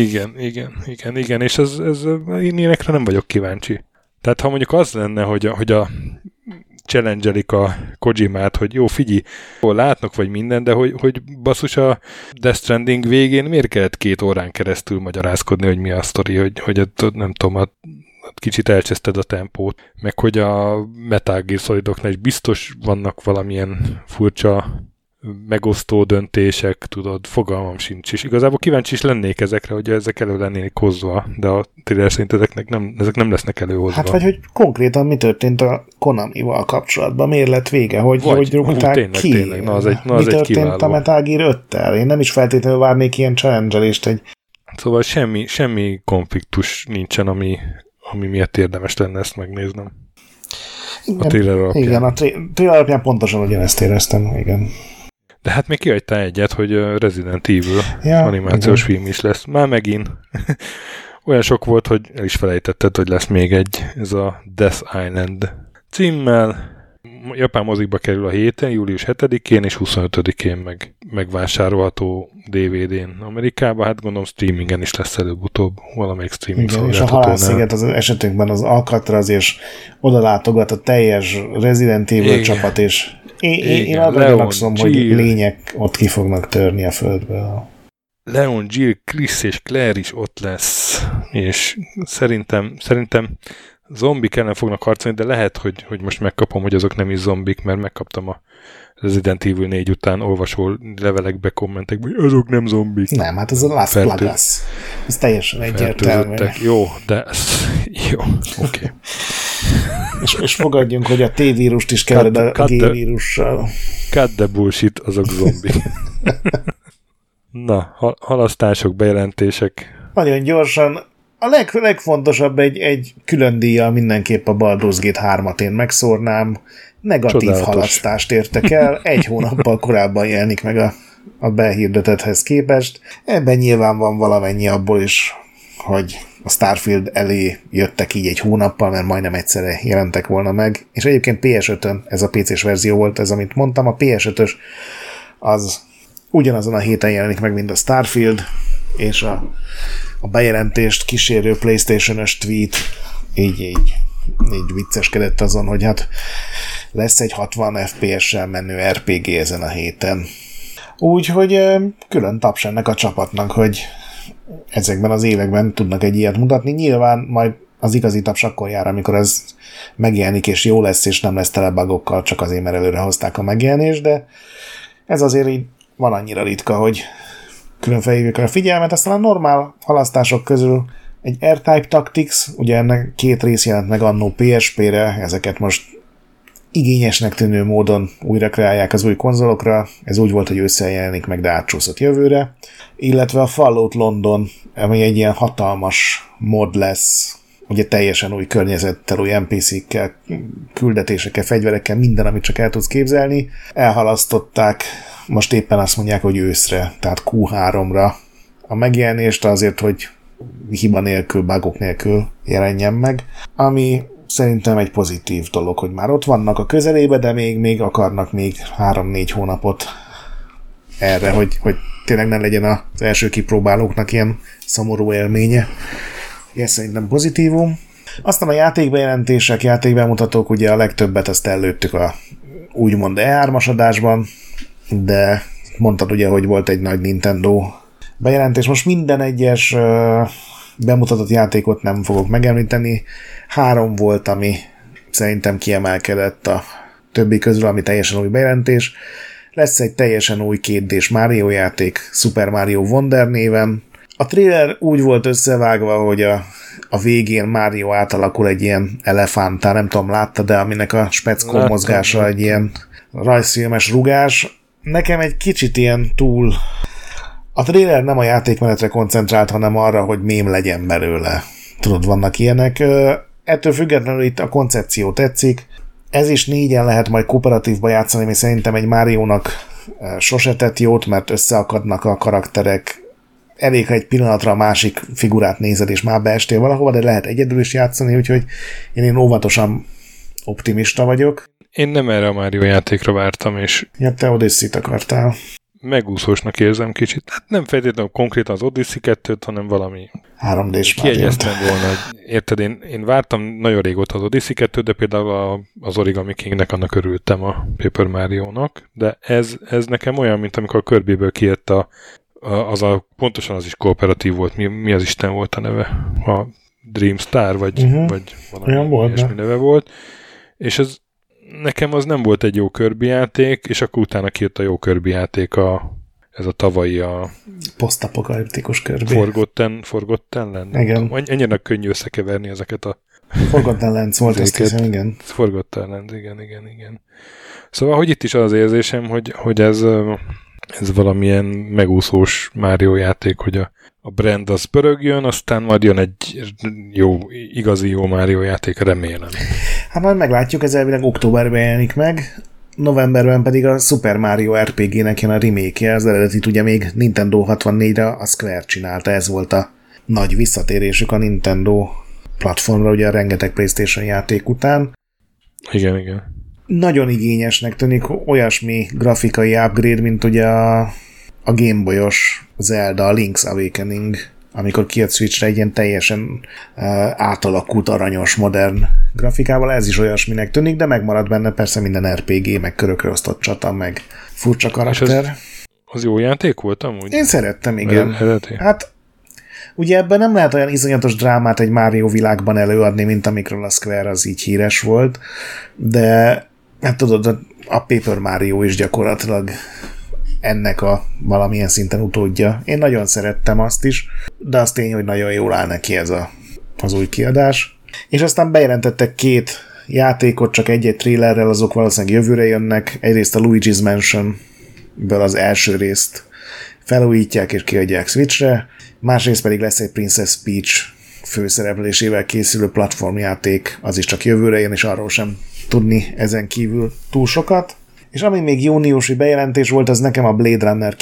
Speaker 1: Igen, és én ilyenekre nem vagyok kíváncsi. Tehát ha mondjuk az lenne, hogy a challenge-elik a Kojimát, hogy jó, figyelj, hol látnak, vagy minden, de hogy basszus a Death Stranding végén miért kellett 2 órán keresztül magyarázkodni, hogy mi a sztori, hogy nem tudom, kicsit elcseszted a tempót, meg hogy a Metal Gear Solidoknál is biztos vannak valamilyen furcsa megosztó döntések, tudod, fogalmam sincs. És igazából kíváncsi is lennék ezekre, hogy ezek elő lennének hozva, de a trailer szerint ezek nem lesznek előhozva.
Speaker 2: Hát vagy hogy konkrétan mi történt a Konamival kapcsolatban, miért lett vége, hogy rúgták ki?
Speaker 1: Tényleg. Na, az egy
Speaker 2: történt
Speaker 1: kiváló.
Speaker 2: A Metal Gear 5-tel? Én nem is feltétlenül várnék ilyen challenge-elést.
Speaker 1: Szóval semmi konfliktus nincsen, ami miatt érdemes lenne ezt megnéznem.
Speaker 2: Igen,
Speaker 1: a trailer alapján.
Speaker 2: Igen, a trailer alapján pontosan ugyanezt éreztem, igen.
Speaker 1: De hát még kihagytál egyet, hogy Resident Evil animációs film is lesz. Már megint. Olyan sok volt, hogy el is felejtetted, hogy lesz még ez a Death Island címmel. Japán mozikba kerül a héten, július 7-én és 25-én megvásárolható DVD-n Amerikában. Hát gondolom streamingen is lesz előbb-utóbb, valamelyik streaming
Speaker 2: szolgáltatónál. És a Halálsziget az esetünkben az Alcatraz, és oda látogat a teljes Resident Evil csapat, és én arra gyanakszom, hogy lények ott ki fognak törni a földből.
Speaker 1: Leon, Jill, Chris és Claire is ott lesz, és szerintem zombik ellen fognak harcolni, de lehet, hogy most megkapom, hogy azok nem is zombik, mert megkaptam a Resident Evil 4 után olvasó levelekbe, kommentekbe, hogy azok nem zombik.
Speaker 2: Nem, hát ez a Las Plagas. Ez teljesen egyértelmű.
Speaker 1: Jó, de jó, oké.
Speaker 2: És fogadjunk, hogy a T-vírust is kellett a G-vírussal.
Speaker 1: Cut the bullshit, azok zombik. Na, halasztások, bejelentések.
Speaker 2: Nagyon gyorsan. A legfontosabb egy külön díjjal mindenképp a Baldur's Gate 3-at én megszórnám. Negatív halasztást értek el. 1 hónappal korábban jelenik meg a behirdetethez képest. Ebben nyilván van valamennyi abból is, hogy a Starfield elé jöttek így 1 hónappal, mert majdnem egyszerre jelentek volna meg. És egyébként PS5-ön ez a PC-s verzió volt, ez amit mondtam. A PS5-ös az ugyanazon a héten jelenik meg, mint a Starfield, és a bejelentést kísérő PlayStation-ös tweet így vicceskedett azon, hogy hát lesz egy 60 FPS-sel menő RPG ezen a héten. Úgyhogy külön taps ennek a csapatnak, hogy ezekben az években tudnak egy ilyet mutatni. Nyilván majd az igazi taps akkor jár, amikor ez megjelenik, és jó lesz, és nem lesz tele bugokkal, csak azért, mert előre hozták a megjelenést, de ez azért így van annyira ritka, hogy külön felhívjuk a figyelmet. Aztán a normál halasztások közül egy R-Type Tactics, ugye ennek 2 rész jelent meg annó PSP-re, ezeket most igényesnek tűnő módon újra kreálják az új konzolokra, ez úgy volt, hogy ősszel jelenik meg, de átcsúszott jövőre, illetve a Fallout London, ami egy ilyen hatalmas mod lesz, ugye teljesen új környezettel, új NPC-kkel, küldetésekkel, fegyverekkel, minden, amit csak el tudsz képzelni, elhalasztották, most éppen azt mondják, hogy őszre, tehát Q3-ra a megjelenést azért, hogy hiba nélkül, bugok nélkül jelenjen meg, ami szerintem egy pozitív dolog, hogy már ott vannak a közelébe, de még akarnak még 3-4 hónapot erre, hogy tényleg ne legyen az első kipróbálóknak ilyen szomorú élménye. Ez szerintem pozitívum. Aztán a játékbejelentések, játékbemutatók, ugye a legtöbbet azt előttük a úgymond E3-as adásban, de mondtad ugye, hogy volt egy nagy Nintendo bejelentés. Most minden egyes bemutatott játékot nem fogok megemlíteni. 3 volt, ami szerintem kiemelkedett a többi közül, ami teljesen új bejelentés. Lesz egy teljesen új 2D-s Mario játék, Super Mario Wonder néven. A trailer úgy volt összevágva, hogy a végén Mario átalakul egy ilyen elefántá, nem tudom, látta, de aminek a speckó mozgása egy ilyen rajzfilmes rugás. Nekem egy kicsit ilyen túl... A trailer nem a játékmenetre koncentrált, hanem arra, hogy mém legyen belőle. Tudod, vannak ilyenek. Ettől függetlenül itt a koncepció tetszik. Ez is 4-en lehet majd kooperatívba játszani, ami szerintem egy Mario-nak sose tett jót, mert összeakadnak a karakterek. Elég, ha egy pillanatra a másik figurát nézed, és már beestél valahova, de lehet egyedül is játszani, úgyhogy én óvatosan optimista vagyok.
Speaker 1: Én nem erre a Mario játékra vártam, és...
Speaker 2: Ja, te Odyssey-t akartál.
Speaker 1: Megúszósnak érzem kicsit. Hát nem feltétlenül konkrétan az Odyssey 2-t, hanem valami
Speaker 2: 3D-s
Speaker 1: kiegyeztem volna. Érted, én vártam nagyon régóta az Odyssey 2-t, de például az Origami Kingnek annak örültem, a Paper Mario-nak, de ez nekem olyan, mint amikor a Kirby-ből kijött pontosan az is kooperatív volt. Mi az Isten volt a neve? A Dream Star, vagy valami ilyesmi neve volt. És nekem az nem volt egy jó Kirby játék, és akkor utána kijött a jó Kirby játék, ez a tavalyi
Speaker 2: posztapokaliptikus Kirby.
Speaker 1: Forgotten Land?
Speaker 2: Igen.
Speaker 1: Ennyire könnyű összekeverni ezeket a...
Speaker 2: Forgotten Lands volt, azt hiszem, igen.
Speaker 1: Forgotten Land, igen. Szóval, hogy itt is az érzésem, hogy ez valamilyen megúszós Mario játék, hogy a brand az pörögjön, aztán majd jön egy igazi jó Mario játék, remélem.
Speaker 2: Hát majd meglátjuk, ez elvileg októberben jelenik meg, novemberben pedig a Super Mario RPG-nek jön a remake-je, az eredetit ugye még Nintendo 64-re a Square csinálta, ez volt a nagy visszatérésük a Nintendo platformra, ugye a rengeteg PlayStation játék után.
Speaker 1: Igen.
Speaker 2: Nagyon igényesnek tűnik, olyasmi grafikai upgrade, mint ugye a Game Boy-os Zelda, a Link's Awakening, amikor kijött Switchre egy ilyen teljesen átalakult, aranyos, modern grafikával, ez is olyasminek tűnik, de megmarad benne persze minden RPG, meg körökre osztott csata, meg furcsa karakter.
Speaker 1: Az jó játék volt amúgy?
Speaker 2: Én szerettem, igen. Hát ugye ebben nem lehet olyan iszonyatos drámát egy Mario világban előadni, mint amikről a Square az így híres volt, de hát tudod, a Paper Mario is gyakorlatilag ennek a valamilyen szinten utódja. Én nagyon szerettem azt is, de az tény, hogy nagyon jól áll neki ez az új kiadás. És aztán bejelentettek 2 játékot, csak egy-egy trailerrel, azok valószínűleg jövőre jönnek. Egyrészt a Luigi's Mansion-ből az első részt felújítják és kiadják Switchre, másrészt pedig lesz egy Princess Peach főszereplésével készülő platformjáték, az is csak jövőre jön, és arról sem tudni ezen kívül túl sokat. És ami még júniusi bejelentés volt, az nekem a Blade Runner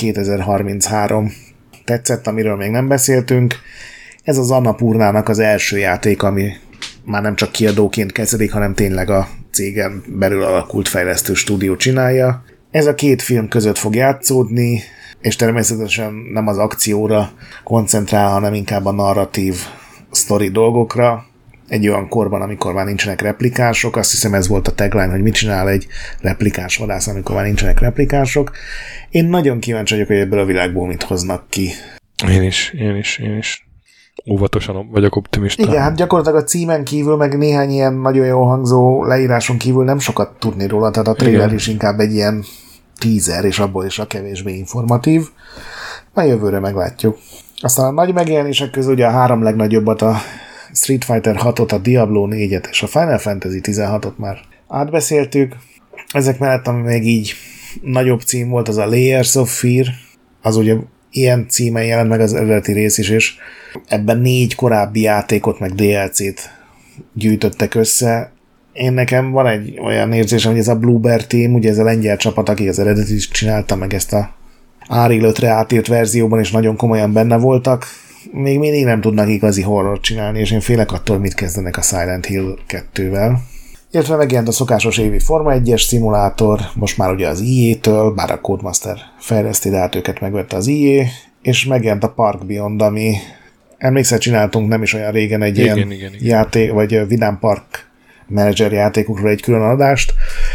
Speaker 2: 2033 tetszett, amiről még nem beszéltünk. Ez az Annapurnának az első játék, ami már nem csak kiadóként kezelik, hanem tényleg a cégen belül alakult fejlesztő stúdió csinálja. Ez a 2 film között fog játszódni, és természetesen nem az akcióra koncentrál, hanem inkább a narratív sztori dolgokra. Egy olyan korban, amikor már nincsenek replikások, azt hiszem ez volt a tagline, hogy mit csinál egy replikás vadász, amikor már nincsenek replikások. Én nagyon kíváncsi vagyok, hogy ebből a világból mit hoznak ki.
Speaker 1: Én is. óvatosan vagyok optimista.
Speaker 2: Igen, hát gyakorlatilag a címen kívül, meg néhány ilyen nagyon jól hangzó leíráson kívül nem sokat tudni róla, tehát a trailer is inkább egy ilyen teaser, és abból is a kevésbé informatív. A jövőre meglátjuk. Aztán a nagy megjelenések közül ugye a 3 legnagyobbat, a Street Fighter 6-ot, a Diablo 4-et és a Final Fantasy 16-ot már átbeszéltük. Ezek mellett, ami még így nagyobb cím volt, az a Layers of Fear, az ugye ilyen címen jelent meg az eredeti rész is, és ebben 4 korábbi játékot meg DLC-t gyűjtöttek össze. Én nekem van egy olyan érzésem, hogy ez a Bloober Team, ugye ez a lengyel csapat, aki az eredetit is csinálta, meg ezt a Unreal 5-re átírt verzióban is nagyon komolyan benne voltak. Még mindig nem tudnak igazi horror csinálni, és én félek attól, mit kezdenek a Silent Hill 2-vel. Illetve megjelent a szokásos évi Forma 1-es szimulátor, most már ugye az EA-től, bár a Codemaster fejleszti, de hát őket megvette az EA, és megjelent a Park Beyond, ami emlékszel, csináltunk nem is olyan régen egy igen. Játék, vagy Vidám Park Manager játékokról egy külön adást.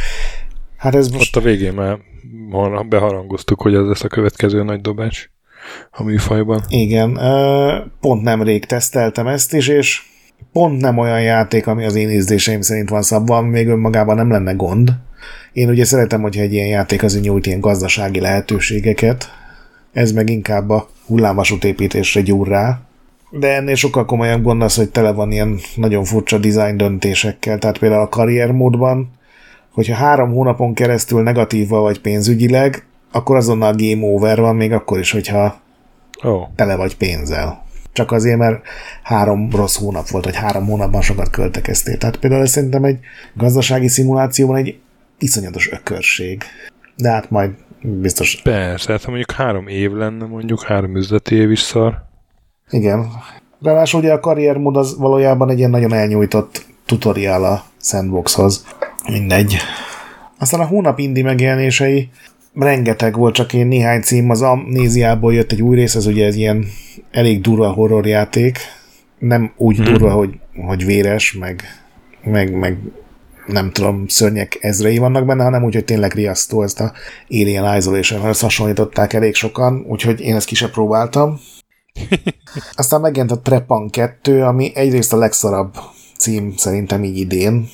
Speaker 2: Hát ez most...
Speaker 1: Ott a végén már beharangoztuk, hogy ez lesz a következő nagy dobás a műfajban.
Speaker 2: Igen, pont nemrég teszteltem ezt is, és pont nem olyan játék, ami az én ízléseim szerint van szabva, ami még önmagában nem lenne gond. Én ugye szeretem, hogyha egy ilyen játék az nyújt ilyen gazdasági lehetőségeket, ez meg inkább a hullámvasútépítésre gyúr rá, de ennél sokkal komolyabb gond az, hogy tele van ilyen nagyon furcsa design döntésekkel, tehát például a karriermódban, hogyha 3 hónapon keresztül negatívval vagy pénzügyileg, akkor azonnal game over van, még akkor is, hogyha tele vagy pénzzel. Csak azért, mert 3 rossz hónap volt, vagy 3 hónapban sokat költekeztél. Tehát például szerintem egy gazdasági szimulációban egy iszonyatos ökörség. De hát majd biztos...
Speaker 1: Persze, hát ha mondjuk 3 év lenne, mondjuk 3 üzleti év is szar.
Speaker 2: Igen. Ráadásul ugye a karriermód az valójában egy ilyen nagyon elnyújtott tutorial a Sandboxhoz. Mindegy. Aztán a hónap indie megjelenései rengeteg volt, csak én néhány cím, az Amnéziából jött egy új rész, ez ugye egy ilyen elég durva horrorjáték. Nem úgy durva, hogy véres, meg nem tudom, szörnyek ezrei vannak benne, hanem úgy, hogy tényleg riasztó, ezt a Alien Isolation-hoz hasonlították elég sokan, úgyhogy én ezt ki sem próbáltam. Aztán megjelent a Trepang 2, ami egyrészt a legszarabb cím szerintem így idén.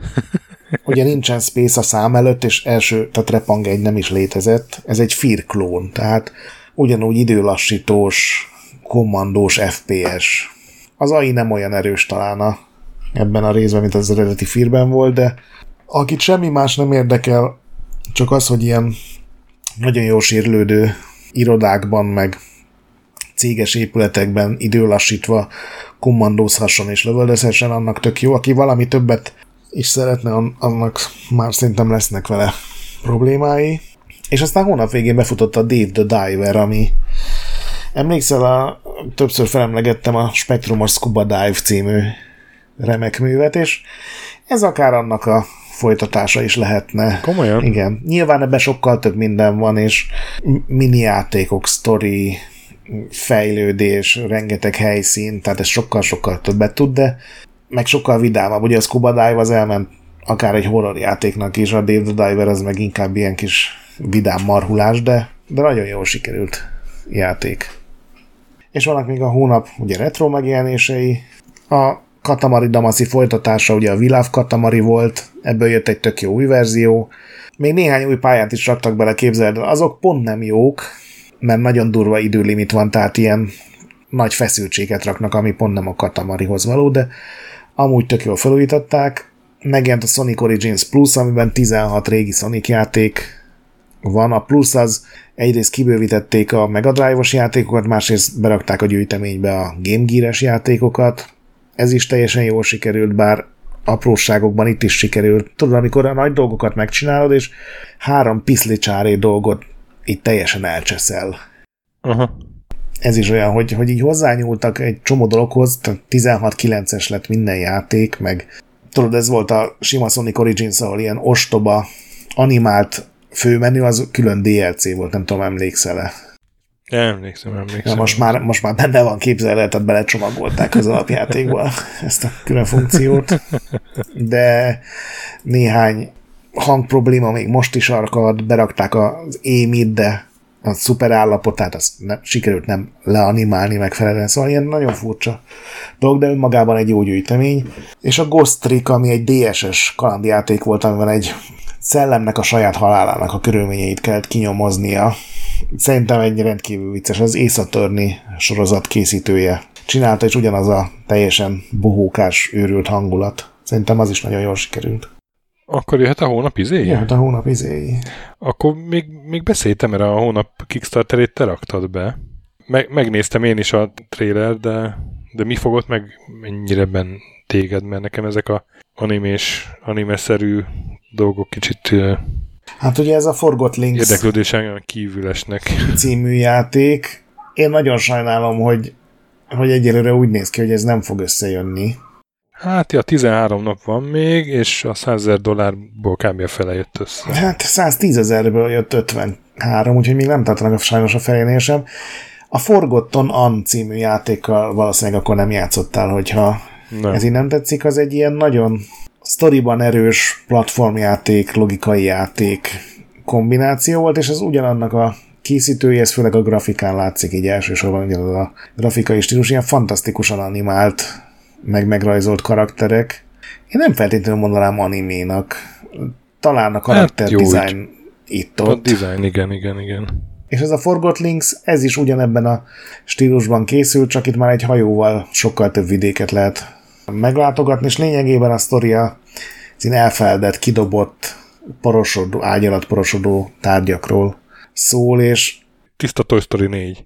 Speaker 2: Ugye nincsen space a szám előtt, és a Trepang 1 nem is létezett. Ez egy Fear klón, tehát ugyanúgy időlassítós, kommandós FPS. Az AI nem olyan erős talán ebben a részben, mint az eredeti Fearben volt, de akit semmi más nem érdekel, csak az, hogy ilyen nagyon jó sérlődő irodákban, meg céges épületekben időlassítva kommandózhasson és lövöldözhessen, annak tök jó. Aki valami többet is szeretne, annak már szerintem lesznek vele problémái. És aztán hónap végén befutott a Dave the Diver, ami emlékszel, többször felemlegettem a Spectrumos Scuba Dive című remek művet, és ez akár annak a folytatása is lehetne.
Speaker 1: Komolyan?
Speaker 2: Igen. Nyilván ebben sokkal több minden van, és mini játékok, sztori, fejlődés, rengeteg helyszín, tehát ez sokkal-sokkal többet tud, de meg sokkal vidámabb. Ugye a Scuba Dive az elment akár egy horror játéknak is, a Dave the Diver az meg inkább ilyen kis vidám marhulás, de nagyon jól sikerült játék. És vannak még a hónap ugye retro megjelenései, a Katamari Damacy folytatása, ugye a We Love Katamari volt, ebből jött egy tök jó új verzió, még néhány új pályát is raktak bele, képzeld, azok pont nem jók, mert nagyon durva időlimit van, tehát ilyen nagy feszültséget raknak, ami pont nem a Katamarihoz való, de amúgy tök jól felújították. Megjelent a Sonic Origins Plus, amiben 16 régi Sonic játék van. A Plus az egyrészt kibővítették a Mega Drive-os játékokat, másrészt berakták a gyűjteménybe a Game Gear-es játékokat. Ez is teljesen jól sikerült, bár apróságokban itt is sikerült. Tudod, amikor a nagy dolgokat megcsinálod, és 3 piszlicsári dolgot így teljesen elcseszel.
Speaker 1: Aha.
Speaker 2: Ez is olyan, hogy így hozzányúltak egy csomó dologhoz, 16-9-es lett minden játék, meg tudod, ez volt a sima Sonic Origins, ahol ilyen ostoba, animált főmenü, az külön DLC volt, nem tudom, emlékszel-e?
Speaker 1: Emlékszem.
Speaker 2: Ja, most már benne van, képzeled, tehát belecsomagolták az alapjátékba ezt a külön funkciót, de néhány hangprobléma még most is akad, berakták az EMID, de a szuper állapotát, azt sikerült nem leanimálni megfelelően, szóval ilyen nagyon furcsa dolog, de önmagában egy jó gyűjtemény. És a Ghost Trick, ami egy DSS kalandjáték volt, amiben egy szellemnek a saját halálának a körülményeit kellett kinyomoznia. Szerintem egy rendkívül vicces, az Ace Attorney sorozat készítője csinálta, és ugyanaz a teljesen bohókás, őrült hangulat. Szerintem az is nagyon jól sikerült.
Speaker 1: Akkor jöhet a hónap izéi?
Speaker 2: Jöhet a hónap izéi.
Speaker 1: Akkor még beszéltem, mert a hónap Kickstarterét te raktad be. Megnéztem én is a trailer, de mi fogott meg mennyire téged, mert nekem ezek a anime-szerű dolgok kicsit
Speaker 2: hát ugye ez a Forgot Links
Speaker 1: érdeklődésen kívül esnek
Speaker 2: című játék. Én nagyon sajnálom, hogy egyelőre úgy néz ki, hogy ez nem fog összejönni.
Speaker 1: Hát ja, 13 nap van még, és a $100,000 kb. A fele jött össze.
Speaker 2: Hát 110,000-ből jött 53, úgyhogy még nem tartanak sajnos a felénél sem. A Forgotten Ann című játékkal valószínűleg akkor nem játszottál, hogyha ez így nem tetszik. Az egy ilyen nagyon sztoriban erős platformjáték, logikai játék kombináció volt, és ez ugyanannak a készítői, ez főleg a grafikán látszik, így elsősorban ugyanaz a grafikai stílus, ilyen fantasztikusan animált, megrajzolt karakterek. Én nem feltétlenül mondanám animénak. Talán a karakter design itt-ott.
Speaker 1: A design, igen.
Speaker 2: És ez a Forgot Links, ez is ugyanebben a stílusban készült, csak itt már egy hajóval sokkal több vidéket lehet meglátogatni, és lényegében a sztoria elfeledett, kidobott, ágy alatt porosodó tárgyakról szól, és...
Speaker 1: Tiszta Toy Story 4.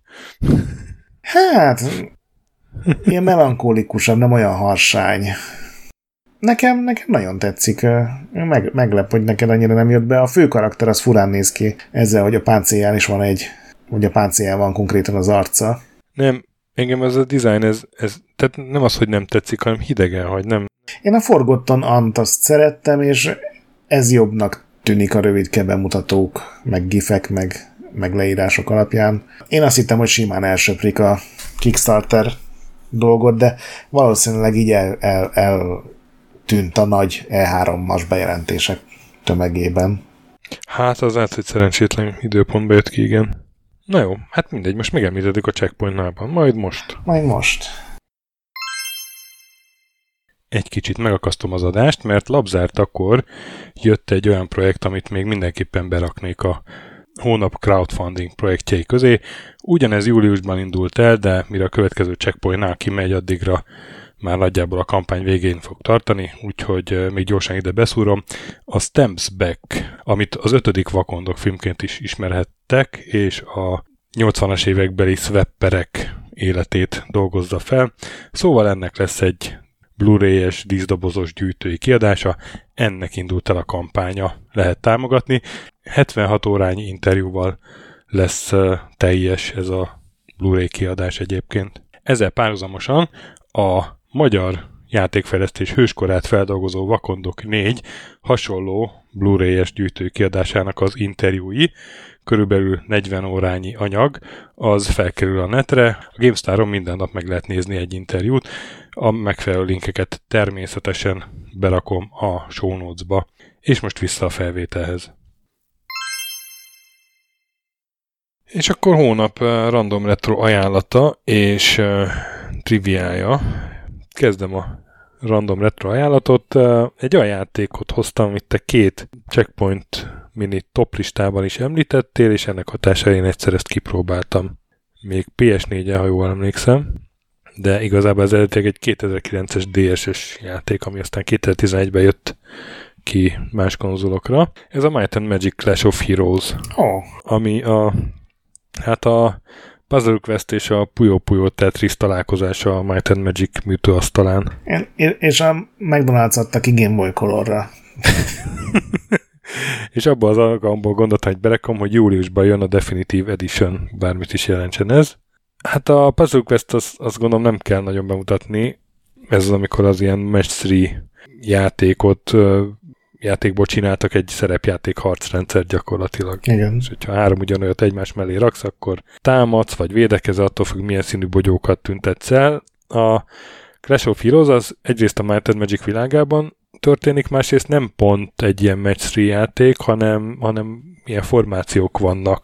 Speaker 2: Hát... ilyen melankólikusabb, nem olyan harsány. Nekem nagyon tetszik. Meglep, hogy neked annyira nem jött be. A fő karakter az furán néz ki. Ezzel, hogy a páncélján is van hogy a páncélján van konkrétan az arca.
Speaker 1: Nem, engem ez a design, ez tehát nem az, hogy nem tetszik, hanem hidegen, hogy nem.
Speaker 2: Én a Forgotten Ant azt szerettem, és ez jobbnak tűnik a rövidke bemutatók, meg gifek, meg leírások alapján. Én azt hittem, hogy simán elsöprik a Kickstarter dolgot, de valószínűleg így eltűnt a nagy E3-as bejelentések tömegében.
Speaker 1: Hát az lehet, hogy szerencsétlen időpontba jött ki, igen. Na jó, hát mindegy, most megemlítettük a Checkpointnában. Majd most. Egy kicsit megakasztom az adást, mert labzártakor jött egy olyan projekt, amit még mindenképpen beraknék a hónap crowdfunding projektjei közé. Ugyanez júliusban indult el, de mire a következő checkpointnál kimegy, addigra már nagyjából a kampány végén fog tartani, úgyhogy még gyorsan ide beszúrom. A Stamps Back, amit az 5. Vakondok filmként is ismerhettek, és a 80-as évekbeli swapperek életét dolgozza fel. Szóval ennek lesz egy Blu-ray-es, díszdobozos gyűjtői kiadása, ennek indult el a kampánya, lehet támogatni. 76 órányi interjúval lesz teljes ez a Blu-ray kiadás egyébként. Ezzel párhuzamosan a magyar játékfejlesztés hőskorát feldolgozó Vakondok 4 hasonló Blu-ray-es gyűjtői kiadásának az interjúi, körülbelül 40 órányi anyag, az felkerül a netre. A GameStar-on minden nap meg lehet nézni egy interjút. A megfelelő linkeket természetesen berakom a show notes-ba. És most vissza a felvételhez. És akkor hónap random retro ajánlata és triviája. Kezdem a random retro ajánlatot. Egy olyan játékot hoztam, amit te 2 Checkpoint mini top listában is említettél, és ennek hatására én egyszer ezt kipróbáltam. Még PS4-en, ha jól emlékszem, de igazából ez eredetileg egy 2009-es DSS játék, ami aztán 2011-ben jött ki más konzolokra. Ez a Might and Magic Clash of Heroes, ami a Puzzle Quest és a Puyo Puyo Tetris találkozása a Might and Magic műtőasztalán.
Speaker 2: És a McDonald's adta ki Game Boy Colorra.
Speaker 1: És abban az alkalomból gondoltam, hogy berakom, hogy júliusban jön a Definitive Edition, bármit is jelentsen ez. Hát a Puzzle Quest azt gondolom nem kell nagyon bemutatni. Ez az, amikor az ilyen Match 3 játékból csináltak egy szerepjáték harcrendszer gyakorlatilag.
Speaker 2: Igen.
Speaker 1: És hogyha 3 ugyanolyat egymás mellé raksz, akkor támadsz, vagy védekezel, attól függ, milyen színű bogyókat tüntetsz el. A Clash of Heroes az egyrészt a Might and Magic világában történik, másrészt nem pont egy ilyen Match 3 játék, hanem ilyen formációk vannak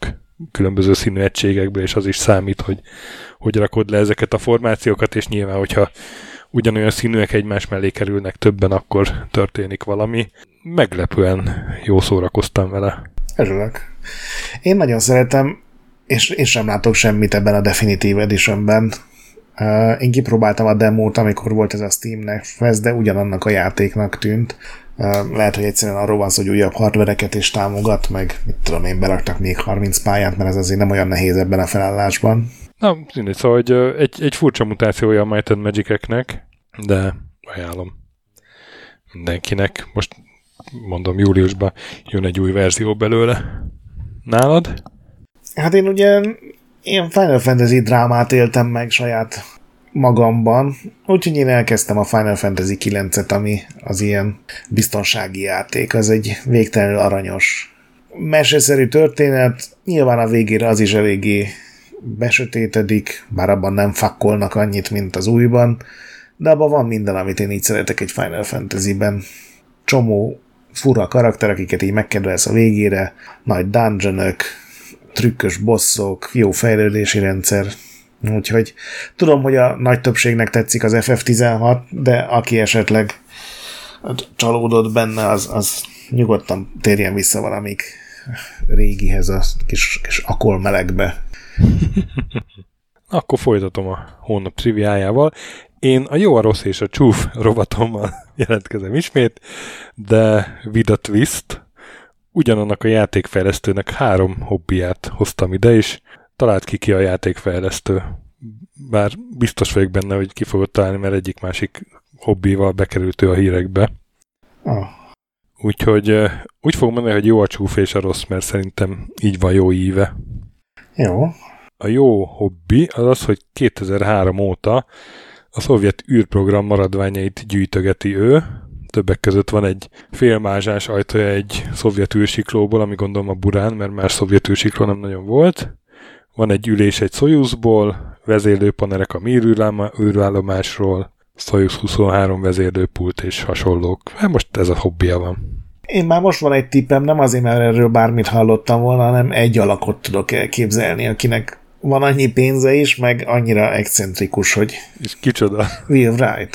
Speaker 1: különböző színű egységekből, és az is számít, hogy rakod le ezeket a formációkat, és nyilván, hogyha ugyanolyan színűek egymás mellé kerülnek többen, akkor történik valami. Meglepően jó szórakoztam vele.
Speaker 2: Örülök. Én nagyon szeretem, és én sem látok semmit ebben a Definitive Editionben. Én kipróbáltam a demót, amikor volt ez a Steamnek Fest, de ugyanannak a játéknak tűnt. Lehet, hogy egyszerűen arról van szó, hogy újabb hardvereket is támogat, meg mit tudom én, beraktak még 30 pályát, mert ez azért nem olyan nehéz ebben a felállásban.
Speaker 1: Na, mindegy, szóval hogy egy furcsa mutációja a Might and Magic-eknek, de ajánlom mindenkinek. Most mondom, júliusban jön egy új verzió belőle. Nálad?
Speaker 2: Hát én ugye ilyen Final Fantasy drámát éltem meg saját magamban, úgyhogy én elkezdtem a Final Fantasy 9-et, ami az ilyen biztonsági játék. Az egy végtelenül aranyos meseszerű történet, nyilván a végére az is eléggé besötétedik, bár abban nem fakkolnak annyit, mint az újban, de abban van minden, amit én így szeretek egy Final Fantasy-ben. Csomó fura karakter, akiket így megkedvelsz a végére, nagy dungeonök, trükkös bosszok, jó fejlődési rendszer. Úgyhogy tudom, hogy a nagy többségnek tetszik az FF16, de aki esetleg csalódott benne, az nyugodtan térjen vissza valamik régihez, a kis akolmelegbe.
Speaker 1: Akkor folytatom a hónap triviájával. Én a jó, a rossz és a csúf rovatommal jelentkezem ismét, de with a twist, ugyanannak a játékfejlesztőnek 3 hobbiját hoztam ide, és talált ki a játékfejlesztő. Bár biztos vagyok benne, hogy ki fogod találni, mert egyik-másik hobbival bekerült ő a hírekbe.
Speaker 2: Oh.
Speaker 1: Úgyhogy úgy fogom mondani, hogy jó a csúf és a rossz, mert szerintem így van jó íve.
Speaker 2: Jó.
Speaker 1: A jó hobbi az az, hogy 2003 óta a szovjet űrprogram maradványait gyűjtögeti ő. Többek között van egy félmázsás ajtaja egy szovjet űrsiklóból, ami gondolom a Burán, mert más szovjet űrsikló nem nagyon volt. Van egy ülés egy Szojuzból, vezérlőpanelek a Mir űrállomásról, Szojuz 23 vezérlőpult és hasonlók. Hát most ez a hobbija van.
Speaker 2: Én már most van egy tippem, nem azért, mert erről bármit hallottam volna, hanem egy alakot tudok elképzelni, akinek van annyi pénze is, meg annyira excentrikus, hogy...
Speaker 1: És kicsoda?
Speaker 2: Will Wright.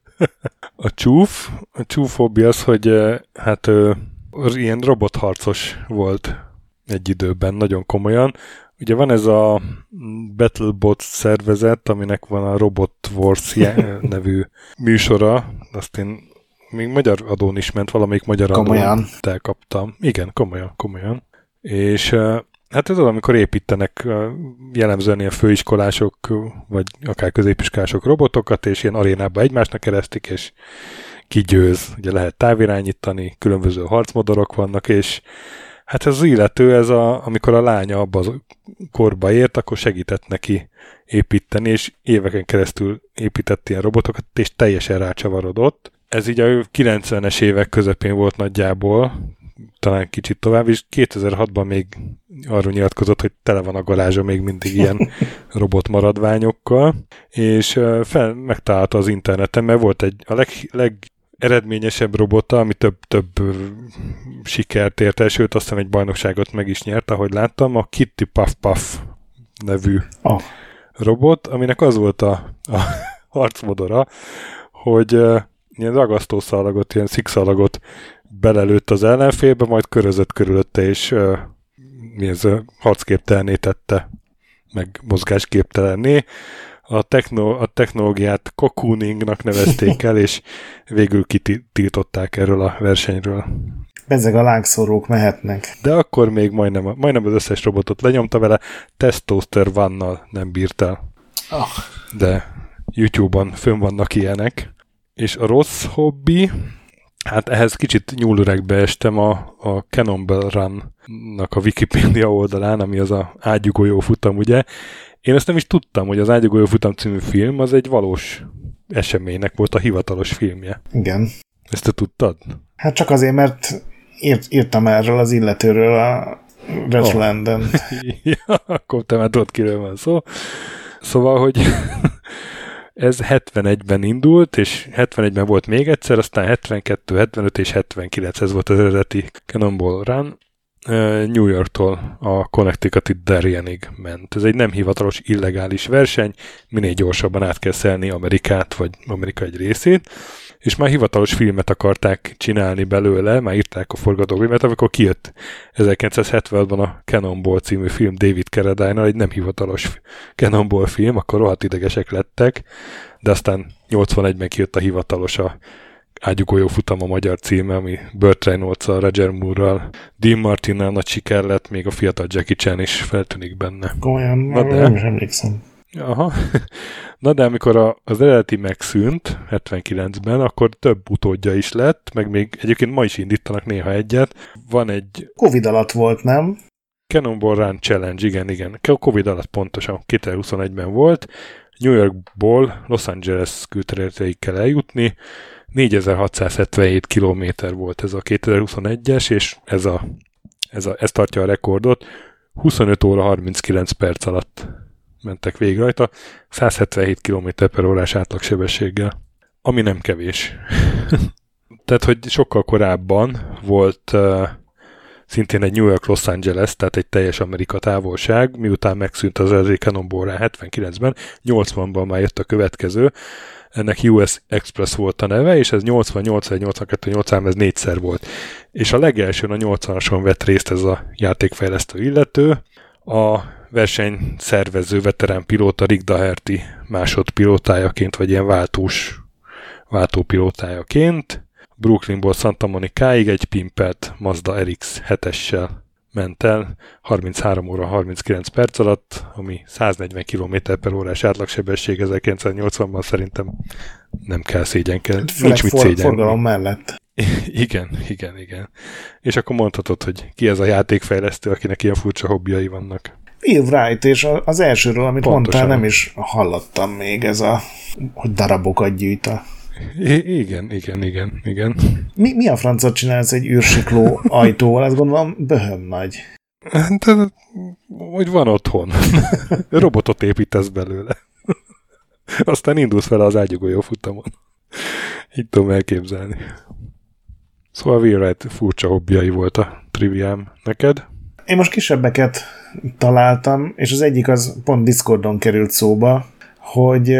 Speaker 1: A csúf hobbi az, hogy hát az ilyen robotharcos volt egy időben, nagyon komolyan. Ugye van ez a BattleBot szervezet, aminek van a Robot Wars nevű műsora, azt én még magyar adón is ment, valamelyik magyar adón elkaptam. Igen, komolyan. És hát ez az, amikor építenek jellemzően ilyen főiskolások, vagy akár középiskolások robotokat, és ilyen arénába egymásnak eresztik, és kigyőz. Ugye lehet távirányítani, különböző harcmodorok vannak, és hát ez az illető, amikor a lánya abba az korba ért, akkor segített neki építeni, és éveken keresztül épített ilyen robotokat, és teljesen rácsavarodott. Ez így a 90-es évek közepén volt nagyjából, talán kicsit tovább, és 2006-ban még arról nyilatkozott, hogy tele van a garázsa még mindig ilyen robotmaradványokkal, és megtalálta az interneten, mert volt a legeredményesebb robota, ami több sikert ért el, sőt aztán egy bajnokságot meg is nyert, ahogy láttam, a Kitty Puff Puff nevű robot, aminek az volt a harcmodora, hogy ilyen ragasztószalagot, ilyen szikszalagot belelőtt az ellenfélbe, majd körözött körülötte, és harcképtelenné tette, meg mozgásképtelenné. A technológiát cocooningnak nevezték el, és végül kitiltották erről a versenyről.
Speaker 2: Ezek a lángszórók mehetnek.
Speaker 1: De akkor még majdnem az összes robotot lenyomta vele, Testoster One-nal nem bírt el.
Speaker 2: Oh.
Speaker 1: De YouTube-on fönn vannak ilyenek. És a rossz hobbi, hát ehhez kicsit nyúlüregbe estem a Cannonball Run-nak a Wikipedia oldalán, ami az a ágyúgolyó futam, ugye. Én ezt nem is tudtam, hogy az Ágyúgolyó futam című film az egy valós eseménynek volt a hivatalos filmje.
Speaker 2: Igen.
Speaker 1: Ezt te tudtad?
Speaker 2: Hát csak azért, mert írtam erről az illetőről a Redlanden.
Speaker 1: Ja, akkor te már tudod, kiről van szó. Szóval, hogy ez 71-ben indult, és 71-ben volt még egyszer, aztán 72, 75 és 79, ez volt az eredeti Cannonball Run, New Yorktól a Connecticuti Darienig ment. Ez egy nem hivatalos, illegális verseny, minél gyorsabban át kell szelni Amerikát, vagy Amerika egy részét, és már hivatalos filmet akarták csinálni belőle, már írták a forgatókönyvet, amikor kijött 1976-ban a Cannonball című film David Carradine-nal, egy nem hivatalos Cannonball film, akkor rohadt idegesek lettek, de aztán 81-ben kijött a hivatalos a Ágyugójó futam a magyar címe, ami Burt Reynolds-al, Roger Moore-ral, Dean Martinnal nagy siker lett, még a fiatal Jackie Chan is feltűnik benne.
Speaker 2: Olyan, nem is emlékszem.
Speaker 1: Aha. Na de amikor az eredeti megszűnt 79-ben, akkor több utódja is lett, meg még egyébként ma is indítanak néha egyet. Van egy...
Speaker 2: Covid alatt volt, nem?
Speaker 1: Cannonball Run Challenge, igen. Covid alatt pontosan, 2021-ben volt. New Yorkból Los Angeles külterületeig kell eljutni. 4677 kilométer volt ez a 2021-es, és ez tartja a rekordot. 25 óra 39 perc alatt mentek végig rajta, 177 km/h átlagsebességgel, ami nem kevés. Tehát, hogy sokkal korábban volt szintén egy New York-Los Angeles, tehát egy teljes Amerika távolság, miután megszűnt az eredeti Cannonball Run 79-ben, 80-ban már jött a következő, ennek US Express volt a neve, és ez 88, 82, 83, ez 4-szer volt. És a legelsőn a 80-ason vett részt ez a játékfejlesztő illető, a verseny szervező veterán pilóta Rick Daherty másodpilótájaként, vagy ilyen váltópilótájaként. Brooklynból Santa Monicaig egy pimpelt Mazda RX 7-essel ment el 33 óra 39 perc alatt, ami 140 km/h átlagsebesség 1980-ban szerintem nem kell szégyenkezni. Nincs mit szégyenkezni.
Speaker 2: Forgalom mellett.
Speaker 1: Igen. És akkor mondhatod, hogy ki ez a játékfejlesztő, akinek ilyen furcsa hobbiai vannak.
Speaker 2: Will Wright, és az elsőről, amit
Speaker 1: pontosan
Speaker 2: mondtál, nem is hallottam még, ez a, hogy darabokat gyűjt a...
Speaker 1: Igen.
Speaker 2: Mi a francot csinálsz egy űrsikló ajtóval? Azt gondolom, böhöm nagy.
Speaker 1: De, hogy van otthon. Robotot építesz belőle. Aztán indulsz vele az ágyugójó futamon. Így tudom elképzelni. Szóval Will Wright furcsa hobbiai volt a triviám neked.
Speaker 2: Én most kisebbeket találtam, és az egyik az pont Discordon került szóba, hogy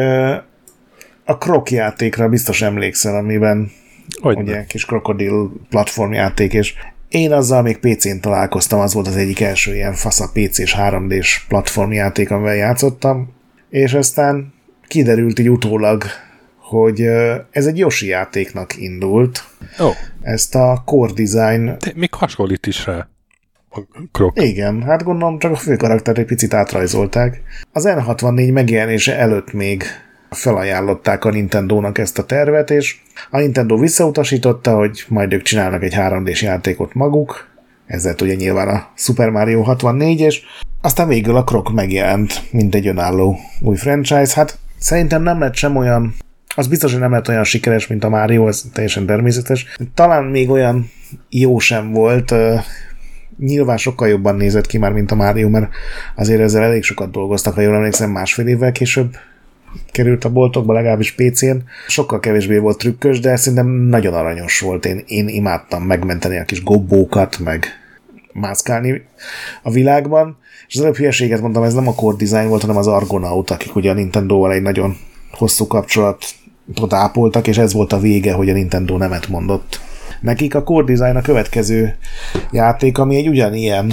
Speaker 2: a Krok játékra biztos emlékszel, amiben ugye kis krokodil platformjáték, és én azzal még PC-n találkoztam, az volt az egyik első ilyen fasza PC-s 3D-s platformjáték, amivel játszottam, és aztán kiderült így utólag, hogy ez egy Yoshi játéknak indult.
Speaker 1: Oh.
Speaker 2: Ezt a Core Design...
Speaker 1: De még hasonlít is rá a Krok.
Speaker 2: Igen, hát gondolom csak a főkaraktert egy picit átrajzolták. Az N64 megjelenése előtt még felajánlották a Nintendónak ezt a tervet, és a Nintendo visszautasította, hogy majd ők csinálnak egy 3D-s játékot maguk, ezzel ugye nyilván a Super Mario 64, és aztán végül a Krok megjelent, mint egy önálló új franchise. Hát szerintem nem lett sem olyan, az biztos, hogy nem lett olyan sikeres, mint a Mario, ez teljesen természetes. Talán még olyan jó sem volt, nyilván sokkal jobban nézett ki már, mint a Mario, mert azért ezzel elég sokat dolgoztak, ha jól emlékszem, másfél évvel később került a boltokba, legalábbis PC-n. Sokkal kevésbé volt trükkös, de szerintem nagyon aranyos volt. Én imádtam megmenteni a kis gobbókat, meg mászkálni a világban. És az előbb hülyeséget mondtam, ez nem a Core Design volt, hanem az Argonaut, akik ugye a Nintendóval egy nagyon hosszú kapcsolatot ápoltak, és ez volt a vége, hogy a Nintendo nemet mondott. Nekik a Core Design a következő játék, ami egy ugyanilyen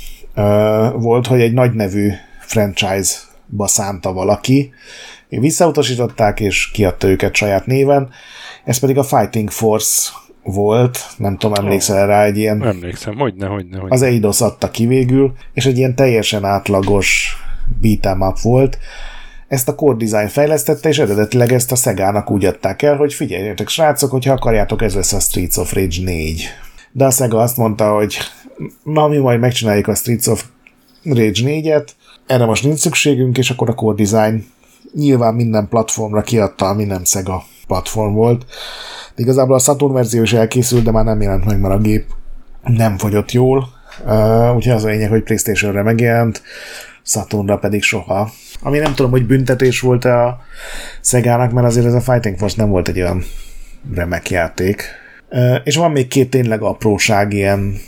Speaker 2: volt, hogy egy nagy nevű franchise-ba szánta valaki. Visszautasították, és kiadta őket saját néven. Ez pedig a Fighting Force volt, nem tudom, emlékszel rá egy ilyen...
Speaker 1: Emlékszem, hogyne.
Speaker 2: Az Eidos adta ki végül, és egy ilyen teljesen átlagos beat'em up volt. Ezt a Core Design fejlesztette, és eredetileg ezt a Sega-nak úgy adták el, hogy figyeljetek srácok, hogyha akarjátok, ez lesz a Streets of Rage 4. De a Sega azt mondta, hogy na, mi majd megcsináljuk a Streets of Rage 4-et, erre most nincs szükségünk, és akkor a Core Design nyilván minden platformra kiadta, ami nem Sega platform volt. De igazából a Saturn verzió is elkészült, de már nem jelent meg, mert a gép nem fogyott jól. Úgyhogy az a lényeg, hogy PlayStation-re megjelent, Saturnra pedig soha. Ami nem tudom, hogy büntetés volt-e a Sega-nak, mert azért ez a Fighting Force nem volt egy olyan remek játék. És van még két tényleg apróság, ilyen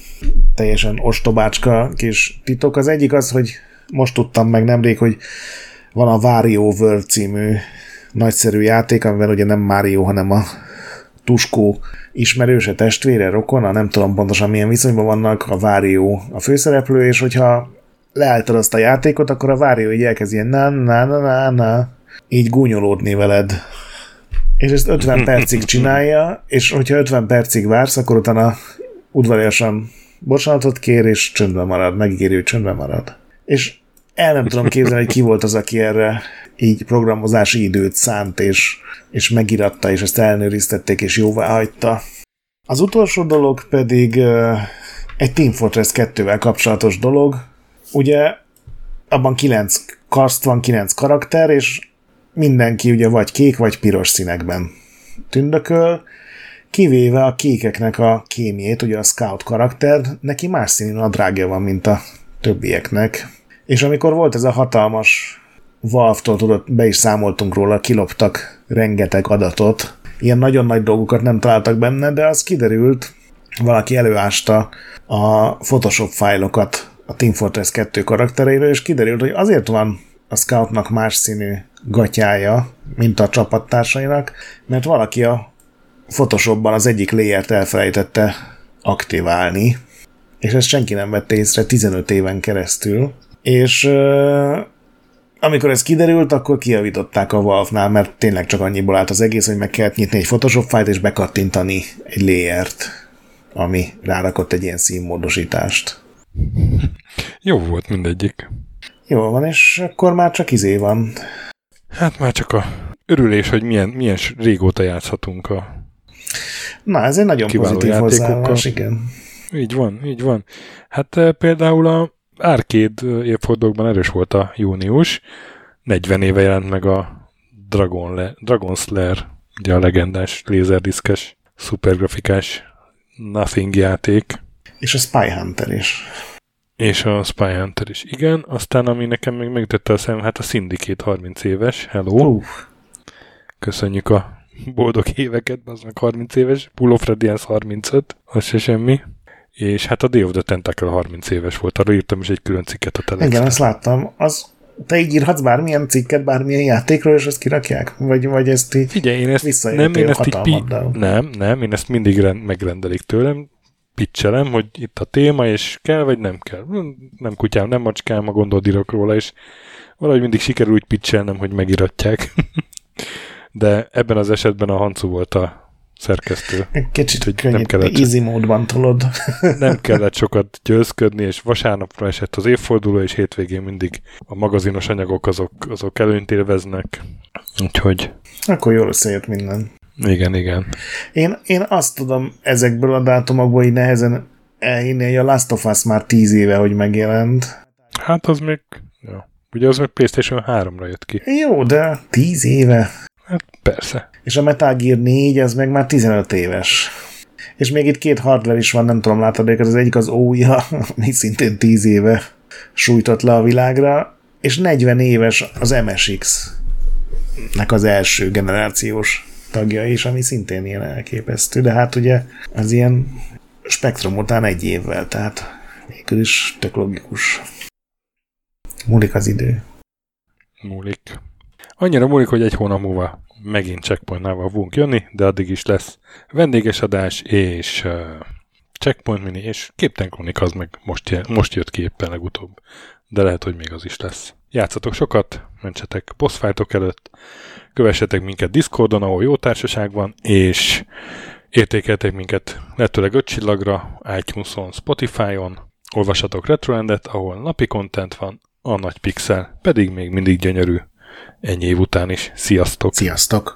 Speaker 2: teljesen ostobácska kis titok. Az egyik az, hogy most tudtam meg nemrég, hogy van a WarioWorld című nagyszerű játék, amivel ugye nem Mario, hanem a Tuskó ismerőse, testvére, rokona, nem tudom pontosan milyen viszonyban vannak, a Wario a főszereplő, és hogyha leálltad azt a játékot, akkor a Wario így elkezd ilyen na így gúnyolódni veled. És ezt 50 percig csinálja, és hogyha 50 percig vársz, akkor utána udvariasan bocsánatot kér, és csöndben marad, megígéri, hogy csöndben marad. És el nem tudom képzelni, hogy ki volt az, aki erre így programozási időt szánt, és megiratta, és ezt ellenőriztették, és jóvá hagyta. Az utolsó dolog pedig egy Team Fortress 2-vel kapcsolatos dolog. Ugye abban 9 kaszt van, 9 karakter, és mindenki ugye vagy kék, vagy piros színekben tündököl, kivéve a kékeknek a kémjét, ugye a scout karakter, neki más színű nadrágja van, mint a többieknek. És amikor volt ez a hatalmas Valve-tól, tudod, be is számoltunk róla, kiloptak rengeteg adatot, ilyen nagyon nagy dolgokat nem találtak benne, de az kiderült, valaki előásta a Photoshop fájlokat a Team Fortress 2 karaktereiről, és kiderült, hogy azért van a Scoutnak más színű gatyája, mint a csapattársainak, mert valaki a Photoshopban az egyik layert elfelejtette aktiválni, és ezt senki nem vette észre 15 éven keresztül, és amikor ez kiderült, akkor kijavították a Valve-nál, mert tényleg csak annyiból állt az egész, hogy meg kellett nyitni egy Photoshop fájlt, és bekattintani egy layert, ami rárakott egy ilyen színmódosítást.
Speaker 1: Jó volt mindegyik.
Speaker 2: Jó van, és akkor már csak van.
Speaker 1: Hát már csak a örülés, hogy milyen régóta játszhatunk a
Speaker 2: Na, ez egy nagyon pozitív hozzáállás, igen.
Speaker 1: Így van. Hát például a Arcade évfordulókban erős volt a június. 40 éve jelent meg a Dragon Slayer, ugye a legendás lézerdiszkes, szupergrafikás Nothing játék.
Speaker 2: És a Spy Hunter is.
Speaker 1: És a Spy Hunter is, igen. Aztán, ami nekem még megütötte a szemem, hát a Syndicate 30 éves. Hello! Köszönjük a boldog éveket, az meg 30 éves. Pool of Radiance 35, az se semmi. És hát a Day of the Tentacle 30 éves volt. Arra írtam is egy külön cikket a Telexen.
Speaker 2: Igen, azt láttam. Te így írhatsz bármilyen cikket, bármilyen játékról, és ezt kirakják? Vagy ezt így
Speaker 1: figyelj, én ezt én ezt mindig megrendelik tőlem. Pitchelem, hogy itt a téma, és kell, vagy nem kell. Nem kutyám, nem macskám, a gondold írok róla, és valahogy mindig sikerül úgy pitchelnem, hogy megiratják. De ebben az esetben a Hancu volt a szerkesztő.
Speaker 2: Kicsit könnyű, easy módban tolod.
Speaker 1: Nem kellett sokat győzködni, és vasárnapra esett az évforduló, és hétvégén mindig a magazinos anyagok azok előnyt élveznek. Úgyhogy...
Speaker 2: Akkor jól összejött minden.
Speaker 1: Igen.
Speaker 2: Én azt tudom ezekből a dátumokból így nehezen elhinni, hogy a Last of Us már 10 éve, hogy megjelent.
Speaker 1: Hát az még... Ja. Ugye az meg PlayStation 3-ra jött ki.
Speaker 2: Jó, de 10 éve.
Speaker 1: Hát persze.
Speaker 2: És a Metal Gear 4 az meg már 15 éves. És még itt 2 hardware is van, nem tudom, látod őket, az egyik az Ouya, ami szintén 10 éve sújtott le a világra, és 40 éves az MSX-nek az első generációs tagja is, ami szintén ilyen elképesztő, de hát ugye az ilyen Spektrum után 1 évvel, tehát végül is tök logikus. Múlik az idő.
Speaker 1: Múlik. Annyira múlik, hogy 1 hónap múlva megint Checkpointnával fogunk jönni, de addig is lesz vendéges adás, és Checkpoint Mini, és Képtelen Kronika az meg most jött ki éppen legutóbb, de lehet, hogy még az is lesz. Játszatok sokat, mentsetek boss fightok előtt, kövessetek minket Discordon, ahol jó társaság van, és értékeltek minket lehetőleg 5 csillagra, iTunes-on, Spotify-on, olvassatok Retroendet, ahol napi content van, a Nagy Pixel pedig még mindig gyönyörű. Ennyi év után is. Sziasztok!
Speaker 2: Sziasztok!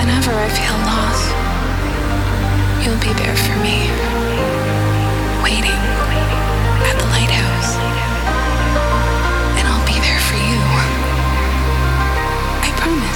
Speaker 3: Whenever I feel lost, you'll be there for me, waiting at the lighthouse. And I'll be there for you. I promise.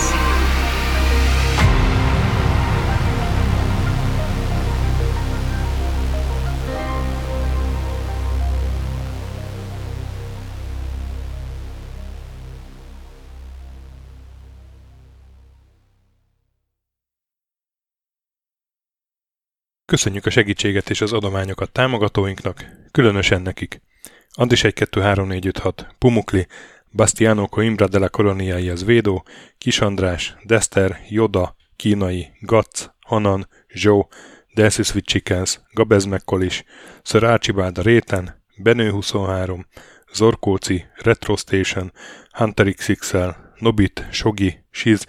Speaker 1: Köszönjük a segítséget és az adományokat támogatóinknak, különösen nekik. Andris 1, 2, 3, 4, 5, 6, Pumukli, Bastiano Coimbra de la Coloniai az Védó, Kis András, Dester, Joda, Kínai, Gac, Hanan, Zsó, Delcy Sweet Chickens, Gabez Mekkolis, Sir Archibald a Réten, Benő 23, Zorkóci, Retro Station, Hunter XXL, Nobit, Sogi, Siz,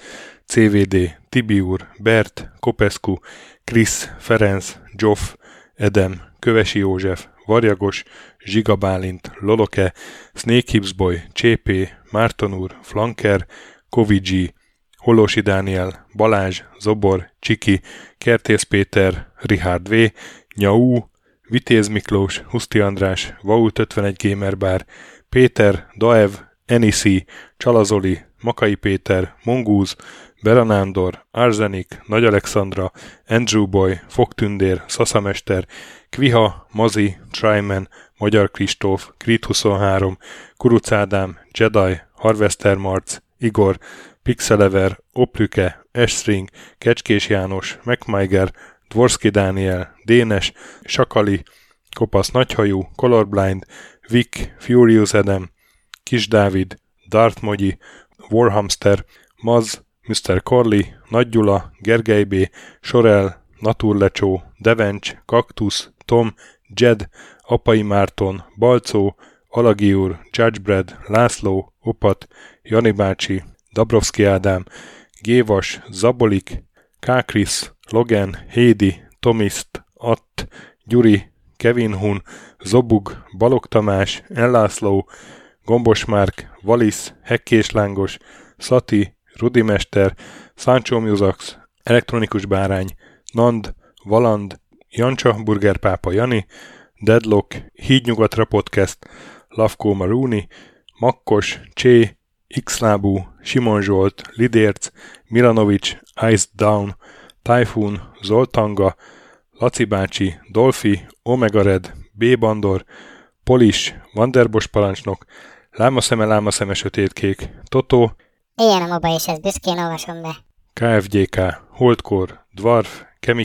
Speaker 1: CVD, Tibiur, Bert, Kopescu, Krisz, Ferenc, Zsoff, Edem, Kövesi József, Varjagos, Zsiga Bálint, Loloke, Snake Hips Boy, Csépé, Márton úr, Flanker, Kovicsi, Holosi Dániel, Balázs, Zobor, Csiki, Kertész Péter, Richard V, Nyau, Vitéz Miklós, Huszti András, Vault 51 Gamer Bar, Péter, Daev, Enisi, Csalazoli, Makai Péter, Mongúz, Beranándor, Arzenik, Nagy Alexandra, Andrew Boy, Fogtündér, Szaszamester, Kviha, Mazi, Tryman, Magyar Kristóf, Krit 23, Kuruc Ádám, Jedi, Harvester Marc, Igor, Pixelever, Oprüke, Estring, Kecskés János, MacMiger, Dvorski Dániel, Dénes, Sakali, Kopasz Nagyhajú, Colorblind, Vic, Furious Adam, Kis Dávid, Darth Mogyi, Warhamster, Maz, Mr. Corley, Nagy Gyula, Gergely B., Sorel, Naturlecsó, Devencs, Kaktusz, Tom, Jed, Apai Márton, Balcó, Alagi úr, Judgebred, László, Opat, Jani bácsi, Dabrowski Ádám, Gévas, Zabolik, Kákris, Logan, Hédi, Tomiszt, Att, Gyuri, Kevin Hun, Zobug, Balog Tamás, Ellászló, Gombos Márk, Valisz, Hekkés Lángos, Szati, Rudimester, Sancho Musax, Elektronikus Bárány, Nand, Valand, Jancsa, Burgerpápa Jani, Deadlock, Hídnyugatra Podcast, Lavkó Maruni, Makkos, Csé, Xlábú, Simon Zsolt, Lidérc, Milanovic, Ice Down, Typhoon, Zoltanga, Laci bácsi, Dolfi, Omega Red, B. Bandor, Polis, Vanderbos parancsnok, Lámaszeme sötétkék, Totó,
Speaker 4: ilyen a moba, és ezt büszkén olvasom be.
Speaker 1: KFGK, Holdkor, Dwarf, Kemi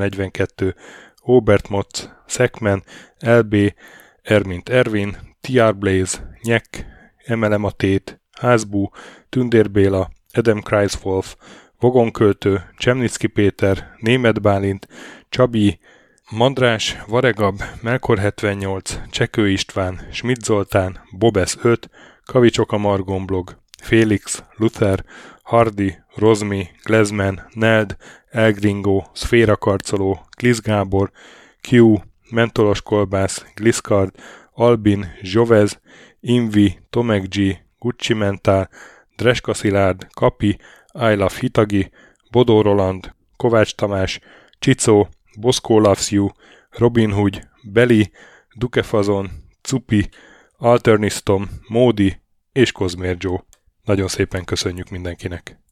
Speaker 1: 242, Obert Motz, Szekmen, LB, Ermint Ervin, TR Blaze, Nyek, MLM a Tét, Házbú, Tündér Béla, Adam Kreiswolf, Vogonköltő, Csemnicki Péter, Németh Bálint, Csabi, Mandrás, Varegab, Melkor 78, Csekő István, Schmidt Zoltán, Bobesz 5, Kavicsok a Margonblog, Félix, Luther, Hardy, Rozmi, Glezman, Neld, Elgringo, Szféra Karcoló, Glisz Gábor, Q, Mentolos Kolbász, Gliszkard, Albin, Zsovez, Invi, Tomek G, Gucci Mentál, Dreska Szilárd, Kapi, I Love Hitagi, Bodó Roland, Kovács Tamás, Csicó, Boszkó Loves You, Robin Hood, Beli, Dukefazon, Cupi, Alternisztom, Módi és Kozmér Joe. Nagyon szépen köszönjük mindenkinek!